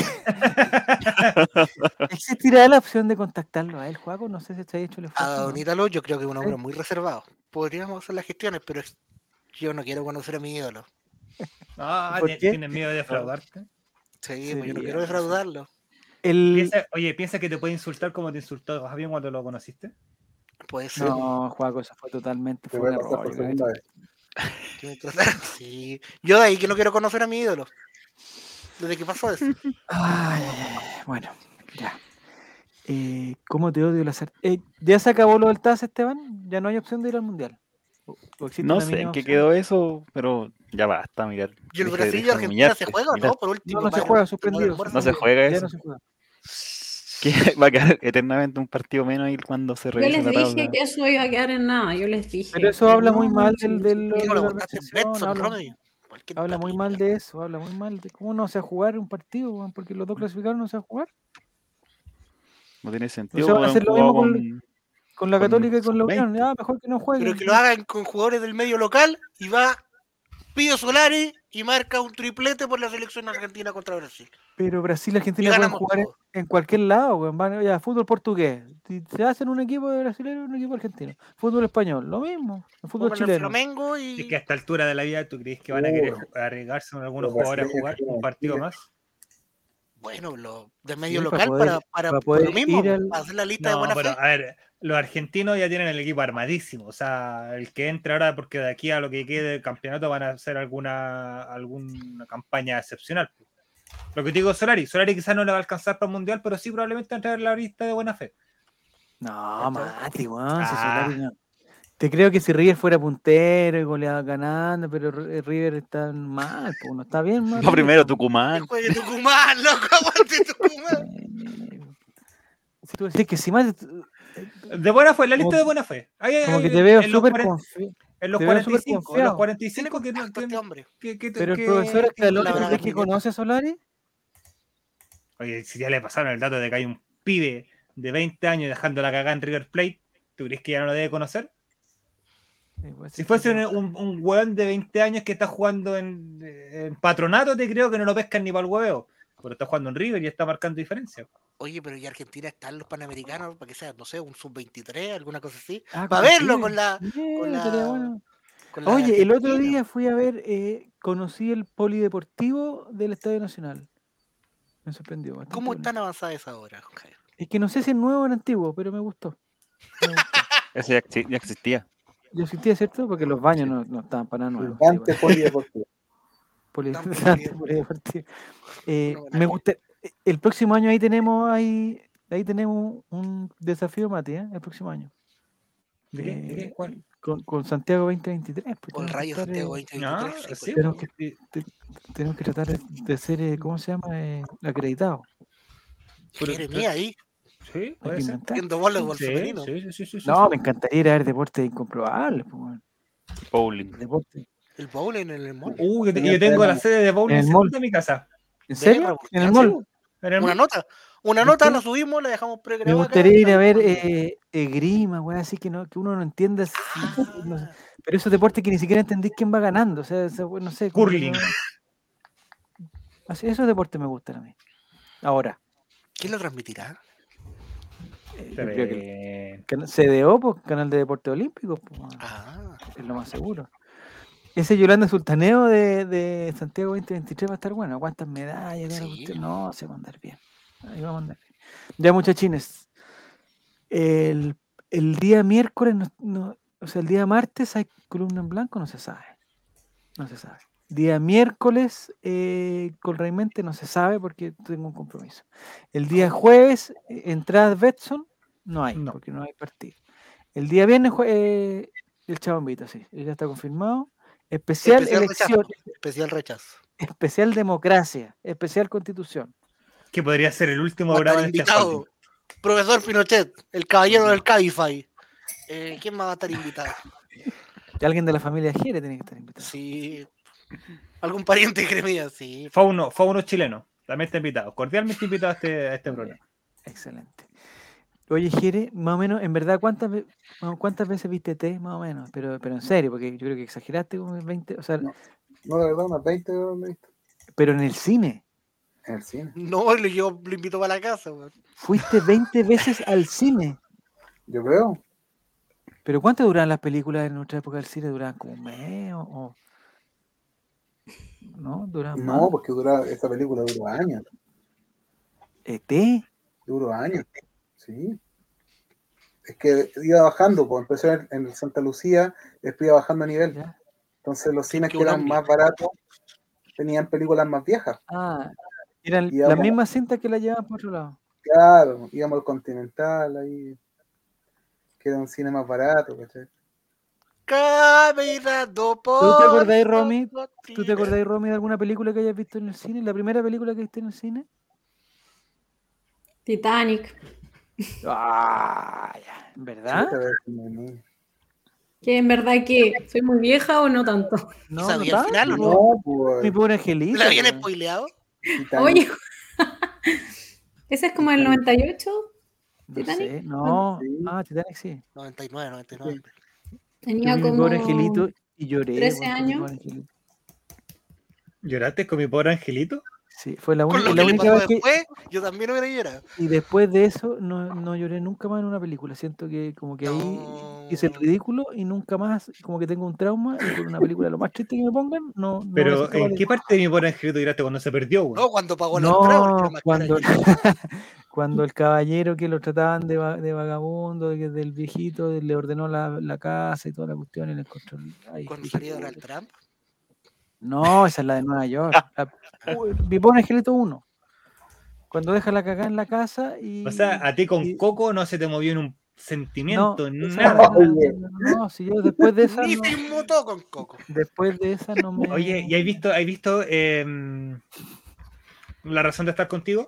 ¿Existirá la opción de contactarlo a él, Juaco? No sé si se ha hecho el
A
esfuerzo.
Don
¿no?
Ítalo yo creo que es un hombre
Sí.
muy reservado. Podríamos hacer las gestiones, pero es- yo no quiero conocer a mi ídolo.
Ah,
¿Por
¿ti-
qué?
¿tienes miedo de defraudarte?
Sí,
Sí,
pues yo no
ya,
quiero
no sé.
defraudarlo.
El...
Piensa- oye, ¿piensa que te puede insultar como te insultó Javier cuando lo conociste?
Puede ser.
No, Juaco, eso fue totalmente
Te
fue
voy
un
a pasar
error.
por
yo creo que
segunda
tú-
vez.
que me trataran- Sí. Yo de ahí que no quiero conocer a mi ídolo. Desde que pasó eso.
Ay, ay, ay, bueno, ya. Eh, ¿Cómo te odio la sar- eh, ¿Ya se acabó lo del T A S, Esteban? ¿Ya no hay opción de ir al Mundial? ¿O, o existe
No
una
sé en
mínima
qué
opción?
quedó eso, pero ya basta, mirar.
¿Y el
Deja-
Brasil y
deja de
Argentina
humillarte,
se juega o
mirar.
no? Por último,
No, no se
para-
juega,
para
suspendido.
almuerzo.
No se
suspendido,
juega
ya
eso.
no se juega.
Que va a quedar eternamente un partido menos ahí cuando se
Yo
revise
les
la
dije
tabla.
que eso iba a quedar en nada, yo les dije.
Pero eso
que
habla
no,
muy mal
sí,
del,
sí,
del,
sí.
¿Por qué no
de
lo
la
votaste en
organización,
Betson,
habla,
Romy? Cualquier
habla muy
papilla.
mal de eso, habla muy mal de cómo no se va a jugar un partido, weón, porque los dos clasificados no se va a jugar.
No tiene
O
sentido.
sea, van a
Han
hacer lo
jugado
mismo con,
con,
con la
con
Católica y con la
sub
Unión.
veinte.
Ya, mejor que no jueguen.
Pero que lo hagan con jugadores del medio local y va Pío Solari y marca un triplete por la selección argentina contra Brasil.
Pero Brasil y
Y
Argentina pueden
ganamos
jugar en,
todo.
en cualquier lado, weón. Van, ya, fútbol portugués. Si se hacen un equipo de brasileños y un equipo argentino. Fútbol español, lo mismo. El fútbol
Pongan el
chileno.
Flamengo
Es
y
que a esta altura de la vida, ¿tú crees que van a querer
Uh,
arriesgarse con algunos
los
jugadores a
brasileños
jugar
que tienen
un partido
Chile.
más?
bueno, lo de medio
Sí, para
local
poder-
para, para,
para
por
poder
lo mismo,
ir al-
para hacer la lista de
No,
buena
pero
fe.
a ver, los argentinos ya tienen el equipo armadísimo. O sea, el que entre ahora, porque de aquí a lo que quede del campeonato van a hacer alguna, alguna campaña excepcional. Lo que te digo, Solari. Solari quizás no le va a alcanzar para el mundial, pero sí probablemente entrar en la lista de buena fe.
No, Mati, weón. Si
Ah.
Solari no. Te creo que si River fuera puntero y goleaba ganando, pero R- River está mal, pues no está bien, mal.
Va primero
Que
Tucumán.
juegue Tucumán, loco, aguante Tucumán.
Eh, Si tú decís que si más.
De buena fe, la lista
Como-
de buena fe. Ahí,
Como
ahí,
que te veo
en los
súper
cuarenta
confiado.
en los
te veo
cuarenta y
súper
cinco, en los
confiado.
cuarenta y
Tiene
cinco que,
contacto
que,
este hombre.
que, que,
Pero el
que-
profesor
que-
Escalón,
la
¿tú
verdad
crees que
que yo-
conoce a Solari?
Oye, si ya le pasaron el dato de que hay un pibe de veinte años dejando la cagada en River Plate, ¿tú crees que ya no lo debe conocer?
Sí, pues,
Si
sí,
fuese
sí.
un, un, un weón de veinte años que está jugando en, en Patronato, te creo que no lo pescan ni para el hueveo. Pero está jugando en River y está marcando diferencia.
Oye, pero ya Argentina están los panamericanos para que sea, no sé, un sub veintitrés, alguna cosa así.
Ah,
Para
con
verlo
Chile.
con la.
Bien,
con la-
estaría bueno.
con la
Oye, el otro
Argentina.
día fui a ver, eh, conocí el polideportivo del Estadio Nacional. Me sorprendió bastante.
¿Cómo
bonito.
están avanzadas esas horas, Javier?
Es que no sé si es nuevo o antiguo, pero me gustó. Me gustó.
Ese ya, exi- ya existía.
Yo sentía, ¿cierto? Porque los baños
Sí.
no, no estaban para nada
El
nuevos.
Dante Polideportivo.
Poli-
Dante
Dante
Polideportivo.
Polideportivo. Eh,
Una buena
me
idea.
gusta. El próximo año ahí tenemos ahí, ahí tenemos un desafío, Mati, ¿eh? El próximo año.
¿De qué? ¿De qué? ¿Cuál?
Con, con Santiago veinte veintitrés. Pues,
O el
tenemos que
Rayo
estar,
Santiago
eh,
veinte
No,
veintitrés.
sí,
tenemos,
pues.
que, te- tenemos que tratar de, de ser, eh, ¿cómo se llama? Eh, acreditado.
Pero-
Jeremías ahí,
Sí,
Hay
puede
que
ser.
inventar.
viendo voleibol
Sí,
femenino.
sí, sí, sí, sí, sí,
No,
sí.
me encantaría ir a ver deportes incomprobables. Pues, weón.
Bowling.
Deporte.
El bowling en el mall.
Uh, yo, te- yo tengo la sede de
En
bowling
el
cerquita
mall.
de mi casa.
¿En serio?
Berra,
¿En el
Sí,
mall?
pues, en el
Una
mall.
nota. Una
¿Viste?
nota la subimos, la dejamos
Me
pregrabada. acá,
gustaría ir a
la
ver
mandamos.
eh, esgrima, güey, así que no, que uno no entienda. si- no sé.
Ah,
Pero esos deportes que ni siquiera entendí quién va ganando. O sea, esa- no sé. como que
Curling.
no- Así, esos deportes me gustan a mí. Ahora,
¿quién lo transmitirá?
eh, yo
Pero,
creo que el
eh,
cana- C D O, pues, Canal de Deportes Olímpicos, pues, weón,
Ah,
es lo más seguro. Ese Yolanda Sultaneo de, de Santiago veinte veintitrés va a estar bueno. ¿Cuántas medallas? Toda la
Sí.
cuestión? No, se va a andar bien. Ahí vamos a andar bien. Ya, muchachines. El, el día miércoles, no, no- o sea, el día martes hay columna en blanco, no se sabe. No se sabe. Día miércoles eh, con Raimente no se sabe porque tengo un compromiso. El día jueves, eh, entradas Betson, no hay,
No.
porque no hay partido. El día viernes, jue- eh, el Chavombito, sí, ya está confirmado. Especial,
especial
elección,
rechazo. Especial rechazo.
especial democracia, especial constitución.
que podría ser el último
Va a
programa
estar
de este
invitado.
holding.
Profesor Pinochet, el caballero del Cabify. Eh, ¿Quién más va a estar invitado?
Y alguien de la familia Jere tiene que estar invitado.
Sí. ¿Algún pariente de Jeremías? Sí.
Fauno, Fauno chileno. También está invitado. Cordialmente invitado a este, a este
Muy
programa.
bien, excelente. Oye, Jere, más o menos, en verdad, ¿cuántas, ve- más- ¿cuántas veces viste T? Más o menos, pero, pero en serio, porque yo creo que exageraste como veinte, o sea,
No. No, la verdad, unas veinte lo he visto
pero en el cine.
en el cine.
No, le- yo lo invito para la casa, weón.
Fuiste veinte veces al cine.
Yo creo.
¿Pero cuánto duraban las películas en nuestra época del cine? ¿Duraban como un mes o...? o- ¿No? ¿Duraban
No,
más?
porque dura, esta película duró años.
¿E T?
Duró años. Sí. Es que iba bajando, pues empezó en, en Santa Lucía, después iba bajando a nivel.
¿Ya?
Entonces los
Sí,
cines
que
que
un
eran
ovni.
más baratos tenían películas más viejas.
Ah, eran
Y
las
íbamos-
mismas cintas que las llevaban por otro lado.
Claro, íbamos al Continental ahí, que era un cine más barato, ¿cachai?
Caminando por.
¿Tú te acordáis, Romy?
los
¿Tú te
trines.
acordáis, Romy, de alguna película que hayas visto en el cine? ¿La primera película que viste en el cine?
Titanic.
Ah, ya, ¿en verdad?
Chuta, a ver, no, no.
¿Que en verdad que soy muy vieja o no tanto?
No,
¿Y
no
sabía el
tanto,
final o no?
No,
Mi
pues.
pobre angelito.
¿La habían
weón.
spoileado?
Titanic.
Oye, ¿ese es como el noventa y ocho?
No
¿Titanic?
sé, no.
Sí.
Ah, Titanic sí.
noventa y nueve, noventa y nueve.
Yo
Tenía
vi mi
como
pobre angelito y lloré.
trece
weón, con mi
años.
pobre angelito.
¿Lloraste con mi pobre angelito?
Sí, fue la,
Con
única
lo
la
que le
única
pasó
vez que...
después, yo también hubiera llorado.
Y después de eso no, no lloré nunca más en una película. Siento que como que ahí
No.
hice el ridículo y nunca más, como que tengo un trauma y por una película lo más triste que me pongan, no, no voy a
Pero
ser capaz
¿en
de-
qué parte de mi pobre angelito lloraste cuando se perdió, güey?
No, cuando pagó la entrada, porque
No,
era más
cuando,
cara.
cuando el caballero que lo trataban de, va- de vagabundo, de que del viejito, le ordenó la, la casa y toda la cuestión y le encontró. Ahí
Cuando
dije,
salía Donald
"Puta".
Trump.
No, esa es la de Nueva York. La, uy, mi pobre angelito uno. Cuando deja la cagada en la casa y.
O sea, a ti con
y-
Coco no se te movió en un
no,
sentimiento,
esa
nada.
no, no, no, no, si yo después de esa
Ni
no,
se inmutó con Coco.
después de esa no me.
Oye, ¿y has visto, has visto em, La razón de estar contigo?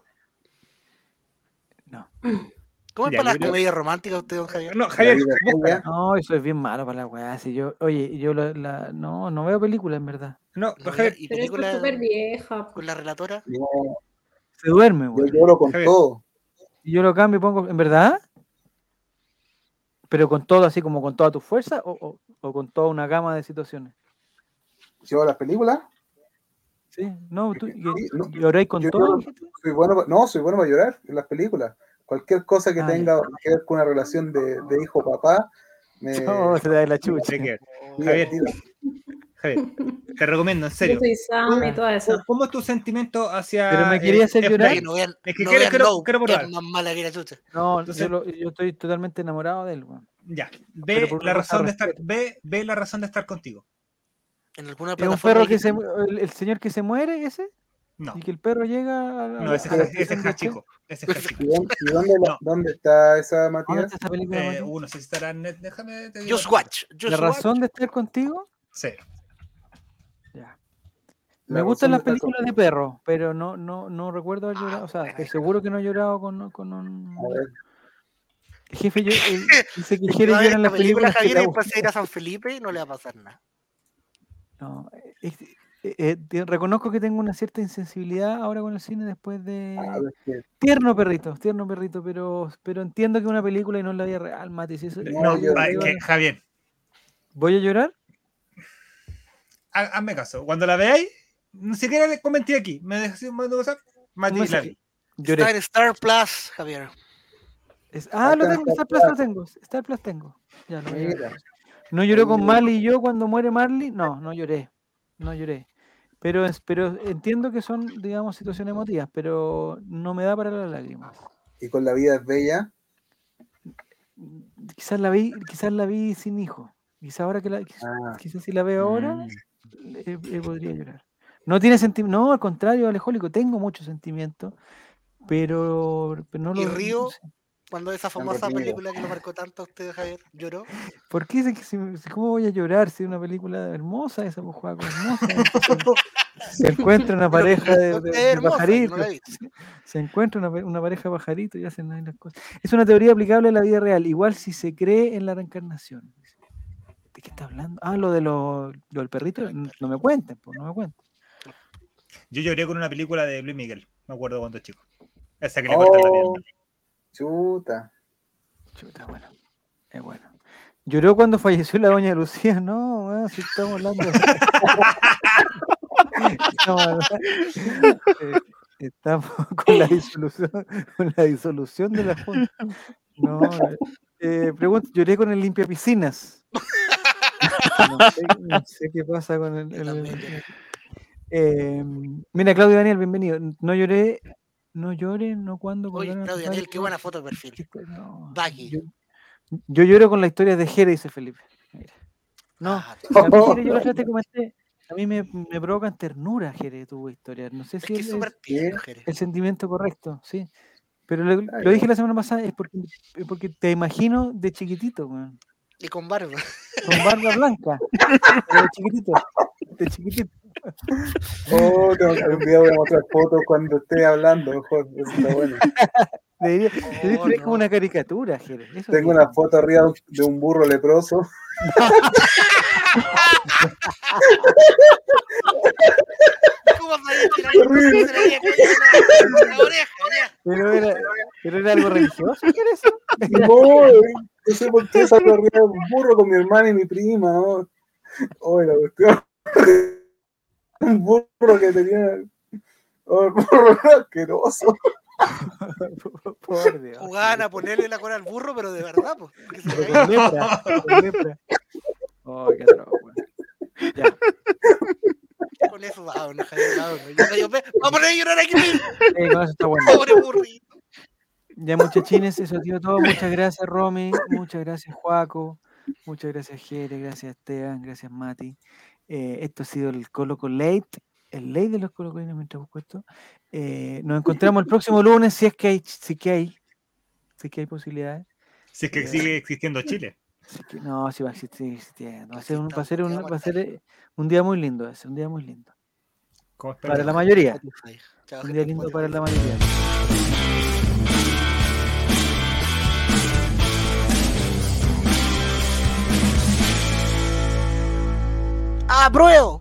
No,
¿Cómo es
Ya,
para las
yo creo-
comedias románticas usted, don Javier?
No, Javier,
La vida
búscala.
bella.
no, eso es bien malo para la weá. Si yo, oye, yo la, la- no, no veo películas en verdad.
No,
No,
Javier,
y
Pero esto es
película
súper vieja.
con la relatora.
No,
Se duerme,
yo
weón.
lloro con
Javier.
todo.
Y yo lo cambio y pongo, ¿en verdad? Pero con todo, así como con toda tu fuerza o, o, o con toda una gama de situaciones.
¿Yo las películas?
Sí, no, tú
Sí, no,
lloráis con
yo
todo.
lloro-
dijiste?
Soy bueno, pa- no, soy bueno para llorar en las películas. Cualquier cosa que
Ah,
tenga que ver con una relación de, de hijo-papá, me...
No, se te da la chucha.
hay que ver.
Sí,
Javier,
tira.
Javier, te recomiendo, en
Yo
serio.
soy Sam y todo eso.
¿Cómo- ¿Cómo es tu sentimiento hacia.
Pero me
eh,
quería hacer
Efraín?
llorar.
Que no vean,
Es que
no
quiero-
vean
quiero-
No,
quiero probar.
es más mala que la chucha.
No,
Entonces-
yo, lo- yo estoy totalmente enamorado de él, weón.
Ya,
Pero
ve
por
la
una cosa
razón
de
de estar,
respeto.
ve, ve la razón de estar contigo.
En alguna
¿Es un
plataforma
perro que se
digital.
mu- el, el señor que se muere ese?
No,
Y que el perro llega a la,
no, ese
a la
es ese es
estación de
Hachiko. Ese es Hachiko.
¿Y dónde, y dónde la-
No.
dónde está esa
¿Dónde
Matías?
está esa película,
Eh,
Mati?
uh, no sé si estará en net, déjame te digo.
Just Watch. Just
¿La
Watch.
razón de estar contigo?
Sí.
Ya.
La
Me gustan
razón
las
de estar
películas de
contigo.
perros, pero no, no, no recuerdo haber llorado. O sea, estoy seguro que no he llorado con, con un.
A ver,
El jefe yo, el- dice que
Es que
Jere
va a ver
llora en
esta
las
película,
películas que
Javier,
le
y después se
gustan.
irá a San Felipe y no le va a pasar nada.
No, es- eh, eh, te- reconozco que tengo una cierta insensibilidad ahora con el cine después
a
de.
ver qué.
Tierno perrito, tierno perrito, pero, pero entiendo que es una película y no es la vida real, Mati. Si eso-
No,
No,
yo-
ah,
yo-
que, Javier,
¿Voy a llorar?
ha- hazme caso. Cuando la veáis, ni siquiera le comenté aquí. Me dejas un mando WhatsApp. Mati,
Un
la
mensaje.
vi.
Lloré.
Está en Star Plus, Javier.
Es- ah, lo
Acá
tengo,
está
Star Plus lo
Plus.
tengo. Star Plus tengo. Ya lo voy a ver.
Mira,
¿No lloró con
Ahí-
Marley y yo cuando muere Marley? No, no lloré. No lloré. Pero, es- pero entiendo que son, digamos, situaciones emotivas, pero no me da para las lágrimas.
y con La vida es bella.
Quizás la vi, quizás la vi sin hijo. Quizás ahora que la, quiz-
Ah,
quizás si la veo ahora,
Mm.
eh, eh, podría llorar. No tiene sentimiento, no, al contrario, alejólico, tengo mucho sentimiento, pero, pero no
¿Y
lo.
Río?
no sé.
Cuando esa famosa
reprimido.
película que lo marcó tanto a usted, Javier, lloró.
¿Por qué? Si- si- si- ¿Cómo voy a llorar si es una película hermosa esa, pues, Juaco, hermosa? Se encuentra una pareja de, de-
Es
de
hermosa, yo
pajaritos.
no la he visto.
se- Se encuentra una, pa- una pareja de pajaritos y hacen ahí las cosas. Es una teoría aplicable a la vida real, igual si se cree en la reencarnación. ¿De qué está hablando? Ah, lo de lo, lo del perrito. n- No me cuenten, pues, no me cuenten.
Yo lloré con una película de Luis Miguel. Me acuerdo cuando chico. Esa que le cortan la
Oh,
pierna.
chuta.
Chuta, bueno, es bueno. Lloró cuando falleció la doña Lucía, no, bueno, si estamos hablando. Estamos, hablando- eh, estamos con la disolución, con la disolución de la Junta. No, eh, pregunto, lloré con el limpia piscinas. No sé, no sé qué pasa con el.
Yo
el-
también
el-
lloré.
eh, mira, Claudio Daniel, bienvenido. No lloré, no lloré, no cuando.
Oye,
colgaron a tu
Claudio
padre,
Daniel, qué
no.
buena foto de perfil.
No,
Baggy.
yo, yo lloro con la historia de Jere, dice Felipe. Mira. No,
Ah,
a mí, Jere, yo la otra vez te comenté, a mí me, me provocan ternura, Jere, tu historia. No sé
es
si
que
es,
es súper
es
tierno, Jerez.
el sentimiento correcto, sí. Pero lo,
Ah,
lo
ya.
dije la semana pasada, es porque, es porque te imagino de chiquitito, weón,
Y con barba.
con barba blanca, pero de chiquitito, de chiquitito.
Oh, tengo que- un día voy a mostrar fotos cuando esté hablando. Mejor, eso está bueno.
Debería, debería
Oh,
tener
no.
como una caricatura, Jere. Eso
Tengo
debería.
una foto arriba de un burro leproso.
¿Cómo vas a tirar el burro de la vieja en la oreja? Ya.
Pero era, pero era algo religioso, Jere, eso.
No, eh, no sé por qué salgo arriba de un burro con mi hermana y mi prima. Oh, oh, la cuestión. Un burro que tenía. Oh, el burro era asqueroso.
Por Dios.
Jugaban a ponerle la cola al burro, pero de verdad, pues. porque se
Pero
caía.
con lepra, con lepra. Oh, qué atroz, weón. Ya.
Con eso, vámonos, Javier, vámonos. Ya, ya, ve, vamos a poner a llorar aquí mismo.
Eh, con eso está bueno.
Pobre burrito.
Ya, muchachines, eso ha sido todo. Muchas gracias, Romy. Muchas gracias, Juaco. Muchas gracias, Jere. Gracias, Esteban. Gracias, Mati. Eh, esto ha sido el Coloco Late, el late de los colocolinos mientras busco esto. Eh, nos encontramos el próximo lunes, si es que hay, si es que hay, si es que hay posibilidades.
Si es que sigue existiendo Chile.
Si es que- no, si va a existir existiendo. Va a ser un, va a ser un, va a ser eh, un día muy lindo, ese, un día muy lindo.
¿Cómo
Para
esperas?
la mayoría.
Spotify. Chao,
Un
gente
día
de
lindo
Spotify.
para la mayoría.
¡Apruebo!